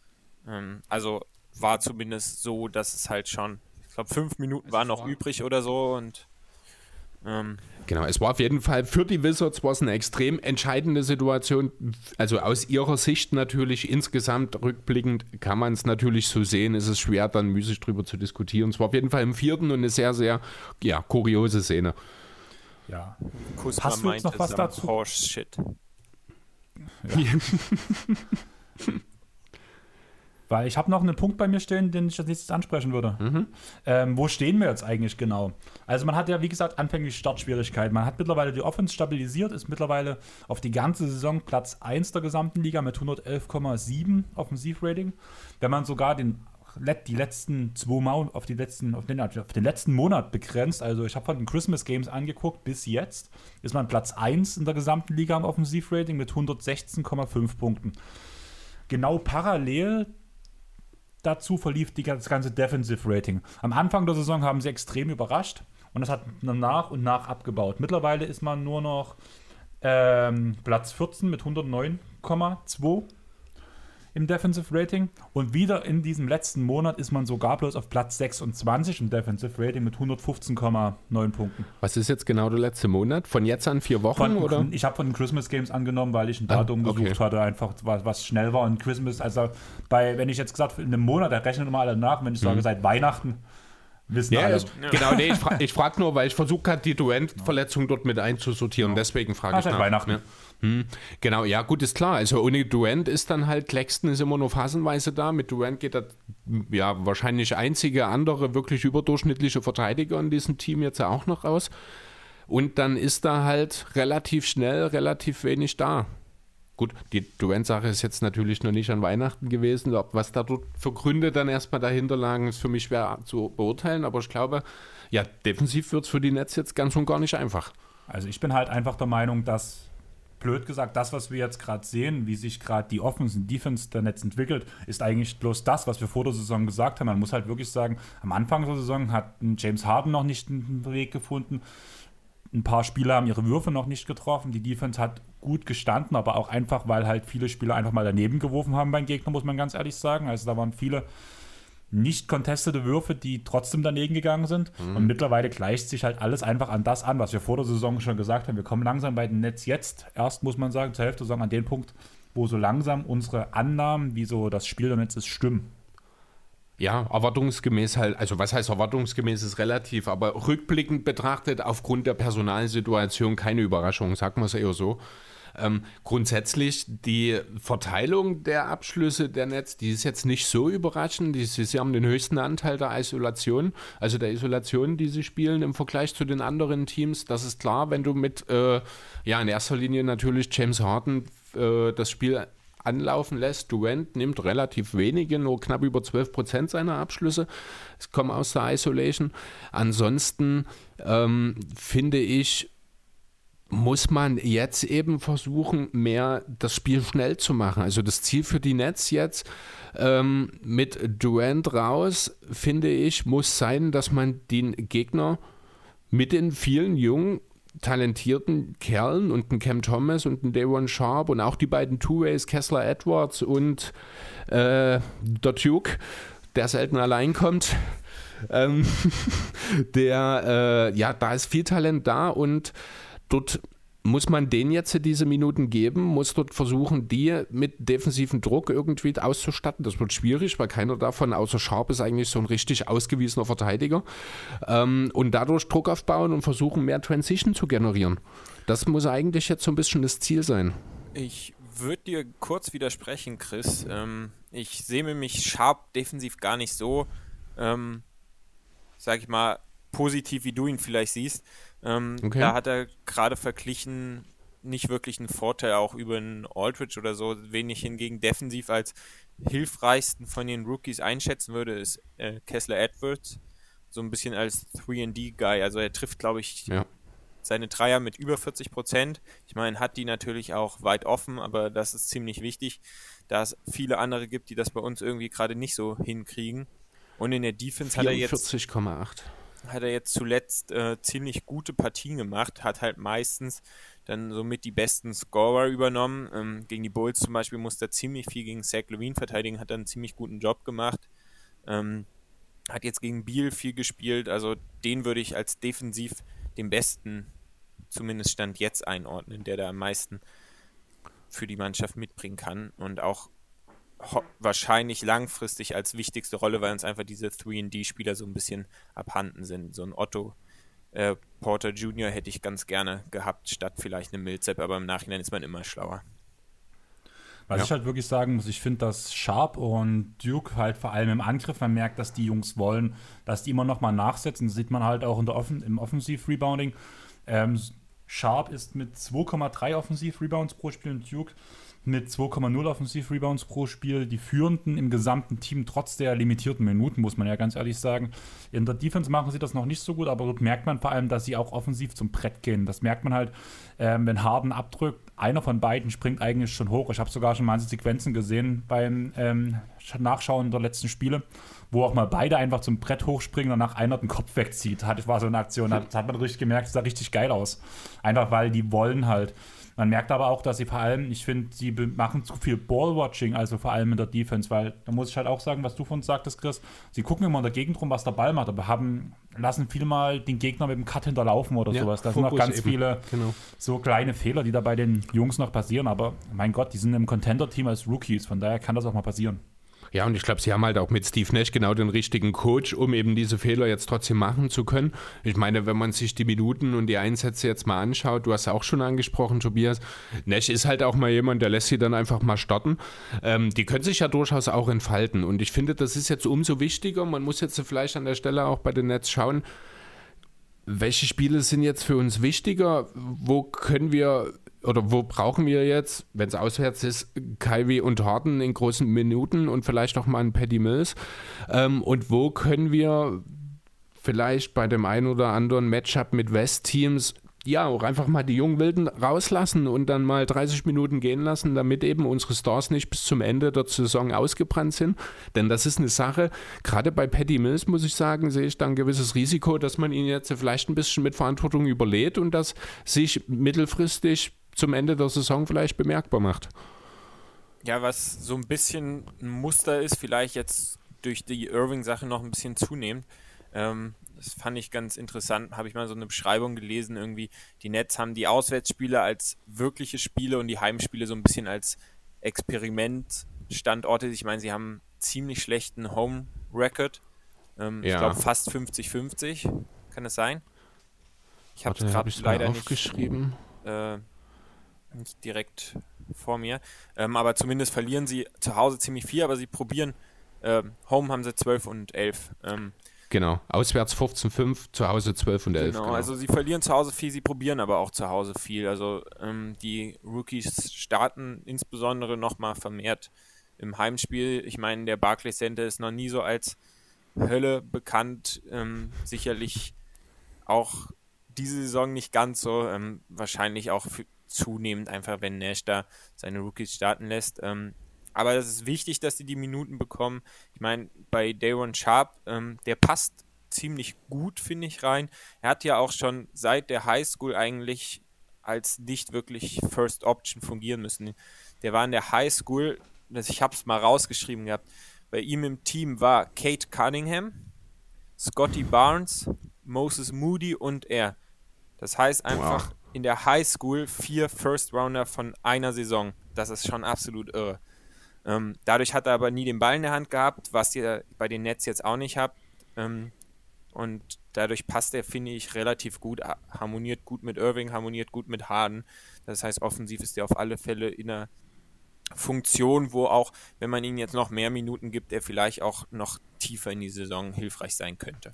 Also war zumindest so, dass es halt schon, ich glaube 5 Minuten waren noch übrig oder so und Genau, es war auf jeden Fall für die Wizards war es eine extrem entscheidende Situation, also aus ihrer Sicht natürlich, insgesamt rückblickend kann man es natürlich so sehen, es ist schwer dann müßig drüber zu diskutieren. Es war auf jeden Fall im 4. und eine sehr, sehr kuriose Szene. Ja. Kusma Hast du jetzt noch was dazu? Horse Shit. Ja. Weil ich habe noch einen Punkt bei mir stehen, den ich als nächstes ansprechen würde. Wo stehen wir jetzt eigentlich genau? Also man hat ja, wie gesagt, anfänglich Startschwierigkeiten. Man hat mittlerweile die Offense stabilisiert, ist mittlerweile auf die ganze Saison Platz 1 der gesamten Liga mit 111,7 Offensivrating. Wenn man sogar die letzten auf den letzten Monat begrenzt, also ich habe von den Christmas Games angeguckt, bis jetzt ist man Platz 1 in der gesamten Liga im Offensivrating mit 116,5 Punkten. Genau parallel dazu verlief das ganze Defensive Rating. Am Anfang der Saison haben sie extrem überrascht und das hat nach und nach abgebaut. Mittlerweile ist man nur noch Platz 14 mit 109,2 im Defensive Rating und wieder in diesem letzten Monat ist man sogar bloß auf Platz 26 im Defensive Rating mit 115,9 Punkten. Was ist jetzt genau der letzte Monat? Von jetzt an 4 Wochen, oder? Ich habe von den Christmas Games angenommen, weil ich ein Datum gesucht hatte, einfach was schnell war. Und Christmas, also wenn ich jetzt gesagt in einem Monat, da rechnen immer alle nach, wenn ich sage seit Weihnachten, wissen alle. Genau, nee, ich frage nur, weil ich versuche gerade die Durant-Verletzung dort mit einzusortieren, deswegen frage ich nach. Weihnachten. Ja. Genau, ja gut, ist klar. Also ohne Durant ist dann halt, Claxton ist immer nur phasenweise da. Mit Durant geht das wahrscheinlich einzige andere wirklich überdurchschnittliche Verteidiger in diesem Team jetzt auch noch raus. Und dann ist da halt relativ schnell relativ wenig da. Gut, die Durant-Sache ist jetzt natürlich noch nicht an Weihnachten gewesen. Was da dort für Gründe dann erstmal dahinter lagen, ist für mich schwer zu beurteilen. Aber ich glaube, defensiv wird es für die Nets jetzt ganz und gar nicht einfach. Also ich bin halt einfach der Meinung, dass blöd gesagt, das, was wir jetzt gerade sehen, wie sich gerade die Offense und Defense der Nets entwickelt, ist eigentlich bloß das, was wir vor der Saison gesagt haben. Man muss halt wirklich sagen, am Anfang der Saison hat James Harden noch nicht einen Weg gefunden. Ein paar Spieler haben ihre Würfe noch nicht getroffen. Die Defense hat gut gestanden, aber auch einfach, weil halt viele Spieler einfach mal daneben geworfen haben beim Gegner, muss man ganz ehrlich sagen. Also da waren viele nicht contestete Würfe, die trotzdem daneben gegangen sind. Und mittlerweile gleicht sich halt alles einfach an das an, was wir vor der Saison schon gesagt haben. Wir kommen langsam bei den Nets jetzt, erst muss man sagen, zur Hälfte der Saison an den Punkt, wo so langsam unsere Annahmen, wie so das Spiel der Nets ist, stimmen. Ja, erwartungsgemäß halt, also was heißt erwartungsgemäß ist relativ, aber rückblickend betrachtet aufgrund der Personalsituation keine Überraschung, sagen wir es eher so. Grundsätzlich die Verteilung der Abschlüsse der Nets, die ist jetzt nicht so überraschend. Sie haben den höchsten Anteil der Isolation, also der Isolation, die sie spielen im Vergleich zu den anderen Teams. Das ist klar, wenn du mit, in erster Linie natürlich James Harden das Spiel anlaufen lässt. Durant nimmt relativ wenige, nur knapp über 12% seiner Abschlüsse. Es kommen aus der Isolation. Ansonsten finde ich, muss man jetzt eben versuchen, mehr das Spiel schnell zu machen. Also das Ziel für die Nets jetzt mit Durant raus, finde ich, muss sein, dass man den Gegner mit den vielen jungen, talentierten Kerlen und einen Cam Thomas und einen Daron Sharp und auch die beiden Two-Ways, Kessler Edwards und der Duke, der selten allein kommt, da ist viel Talent da und dort muss man denen jetzt diese Minuten geben, muss dort versuchen, die mit defensivem Druck irgendwie auszustatten. Das wird schwierig, weil keiner davon, außer Sharp, ist eigentlich so ein richtig ausgewiesener Verteidiger. Und dadurch Druck aufbauen und versuchen, mehr Transition zu generieren. Das muss eigentlich jetzt so ein bisschen das Ziel sein. Ich würde dir kurz widersprechen, Chris. Ich sehe nämlich Sharp defensiv gar nicht so, sag ich mal, positiv, wie du ihn vielleicht siehst. Okay. Da hat er gerade verglichen nicht wirklich einen Vorteil, auch über einen Aldridge oder so, wen ich hingegen defensiv als hilfreichsten von den Rookies einschätzen würde, ist Kessler Edwards, so ein bisschen als 3&D-Guy, also er trifft, glaube ich, seine Dreier mit über 40%. Ich meine, hat die natürlich auch weit offen, aber das ist ziemlich wichtig, da es viele andere gibt, die das bei uns irgendwie gerade nicht so hinkriegen. Und in der Defense 44,8. Hat er jetzt zuletzt ziemlich gute Partien gemacht, hat halt meistens dann somit die besten Scorer übernommen. Gegen die Bulls zum Beispiel musste er ziemlich viel gegen Zach LaVine verteidigen, hat dann einen ziemlich guten Job gemacht. Hat jetzt gegen Beal viel gespielt, also den würde ich als defensiv den besten, zumindest Stand jetzt, einordnen, der da am meisten für die Mannschaft mitbringen kann und auch wahrscheinlich langfristig als wichtigste Rolle, weil uns einfach diese 3&D-Spieler so ein bisschen abhanden sind. So ein Otto Porter Jr. hätte ich ganz gerne gehabt, statt vielleicht einem Millsap, aber im Nachhinein ist man immer schlauer. Was ich halt wirklich sagen muss, ich finde, dass Sharp und Duke halt vor allem im Angriff, man merkt, dass die Jungs wollen, dass die immer noch mal nachsetzen. Das sieht man halt auch im Offensiv-Rebounding. Sharp ist mit 2,3 Offensiv-Rebounds pro Spiel und Duke mit 2,0 Offensiv-Rebounds pro Spiel. Die Führenden im gesamten Team, trotz der limitierten Minuten, muss man ja ganz ehrlich sagen. In der Defense machen sie das noch nicht so gut, aber dort merkt man vor allem, dass sie auch offensiv zum Brett gehen. Das merkt man halt, wenn Harden abdrückt. Einer von beiden springt eigentlich schon hoch. Ich habe sogar schon manche Sequenzen gesehen beim Nachschauen der letzten Spiele, wo auch mal beide einfach zum Brett hochspringen und nach einer den Kopf wegzieht. Das war so eine Aktion, das hat man richtig gemerkt, das sah richtig geil aus. Einfach weil die wollen halt. Man merkt aber auch, dass sie vor allem, ich finde, sie machen zu viel Ball-Watching, also vor allem in der Defense, weil da muss ich halt auch sagen, was du von uns sagtest, Chris, sie gucken immer in der Gegend rum, was der Ball macht, aber lassen viel mal den Gegner mit dem Cut hinterlaufen oder sowas. Da sind noch ganz viele so kleine Fehler, die da bei den Jungs noch passieren, aber mein Gott, die sind im Contender-Team als Rookies, von daher kann das auch mal passieren. Ja, und ich glaube, sie haben halt auch mit Steve Nash genau den richtigen Coach, um eben diese Fehler jetzt trotzdem machen zu können. Ich meine, wenn man sich die Minuten und die Einsätze jetzt mal anschaut, du hast auch schon angesprochen, Tobias, Nash ist halt auch mal jemand, der lässt sie dann einfach mal starten. Die können sich ja durchaus auch entfalten und ich finde, das ist jetzt umso wichtiger. Man muss jetzt vielleicht an der Stelle auch bei den Nets schauen, welche Spiele sind jetzt für uns wichtiger, wo brauchen wir jetzt, wenn es auswärts ist, Kyrie und Harden in großen Minuten und vielleicht auch mal einen Patty Mills, und wo können wir vielleicht bei dem einen oder anderen Matchup mit West-Teams ja auch einfach mal die jungen Wilden rauslassen und dann mal 30 Minuten gehen lassen, damit eben unsere Stars nicht bis zum Ende der Saison ausgebrannt sind. Denn das ist eine Sache, gerade bei Patty Mills, muss ich sagen, sehe ich da ein gewisses Risiko, dass man ihn jetzt vielleicht ein bisschen mit Verantwortung überlädt und das sich mittelfristig zum Ende der Saison vielleicht bemerkbar macht. Ja, was so ein bisschen ein Muster ist, vielleicht jetzt durch die Irving-Sache noch ein bisschen zunehmend, das fand ich ganz interessant, habe ich mal so eine Beschreibung gelesen, irgendwie, die Nets haben die Auswärtsspiele als wirkliche Spiele und die Heimspiele so ein bisschen als Experimentstandorte. Ich meine, sie haben einen ziemlich schlechten Home-Record. Ich glaube fast 50-50, kann es sein? Ich habe es gerade leider aufgeschrieben. Nicht direkt vor mir. Aber zumindest verlieren sie zu Hause ziemlich viel, aber sie probieren. Home haben sie 12 und 11. Genau, auswärts 15-5, zu Hause 12 und 11. Genau, also sie verlieren zu Hause viel, sie probieren aber auch zu Hause viel. Also die Rookies starten insbesondere nochmal vermehrt im Heimspiel. Ich meine, der Barclays Center ist noch nie so als Hölle bekannt. Sicherlich auch diese Saison nicht ganz so. Wahrscheinlich auch zunehmend einfach, wenn Nash da seine Rookies starten lässt. Aber es ist wichtig, dass die Minuten bekommen. Ich meine, bei Day'Ron Sharp, der passt ziemlich gut, finde ich, rein. Er hat ja auch schon seit der Highschool eigentlich als nicht wirklich First Option fungieren müssen. Der war in der Highschool, ich habe es mal rausgeschrieben gehabt, bei ihm im Team war Kate Cunningham, Scotty Barnes, Moses Moody und er. Das heißt einfach in der Highschool 4 First Rounder von einer Saison. Das ist schon absolut irre. Dadurch hat er aber nie den Ball in der Hand gehabt, was ihr bei den Nets jetzt auch nicht habt. Und dadurch passt er, finde ich, relativ gut, harmoniert gut mit Irving, harmoniert gut mit Harden. Das heißt, offensiv ist er auf alle Fälle in einer Funktion, wo auch, wenn man ihm jetzt noch mehr Minuten gibt, er vielleicht auch noch tiefer in die Saison hilfreich sein könnte.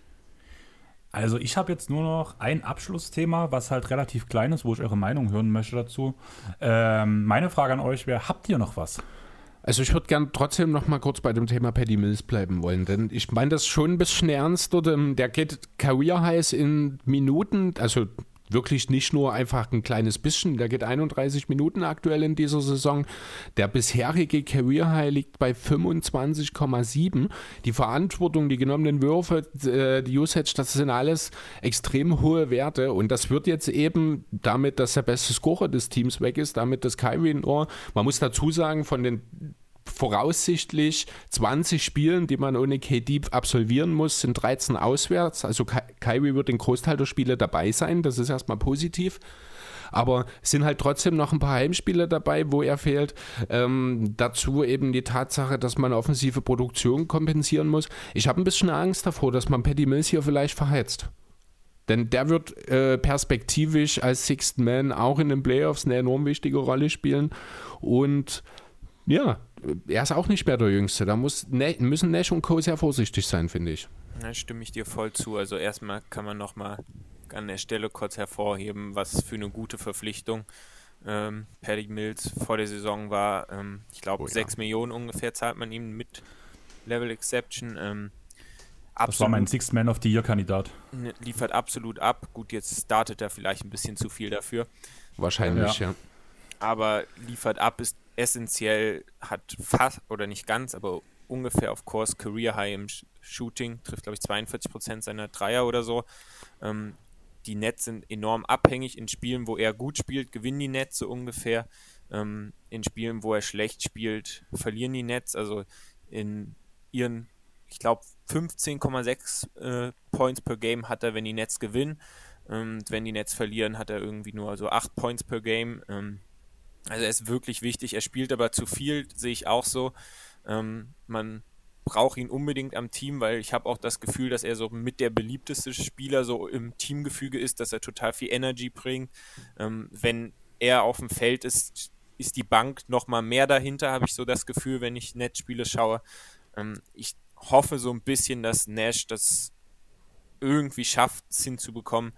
Also ich habe jetzt nur noch ein Abschlussthema, was halt relativ klein ist, wo ich eure Meinung hören möchte dazu. Meine Frage an euch wäre, habt ihr noch was? Also ich würde gerne trotzdem noch mal kurz bei dem Thema Patty Mills bleiben wollen, denn ich meine das schon ein bisschen ernster. Der geht Career Highs in Minuten, also wirklich nicht nur einfach ein kleines bisschen, der geht 31 Minuten aktuell in dieser Saison. Der bisherige Career High liegt bei 25,7. Die Verantwortung, die genommenen Würfe, die Usage, das sind alles extrem hohe Werte und das wird jetzt eben damit, dass der beste Scorer des Teams weg ist, damit das Kyrie nur, man muss dazu sagen, von den voraussichtlich 20 Spielen, die man ohne KD absolvieren muss, sind 13 auswärts. Also Kyrie wird den Großteil der Spiele dabei sein, das ist erstmal positiv. Aber es sind halt trotzdem noch ein paar Heimspiele dabei, wo er fehlt. Dazu eben die Tatsache, dass man offensive Produktion kompensieren muss. Ich habe ein bisschen Angst davor, dass man Patty Mills hier vielleicht verheizt. Denn der wird perspektivisch als Sixth Man auch in den Playoffs eine enorm wichtige Rolle spielen. Und ja, er ist auch nicht mehr der Jüngste. Da müssen Nash und Co. sehr vorsichtig sein, finde ich. Da stimme ich dir voll zu. Also erstmal kann man nochmal an der Stelle kurz hervorheben, was für eine gute Verpflichtung Patty Mills vor der Saison war. Ich glaube, 6 Millionen ungefähr zahlt man ihm mit Level Exception. Das war mein Sixth Man of the Year Kandidat. Liefert absolut ab. Gut, jetzt startet er vielleicht ein bisschen zu viel dafür. Wahrscheinlich, ja. Aber liefert ab, ist essentiell, hat fast, oder nicht ganz, aber ungefähr auf Kurs Career High im Shooting, trifft glaube ich 42% seiner Dreier oder so. Die Nets sind enorm abhängig. In Spielen, wo er gut spielt, gewinnen die Nets so ungefähr. In Spielen, wo er schlecht spielt, verlieren die Nets. Also in ihren, ich glaube, 15,6 Points per Game hat er, wenn die Nets gewinnen. Wenn die Nets verlieren, hat er irgendwie nur so 8 Points per Game. Also er ist wirklich wichtig. Er spielt aber zu viel, sehe ich auch so. Man brauche ihn unbedingt am Team, weil ich habe auch das Gefühl, dass er so mit der beliebteste Spieler so im Teamgefüge ist, dass er total viel Energy bringt. Wenn er auf dem Feld ist, ist die Bank nochmal mehr dahinter, habe ich so das Gefühl, wenn ich Netzspiele schaue. Ich hoffe so ein bisschen, dass Nash das irgendwie schafft, es hinzubekommen,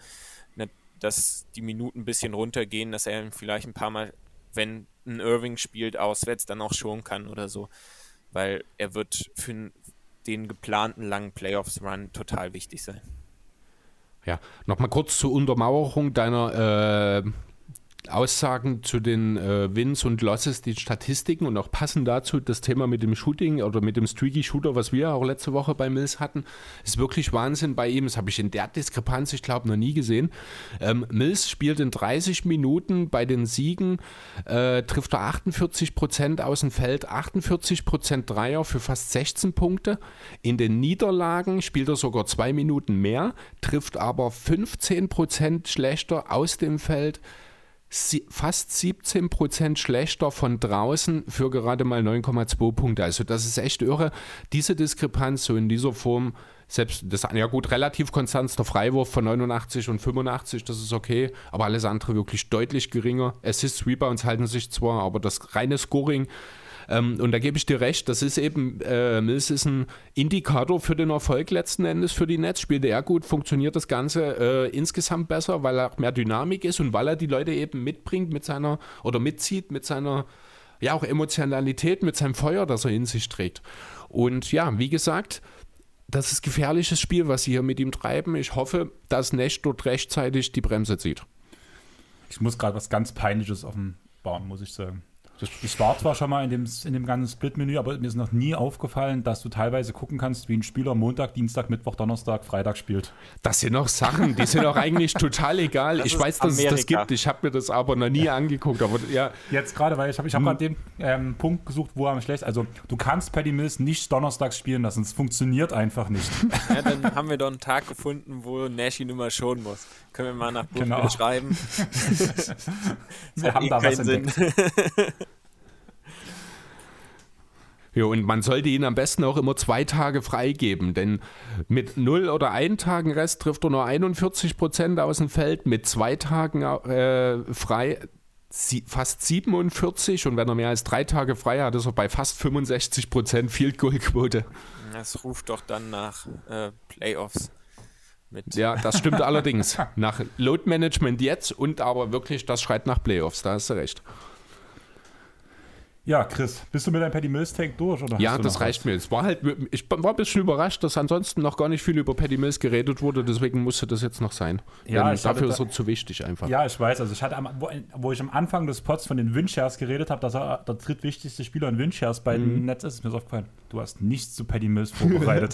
dass die Minuten ein bisschen runtergehen, dass er vielleicht ein paar Mal, wenn ein Irving spielt, auswärts dann auch schonen kann oder so. Weil er wird für den geplanten langen Playoffs-Run total wichtig sein. Ja, nochmal kurz zur Untermauerung deiner Aussagen zu den Wins und Losses, die Statistiken und auch passend dazu das Thema mit dem Shooting oder mit dem Streaky Shooter, was wir auch letzte Woche bei Mills hatten, ist wirklich Wahnsinn bei ihm. Das habe ich in der Diskrepanz, ich glaube, noch nie gesehen. Mills spielt in 30 Minuten bei den Siegen, trifft er 48% aus dem Feld, 48% Dreier für fast 16 Punkte. In den Niederlagen spielt er sogar 2 Minuten mehr, trifft aber 15% schlechter aus dem Feld, fast 17% schlechter von draußen für gerade mal 9,2 Punkte. Also das ist echt irre. Diese Diskrepanz so in dieser Form, selbst das, ja gut, relativ konstant, der Freiwurf von 89 und 85, das ist okay, aber alles andere wirklich deutlich geringer. Assists, Rebounds halten sich zwar, aber das reine Scoring, und da gebe ich dir recht, das ist eben, Mills ist ein Indikator für den Erfolg letzten Endes für die Nets. Spielte er gut, funktioniert das Ganze insgesamt besser, weil er auch mehr Dynamik ist und weil er die Leute eben mitbringt mit seiner, oder mitzieht mit seiner, ja auch Emotionalität, mit seinem Feuer, das er in sich trägt. Und ja, wie gesagt, das ist gefährliches Spiel, was sie hier mit ihm treiben. Ich hoffe, dass Nash dort rechtzeitig die Bremse zieht. Ich muss gerade was ganz Peinliches offenbaren, muss ich sagen. Ich war zwar schon mal in dem ganzen Split-Menü, aber mir ist noch nie aufgefallen, dass du teilweise gucken kannst, wie ein Spieler Montag, Dienstag, Mittwoch, Donnerstag, Freitag spielt. Das sind auch Sachen, die sind auch eigentlich total egal. Ich weiß, dass Amerika. Es das gibt, ich habe mir das aber noch nie angeguckt. Aber ja. Jetzt gerade, weil ich hab gerade den Punkt gesucht, wo er am schlecht. Also du kannst Patty Mills nicht donnerstags spielen lassen, es funktioniert einfach nicht. Ja, dann haben wir doch einen Tag gefunden, wo Nash ihn immer schonen muss. Können wir mal nach Brooklyn schreiben. Wir haben da was entdeckt. Ja, und man sollte ihn am besten auch immer 2 Tage freigeben, denn mit 0 oder 1 Tagen Rest trifft er nur 41% aus dem Feld, mit 2 Tagen frei fast 47 und wenn er mehr als 3 Tage frei hat, ist er bei fast 65% Field Goal Quote. Das ruft doch dann nach Playoffs. Ja, das stimmt allerdings. Nach Load Management jetzt und aber wirklich, das schreit nach Playoffs, da hast du recht. Ja, Chris, bist du mit deinem Patty Mills-Take durch? Oder ja, das reicht mir. Ich war ein bisschen überrascht, dass ansonsten noch gar nicht viel über Patty Mills geredet wurde, deswegen musste das jetzt noch sein. Ja, dafür ist er zu wichtig einfach. Ja, ich weiß. Also ich hatte, wo ich am Anfang des Pods von den Windshares geredet habe, dass er der drittwichtigste Spieler in Windshares bei den Nets ist mir so aufgefallen. Du hast nichts zu Patty Mills vorbereitet.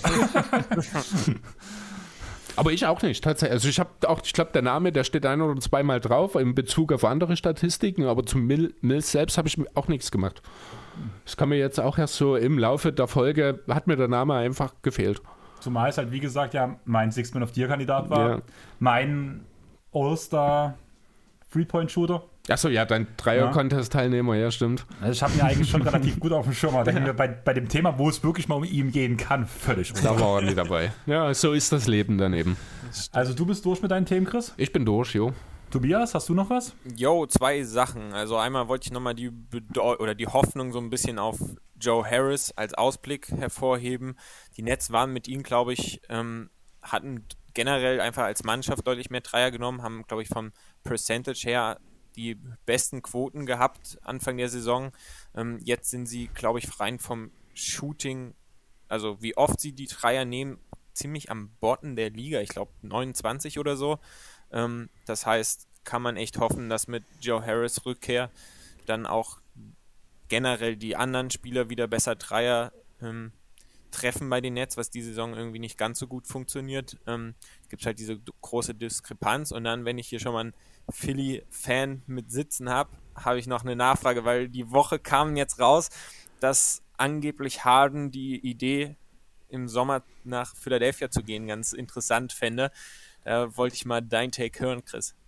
Aber ich auch nicht, tatsächlich. Also ich glaube, der Name, der steht 1 oder 2 Mal drauf in Bezug auf andere Statistiken, aber zum Mills selbst habe ich auch nichts gemacht. Das kann mir jetzt auch erst so im Laufe der Folge, hat mir der Name einfach gefehlt. Zumal es halt, wie gesagt, ja mein Six-Man of the Year-Kandidat war. Ja. Mein All-Star Three-Point-Shooter. Achso, ja, dein Dreier-Contest-Teilnehmer, ja, stimmt. Also ich habe mir eigentlich schon relativ gut auf dem Schirm, aber denke mir bei dem Thema, wo es wirklich mal um ihn gehen kann, völlig Da war er nicht dabei. Ja, so ist das Leben daneben. Also du bist durch mit deinen Themen, Chris? Ich bin durch, jo. Tobias, hast du noch was? Jo, 2 Sachen. Also einmal wollte ich nochmal die Hoffnung so ein bisschen auf Joe Harris als Ausblick hervorheben. Die Nets waren mit ihm, glaube ich, hatten generell einfach als Mannschaft deutlich mehr Dreier genommen, haben, glaube ich, vom Percentage her die besten Quoten gehabt Anfang der Saison. Jetzt sind sie, glaube ich, rein vom Shooting, also wie oft sie die Dreier nehmen, ziemlich am Bottom der Liga. Ich glaube 29 oder so. Das heißt, kann man echt hoffen, dass mit Joe Harris Rückkehr dann auch generell die anderen Spieler wieder besser Dreier treffen bei den Nets, was die Saison irgendwie nicht ganz so gut funktioniert. Gibt es halt diese große Diskrepanz. Und dann, wenn ich hier schon mal einen Philly-Fan mit sitzen habe ich noch eine Nachfrage, weil die Woche kam jetzt raus, dass angeblich Harden die Idee im Sommer nach Philadelphia zu gehen ganz interessant fände. Da wollte ich mal dein Take hören, Chris.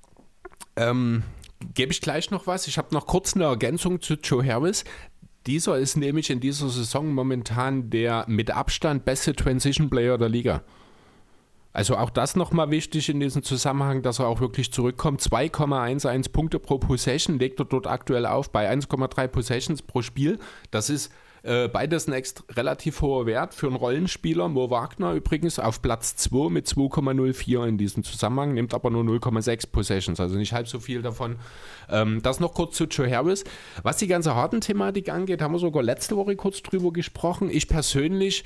Gebe ich gleich noch was. Ich habe noch kurz eine Ergänzung zu Joe Harris. Dieser ist nämlich in dieser Saison momentan der mit Abstand beste Transition Player der Liga. Also auch das nochmal wichtig in diesem Zusammenhang, dass er auch wirklich zurückkommt. 2,11 Punkte pro Possession legt er dort aktuell auf bei 1,3 Possessions pro Spiel. Das ist beides ein relativ hoher Wert für einen Rollenspieler. Mo Wagner übrigens auf Platz 2 mit 2,04 in diesem Zusammenhang, nimmt aber nur 0,6 Possessions, also nicht halb so viel davon. Das noch kurz zu Joe Harris. Was die ganze Harden-Thematik angeht, haben wir sogar letzte Woche kurz drüber gesprochen. Ich persönlich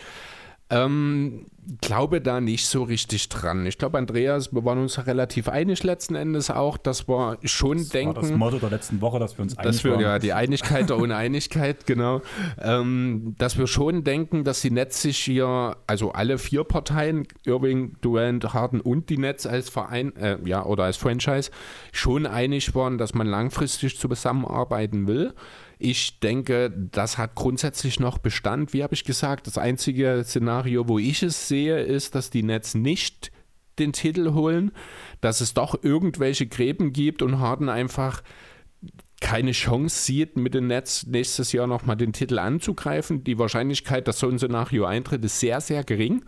glaube da nicht so richtig dran. Ich glaube, Andreas, wir waren uns relativ einig letzten Endes auch, dass wir schon das denken... Das war das Motto der letzten Woche, dass wir uns einig waren. Ja, die Einigkeit der Uneinigkeit, genau. Dass wir schon denken, dass die Nets sich hier, also alle 4 Parteien, Irving, Durant, Harden und die Nets als Verein, oder als Franchise, schon einig waren, dass man langfristig zusammenarbeiten will. Ich denke, das hat grundsätzlich noch Bestand. Wie habe ich gesagt, das einzige Szenario, wo ich es sehe, ist, dass die Nets nicht den Titel holen, dass es doch irgendwelche Gräben gibt und Harden einfach keine Chance sieht, mit den Nets nächstes Jahr nochmal den Titel anzugreifen. Die Wahrscheinlichkeit, dass so ein Szenario eintritt, ist sehr, sehr gering.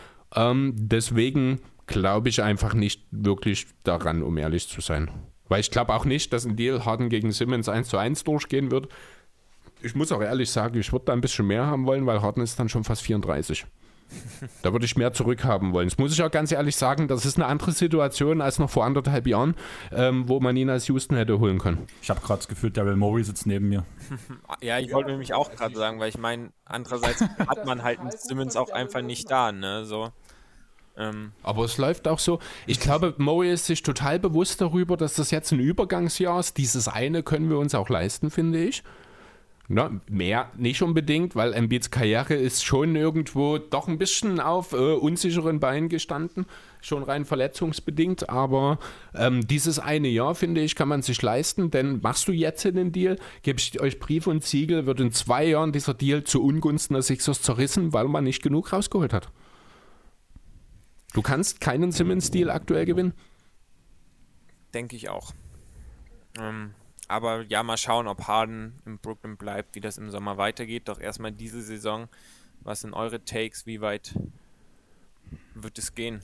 Deswegen glaube ich einfach nicht wirklich daran, um ehrlich zu sein. Weil ich glaube auch nicht, dass ein Deal Harden gegen Simmons 1:1 durchgehen wird. Ich muss auch ehrlich sagen, ich würde da ein bisschen mehr haben wollen, weil Harden ist dann schon fast 34. Da würde ich mehr zurückhaben wollen. Das muss ich auch ganz ehrlich sagen, das ist eine andere Situation als noch vor 1,5 Jahren, wo man ihn als Houston hätte holen können. Ich habe gerade das Gefühl, Daryl Morey sitzt neben mir. Ja, ich wollte nämlich auch gerade sagen, weil ich meine, andererseits hat man halt einen Simmons auch einfach nicht da, ne, so. Aber es läuft auch so. Ich glaube, Murray ist sich total bewusst darüber, dass das jetzt ein Übergangsjahr ist. Dieses eine können wir uns auch leisten, finde ich. Na, mehr nicht unbedingt, weil Embiids Karriere ist schon irgendwo doch ein bisschen auf unsicheren Beinen gestanden, schon rein verletzungsbedingt, aber dieses eine Jahr, finde ich, kann man sich leisten, denn machst du jetzt den Deal, gebe ich euch Brief und Siegel, wird in 2 Jahren dieser Deal zu Ungunsten der Sixers zerrissen, weil man nicht genug rausgeholt hat. Du kannst keinen Simmons-Deal aktuell gewinnen? Denke ich auch. Aber ja, mal schauen, ob Harden in Brooklyn bleibt, wie das im Sommer weitergeht. Doch erstmal diese Saison. Was sind eure Takes? Wie weit wird es gehen?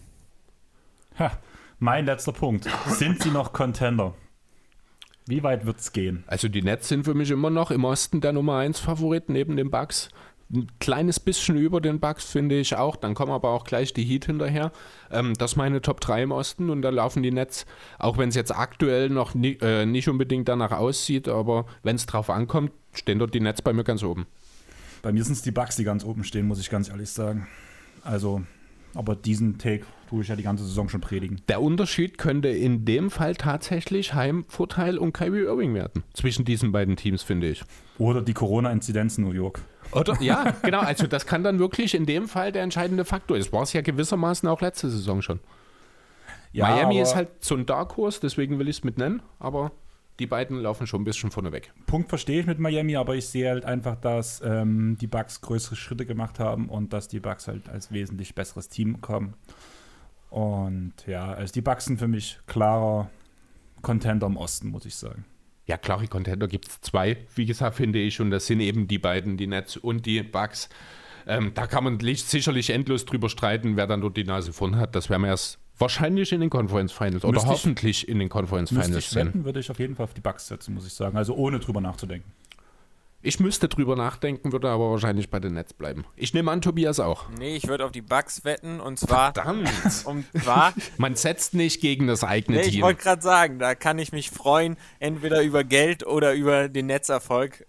Mein letzter Punkt. Sind sie noch Contender? Wie weit wird es gehen? Also die Nets sind für mich immer noch im Osten der Nummer 1 Favorit neben den Bucks. Ein kleines bisschen über den Bucks finde ich auch. Dann kommen aber auch gleich die Heat hinterher. Das ist meine Top 3 im Osten und da laufen die Nets, auch wenn es jetzt aktuell noch nicht unbedingt danach aussieht, aber wenn es drauf ankommt, stehen dort die Nets bei mir ganz oben. Bei mir sind es die Bucks, die ganz oben stehen, muss ich ganz ehrlich sagen. Also, aber diesen Take tue ich ja die ganze Saison schon predigen. Der Unterschied könnte in dem Fall tatsächlich Heimvorteil und Kyrie Irving werden. Zwischen diesen beiden Teams, finde ich. Oder die Corona-Inzidenz in New York. Oder, ja, genau. Also das kann dann wirklich in dem Fall der entscheidende Faktor. Es war es ja gewissermaßen auch letzte Saison schon. Ja, Miami ist halt so ein Dark Horse, deswegen will ich es mit nennen. Aber die beiden laufen schon ein bisschen vorne weg. Punkt verstehe ich mit Miami, aber ich sehe halt einfach, dass die Bucks größere Schritte gemacht haben und dass die Bucks halt als wesentlich besseres Team kommen. Und ja, also die Bucks sind für mich klarer Contender im Osten, muss ich sagen. Ja, klare Contender gibt es zwei, wie gesagt, finde ich. Und das sind eben die beiden, die Nets und die Bucks. Da kann man sicherlich endlos drüber streiten, wer dann dort die Nase vorn hat. Das werden wir erst wahrscheinlich in den Conference Finals oder hoffentlich in den Conference Finals sehen. Würde ich auf jeden Fall auf die Bucks setzen, muss ich sagen. Also ohne drüber nachzudenken. Ich müsste drüber nachdenken, würde aber wahrscheinlich bei den Nets bleiben. Ich nehme an, Tobias auch. Nee, ich würde auf die Bucks wetten und zwar... Verdammt! Man setzt nicht gegen das eigene Team. Ich wollte gerade sagen, da kann ich mich freuen, entweder über Geld oder über den Netzerfolg.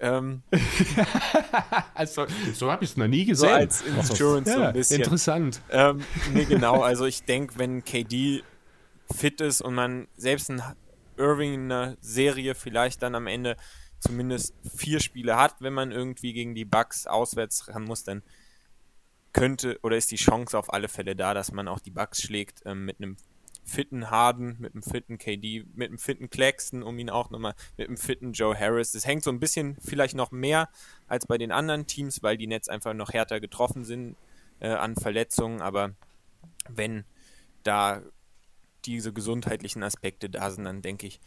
Also, so habe ich es noch nie gesehen. So als Insurance so ein bisschen. Interessant. Nee, genau. Also ich denke, wenn KD fit ist und man selbst ein Irving in einer Serie vielleicht dann am Ende zumindest 4 Spiele hat, wenn man irgendwie gegen die Bucks auswärts ran muss, dann könnte oder ist die Chance auf alle Fälle da, dass man auch die Bucks schlägt mit einem fitten Harden, mit einem fitten KD, mit einem fitten Claxton, um ihn auch nochmal, mit einem fitten Joe Harris. Das hängt so ein bisschen vielleicht noch mehr als bei den anderen Teams, weil die Nets einfach noch härter getroffen sind an Verletzungen, aber wenn da diese gesundheitlichen Aspekte da sind, dann denke ich,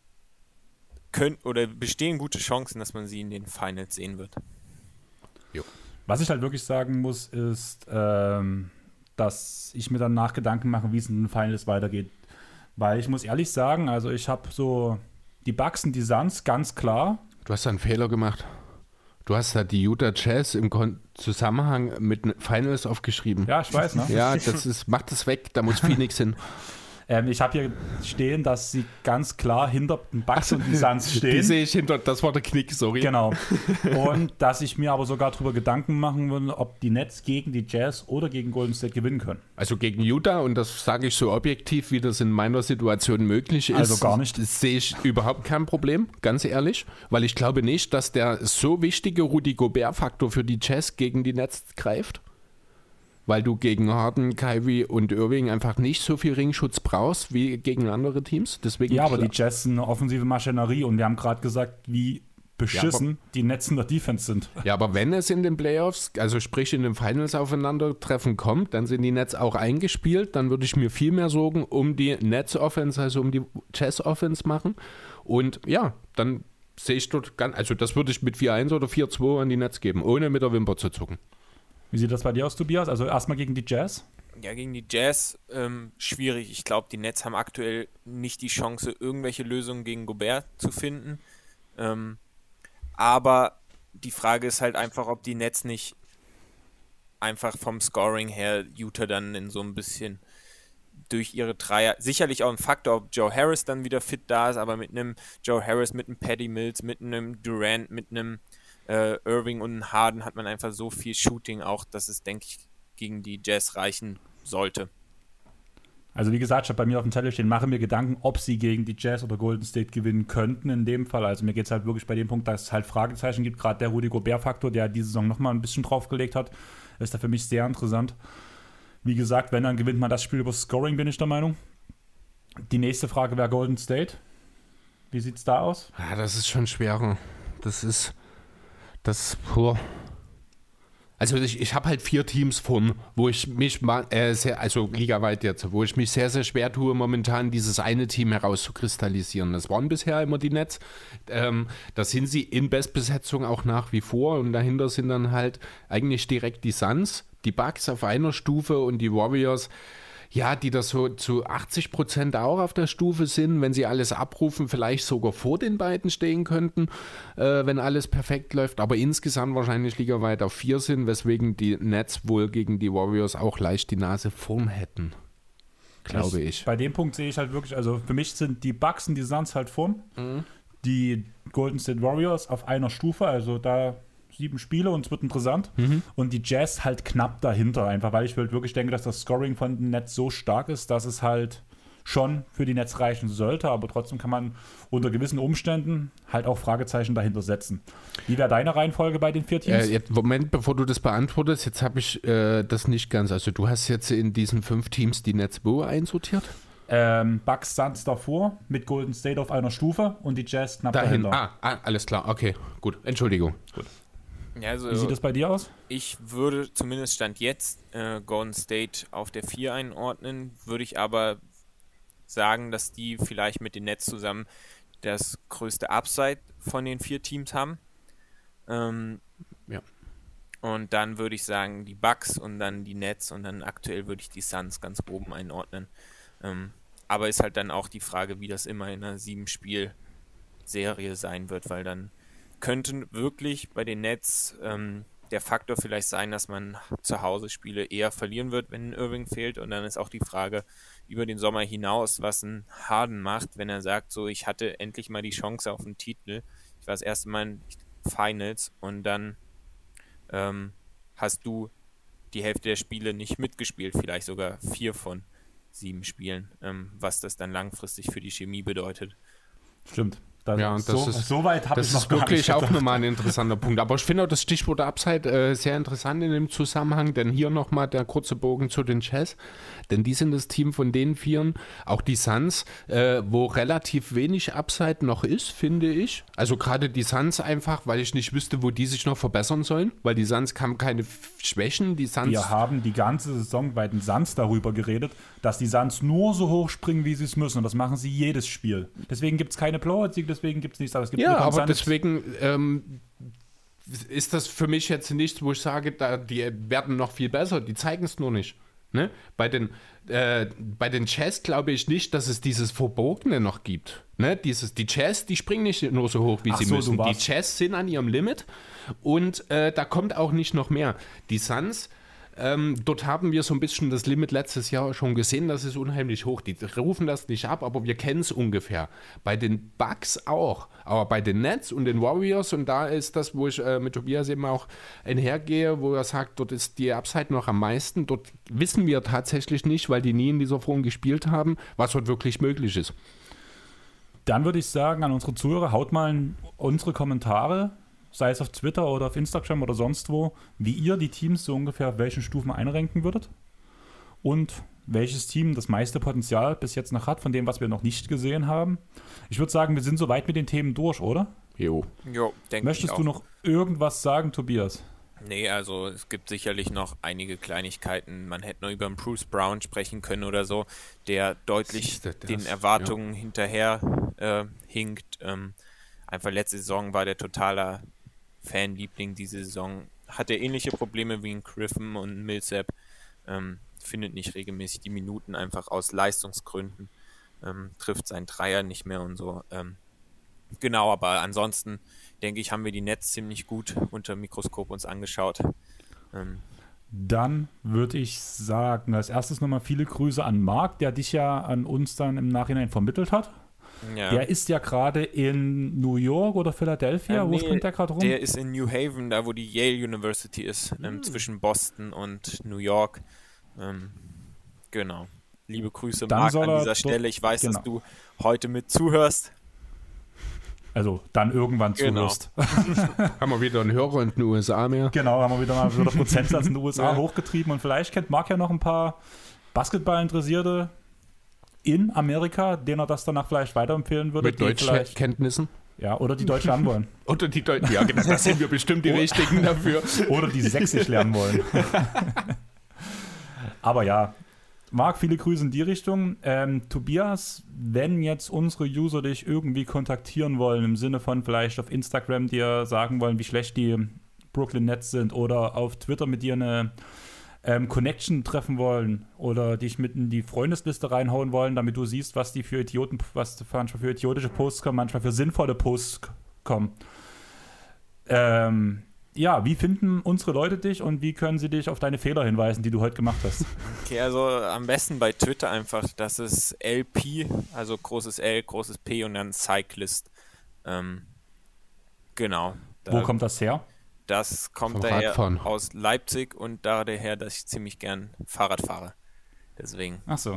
bestehen gute Chancen, dass man sie in den Finals sehen wird. Jo. Was ich halt wirklich sagen muss, ist, dass ich mir danach Gedanken mache, wie es in den Finals weitergeht. Weil ich muss ehrlich sagen, also ich habe so die Bucks und die Suns ganz klar. Du hast da einen Fehler gemacht. Du hast da die Utah Jazz im Zusammenhang mit Finals aufgeschrieben. Ja, ich weiß, ne? Ja, macht das weg, da muss Phoenix hin. Ich habe hier stehen, dass sie ganz klar hinter den Bucks und die Suns stehen. Die sehe ich hinter, das war der Knick, sorry. Genau. Und dass ich mir aber sogar darüber Gedanken machen würde, ob die Nets gegen die Jazz oder gegen Golden State gewinnen können. Also gegen Utah, und das sage ich so objektiv, wie das in meiner Situation möglich ist. Also gar nicht. Sehe ich überhaupt kein Problem, ganz ehrlich. Weil ich glaube nicht, dass der so wichtige Rudy Gobert-Faktor für die Jazz gegen die Nets greift. Weil du gegen Harden, Kyrie und Irving einfach nicht so viel Ringschutz brauchst wie gegen andere Teams. Deswegen ja, aber die Jazz sind eine offensive Maschinerie und wir haben gerade gesagt, wie beschissen die Nets in der Defense sind. Ja, aber wenn es in den Playoffs, also sprich in den Finals aufeinandertreffen kommt, dann sind die Nets auch eingespielt. Dann würde ich mir viel mehr Sorgen um die Nets-Offense, also um die Jazz-Offense machen. Und ja, dann sehe ich dort also das würde ich mit 4-1 oder 4-2 an die Nets geben, ohne mit der Wimper zu zucken. Wie sieht das bei dir aus, Tobias? Also erstmal gegen die Jazz? Ja, gegen die Jazz schwierig. Ich glaube, die Nets haben aktuell nicht die Chance, irgendwelche Lösungen gegen Gobert zu finden. Aber die Frage ist halt einfach, ob die Nets nicht einfach vom Scoring her Utah dann in so ein bisschen durch ihre Dreier, sicherlich auch ein Faktor, ob Joe Harris dann wieder fit da ist, aber mit einem Joe Harris, mit einem Patty Mills, mit einem Durant, mit einem Irving und Harden hat man einfach so viel Shooting auch, dass es, denke ich, gegen die Jazz reichen sollte. Also wie gesagt, ich habe bei mir auf dem Zettel stehen, mache mir Gedanken, ob sie gegen die Jazz oder Golden State gewinnen könnten in dem Fall. Also mir geht es halt wirklich bei dem Punkt, dass es halt Fragezeichen gibt. Gerade der Rudy Gobert-Faktor, der diese Saison nochmal ein bisschen draufgelegt hat, ist da für mich sehr interessant. Wie gesagt, wenn, dann gewinnt man das Spiel über Scoring, bin ich der Meinung. Die nächste Frage wäre Golden State. Wie sieht es da aus? Ja, das ist schon schwerer. Also ich habe halt 4 Teams von, wo ich mich also ligaweit jetzt, wo ich mich sehr, sehr schwer tue, momentan dieses eine Team herauszukristallisieren. Das waren bisher immer die Nets. Da sind sie in Bestbesetzung auch nach wie vor und dahinter sind dann halt eigentlich direkt die Suns, die Bucks auf einer Stufe und die Warriors, ja, die das so zu 80% auch auf der Stufe sind, wenn sie alles abrufen, vielleicht sogar vor den beiden stehen könnten, wenn alles perfekt läuft, aber insgesamt wahrscheinlich ligaweit auf 4 sind, weswegen die Nets wohl gegen die Warriors auch leicht die Nase vorn hätten, glaube ich. Bei dem Punkt sehe ich halt wirklich, also für mich sind die Bucks und die Suns halt vorn, die Golden State Warriors auf einer Stufe, also da 7 Spiele und es wird interessant. Und die Jazz halt knapp dahinter, einfach weil ich halt wirklich denke, dass das Scoring von den Nets so stark ist, dass es halt schon für die Nets reichen sollte, aber trotzdem kann man unter gewissen Umständen halt auch Fragezeichen dahinter setzen. Wie wäre deine Reihenfolge bei den 4 Teams? Moment, bevor du das beantwortest, jetzt habe ich das nicht ganz, also du hast jetzt in diesen 5 Teams die Nets wo einsortiert? Bucks Suns davor mit Golden State auf einer Stufe und die Jazz knapp Dahin. dahinter. Alles klar. Okay, gut. Entschuldigung. Gut. Ja, also Wie sieht das bei dir aus? ich würde zumindest Stand jetzt Golden State auf der 4 einordnen, würde ich aber sagen, dass die vielleicht mit den Nets zusammen das größte Upside von den 4 Teams haben. Ja. Und dann würde ich sagen, die Bucks und dann die Nets und dann aktuell würde ich die Suns ganz oben einordnen. Aber ist halt dann auch die Frage, wie das immer in einer 7-Spiel-Serie sein wird, weil dann könnte wirklich bei den Nets der Faktor vielleicht sein, dass man zu Hause Spiele eher verlieren wird, wenn Irving fehlt. Und dann ist auch die Frage über den Sommer hinaus, was ein Harden macht, wenn er sagt, so, ich hatte endlich mal die Chance auf einen Titel. Ich war das erste Mal in Finals und dann hast du die Hälfte der Spiele nicht mitgespielt, vielleicht sogar 4 von 7 Spielen, was das dann langfristig für die Chemie bedeutet. Stimmt. Ja, und das ist, so weit habe ich das noch ist gar wirklich nicht auch gedacht. nochmal ein interessanter Punkt. Aber ich finde auch das Stichwort Upside sehr interessant in dem Zusammenhang, denn hier nochmal der kurze Bogen zu den Jazz, denn die sind das Team von den Vieren, auch die Suns, wo relativ wenig Upside noch ist, finde ich. Also gerade die Suns einfach, weil ich nicht wüsste, wo die sich noch verbessern sollen, weil die Suns haben keine Schwächen. Die Suns Wir haben die ganze Saison bei den Suns darüber geredet, dass die Suns nur so hoch springen, wie sie es müssen. Und das machen sie jedes Spiel. Deswegen gibt es keine Blowout-Siege, deswegen gibt es nichts. Aber es gibt ja, eine aber konstante- deswegen ist das für mich jetzt nichts, wo ich sage, die werden noch viel besser. Die zeigen es nur nicht. Ne? Bei den Jazz glaube ich nicht, dass es dieses Verbogene noch gibt. Ne? Die Jazz, die springen nicht nur so hoch, wie Ach sie so, müssen. du Die warst- Jazz sind an ihrem Limit und da kommt auch nicht noch mehr. Die Suns, dort haben wir so ein bisschen das Limit letztes Jahr schon gesehen, das ist unheimlich hoch. Die rufen das nicht ab, aber wir kennen es ungefähr. Bei den Bucks auch, aber bei den Nets und den Warriors, und da ist das, wo ich mit Tobias eben auch einhergehe, wo er sagt, dort ist die Upside noch am meisten. Dort wissen wir tatsächlich nicht, weil die nie in dieser Form gespielt haben, was dort wirklich möglich ist. Dann würde ich sagen, an unsere Zuhörer, haut mal in unsere Kommentare, sei es auf Twitter oder auf Instagram oder sonst wo, wie ihr die Teams so ungefähr auf welchen Stufen einrenken würdet und welches Team das meiste Potenzial bis jetzt noch hat, von dem, was wir noch nicht gesehen haben. Ich würde sagen, wir sind soweit mit den Themen durch, oder? Jo. Jo, denke ich Möchtest auch. du noch irgendwas sagen, Tobias? Nee, also es gibt sicherlich noch einige Kleinigkeiten. Man hätte noch über einen Bruce Brown sprechen können oder so, der deutlich Siehste, das, den Erwartungen hinterher hinkt. Einfach letzte Saison war der totaler Fanliebling. Diese Saison hat er ähnliche Probleme wie ein Griffin und Millsap. Findet nicht regelmäßig die Minuten, einfach aus Leistungsgründen. Trifft seinen Dreier nicht mehr und so. Genau, aber ansonsten denke ich, haben wir die Nets ziemlich gut unter dem Mikroskop uns angeschaut. Dann würde ich sagen, als erstes nochmal viele Grüße an Marc, der dich ja an uns dann im Nachhinein vermittelt hat. Ja. Der ist ja gerade in New York oder Philadelphia. Wo Nee, springt der gerade rum? Der ist in New Haven, da wo die Yale University ist, zwischen Boston und New York. Genau. Liebe Grüße, Dann Marc, soll an er dieser dort- Stelle. Ich weiß, genau. dass du heute mit zuhörst. Also dann irgendwann Genau. zuhörst. Haben wir wieder einen Hörer in den USA mehr? Genau, haben wir wieder mal wieder Prozentsatz in den USA Ja. hochgetrieben. Und vielleicht kennt Marc ja noch ein paar Basketball-Interessierte in Amerika, denen er das danach vielleicht weiterempfehlen würde. Mit die vielleicht, Deutschkenntnissen? ja, oder die Deutsch lernen wollen. Oder die Deutschen? Ja, genau, da sind wir bestimmt die Richtigen dafür. Oder die Sächsisch lernen wollen. Aber ja, Marc, viele Grüße in die Richtung. Tobias, wenn jetzt unsere User dich irgendwie kontaktieren wollen, im Sinne von vielleicht auf Instagram dir sagen wollen, wie schlecht die Brooklyn Nets sind oder auf Twitter mit dir eine Connection treffen wollen oder dich mit in die Freundesliste reinhauen wollen, damit du siehst, was die für Idioten, was manchmal für idiotische Posts kommen, manchmal für sinnvolle Posts kommen. Ja, wie finden unsere Leute dich und wie können sie dich auf deine Fehler hinweisen, die du heute gemacht hast? Okay, also am besten bei Twitter einfach, das ist LP, also großes L, großes P und dann Cyclist. Genau. Wo kommt das her? Das kommt Vom daher Radfahren. aus Leipzig und daher, dass ich ziemlich gern Fahrrad fahre. Deswegen. Ach so.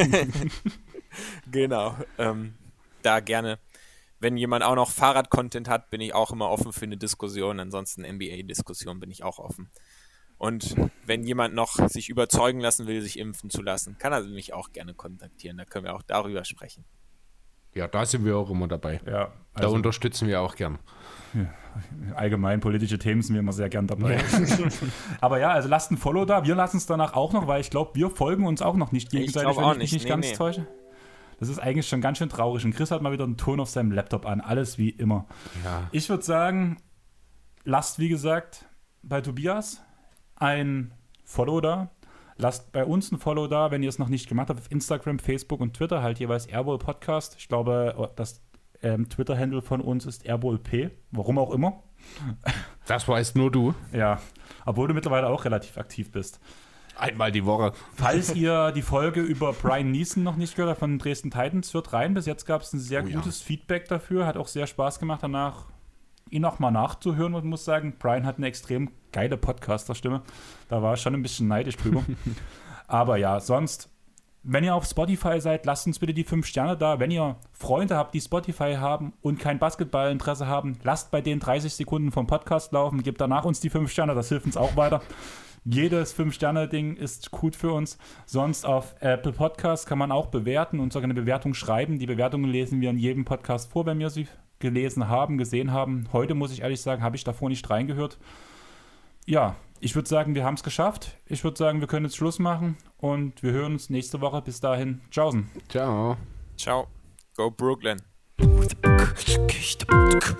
Genau. Da gerne. Wenn jemand auch noch Fahrrad-Content hat, bin ich auch immer offen für eine Diskussion. Ansonsten NBA-Diskussion bin ich auch offen. Und wenn jemand noch sich überzeugen lassen will, sich impfen zu lassen, kann er mich auch gerne kontaktieren. Da können wir auch darüber sprechen. Ja, da sind wir auch immer dabei. Ja, Da unterstützen wir auch gern. allgemein politische Themen sind wir immer sehr gern dabei. Aber ja, also lasst ein Follow da. Wir lassen es danach auch noch, weil ich glaube, wir folgen uns auch noch nicht gegenseitig, glaub auch wenn ich mich nicht. nicht ganz täusche. Das ist eigentlich schon ganz schön traurig. Und Chris hat mal wieder einen Ton auf seinem Laptop an. Alles wie immer. Ja. Ich würde sagen, lasst, wie gesagt, bei Tobias ein Follow da. Lasst bei uns ein Follow da, wenn ihr es noch nicht gemacht habt, auf Instagram, Facebook und Twitter, halt jeweils Airbowl Podcast. Ich glaube, das Twitter-Handle von uns ist AirBowlP. Warum auch immer. Das weißt nur du. Ja, obwohl du mittlerweile auch relativ aktiv bist. Einmal die Woche. Falls ihr die Folge über Brian Neeson noch nicht gehört habt von Dresden Titans, hört rein. Bis jetzt gab es ein sehr gutes Feedback dafür. Hat auch sehr Spaß gemacht, danach ihn auch mal nachzuhören und muss sagen, Brian hat eine extrem geile Podcaster-Stimme. Da war ich schon ein bisschen neidisch drüber. Aber ja, sonst, wenn ihr auf Spotify seid, lasst uns bitte die 5 Sterne da. Wenn ihr Freunde habt, die Spotify haben und kein Basketballinteresse haben, lasst bei denen 30 Sekunden vom Podcast laufen, gebt danach uns die 5 Sterne, das hilft uns auch weiter. Jedes 5-Sterne-Ding ist gut für uns. Sonst auf Apple Podcasts kann man auch bewerten und sogar eine Bewertung schreiben. Die Bewertungen lesen wir in jedem Podcast vor, wenn wir sie gelesen haben, gesehen haben. Heute, muss ich ehrlich sagen, habe ich davor nicht reingehört. Ja, ich würde sagen, wir haben es geschafft. Ich würde sagen, wir können jetzt Schluss machen und wir hören uns nächste Woche. Bis dahin, tschaußen. Ciao. Ciao. Go Brooklyn.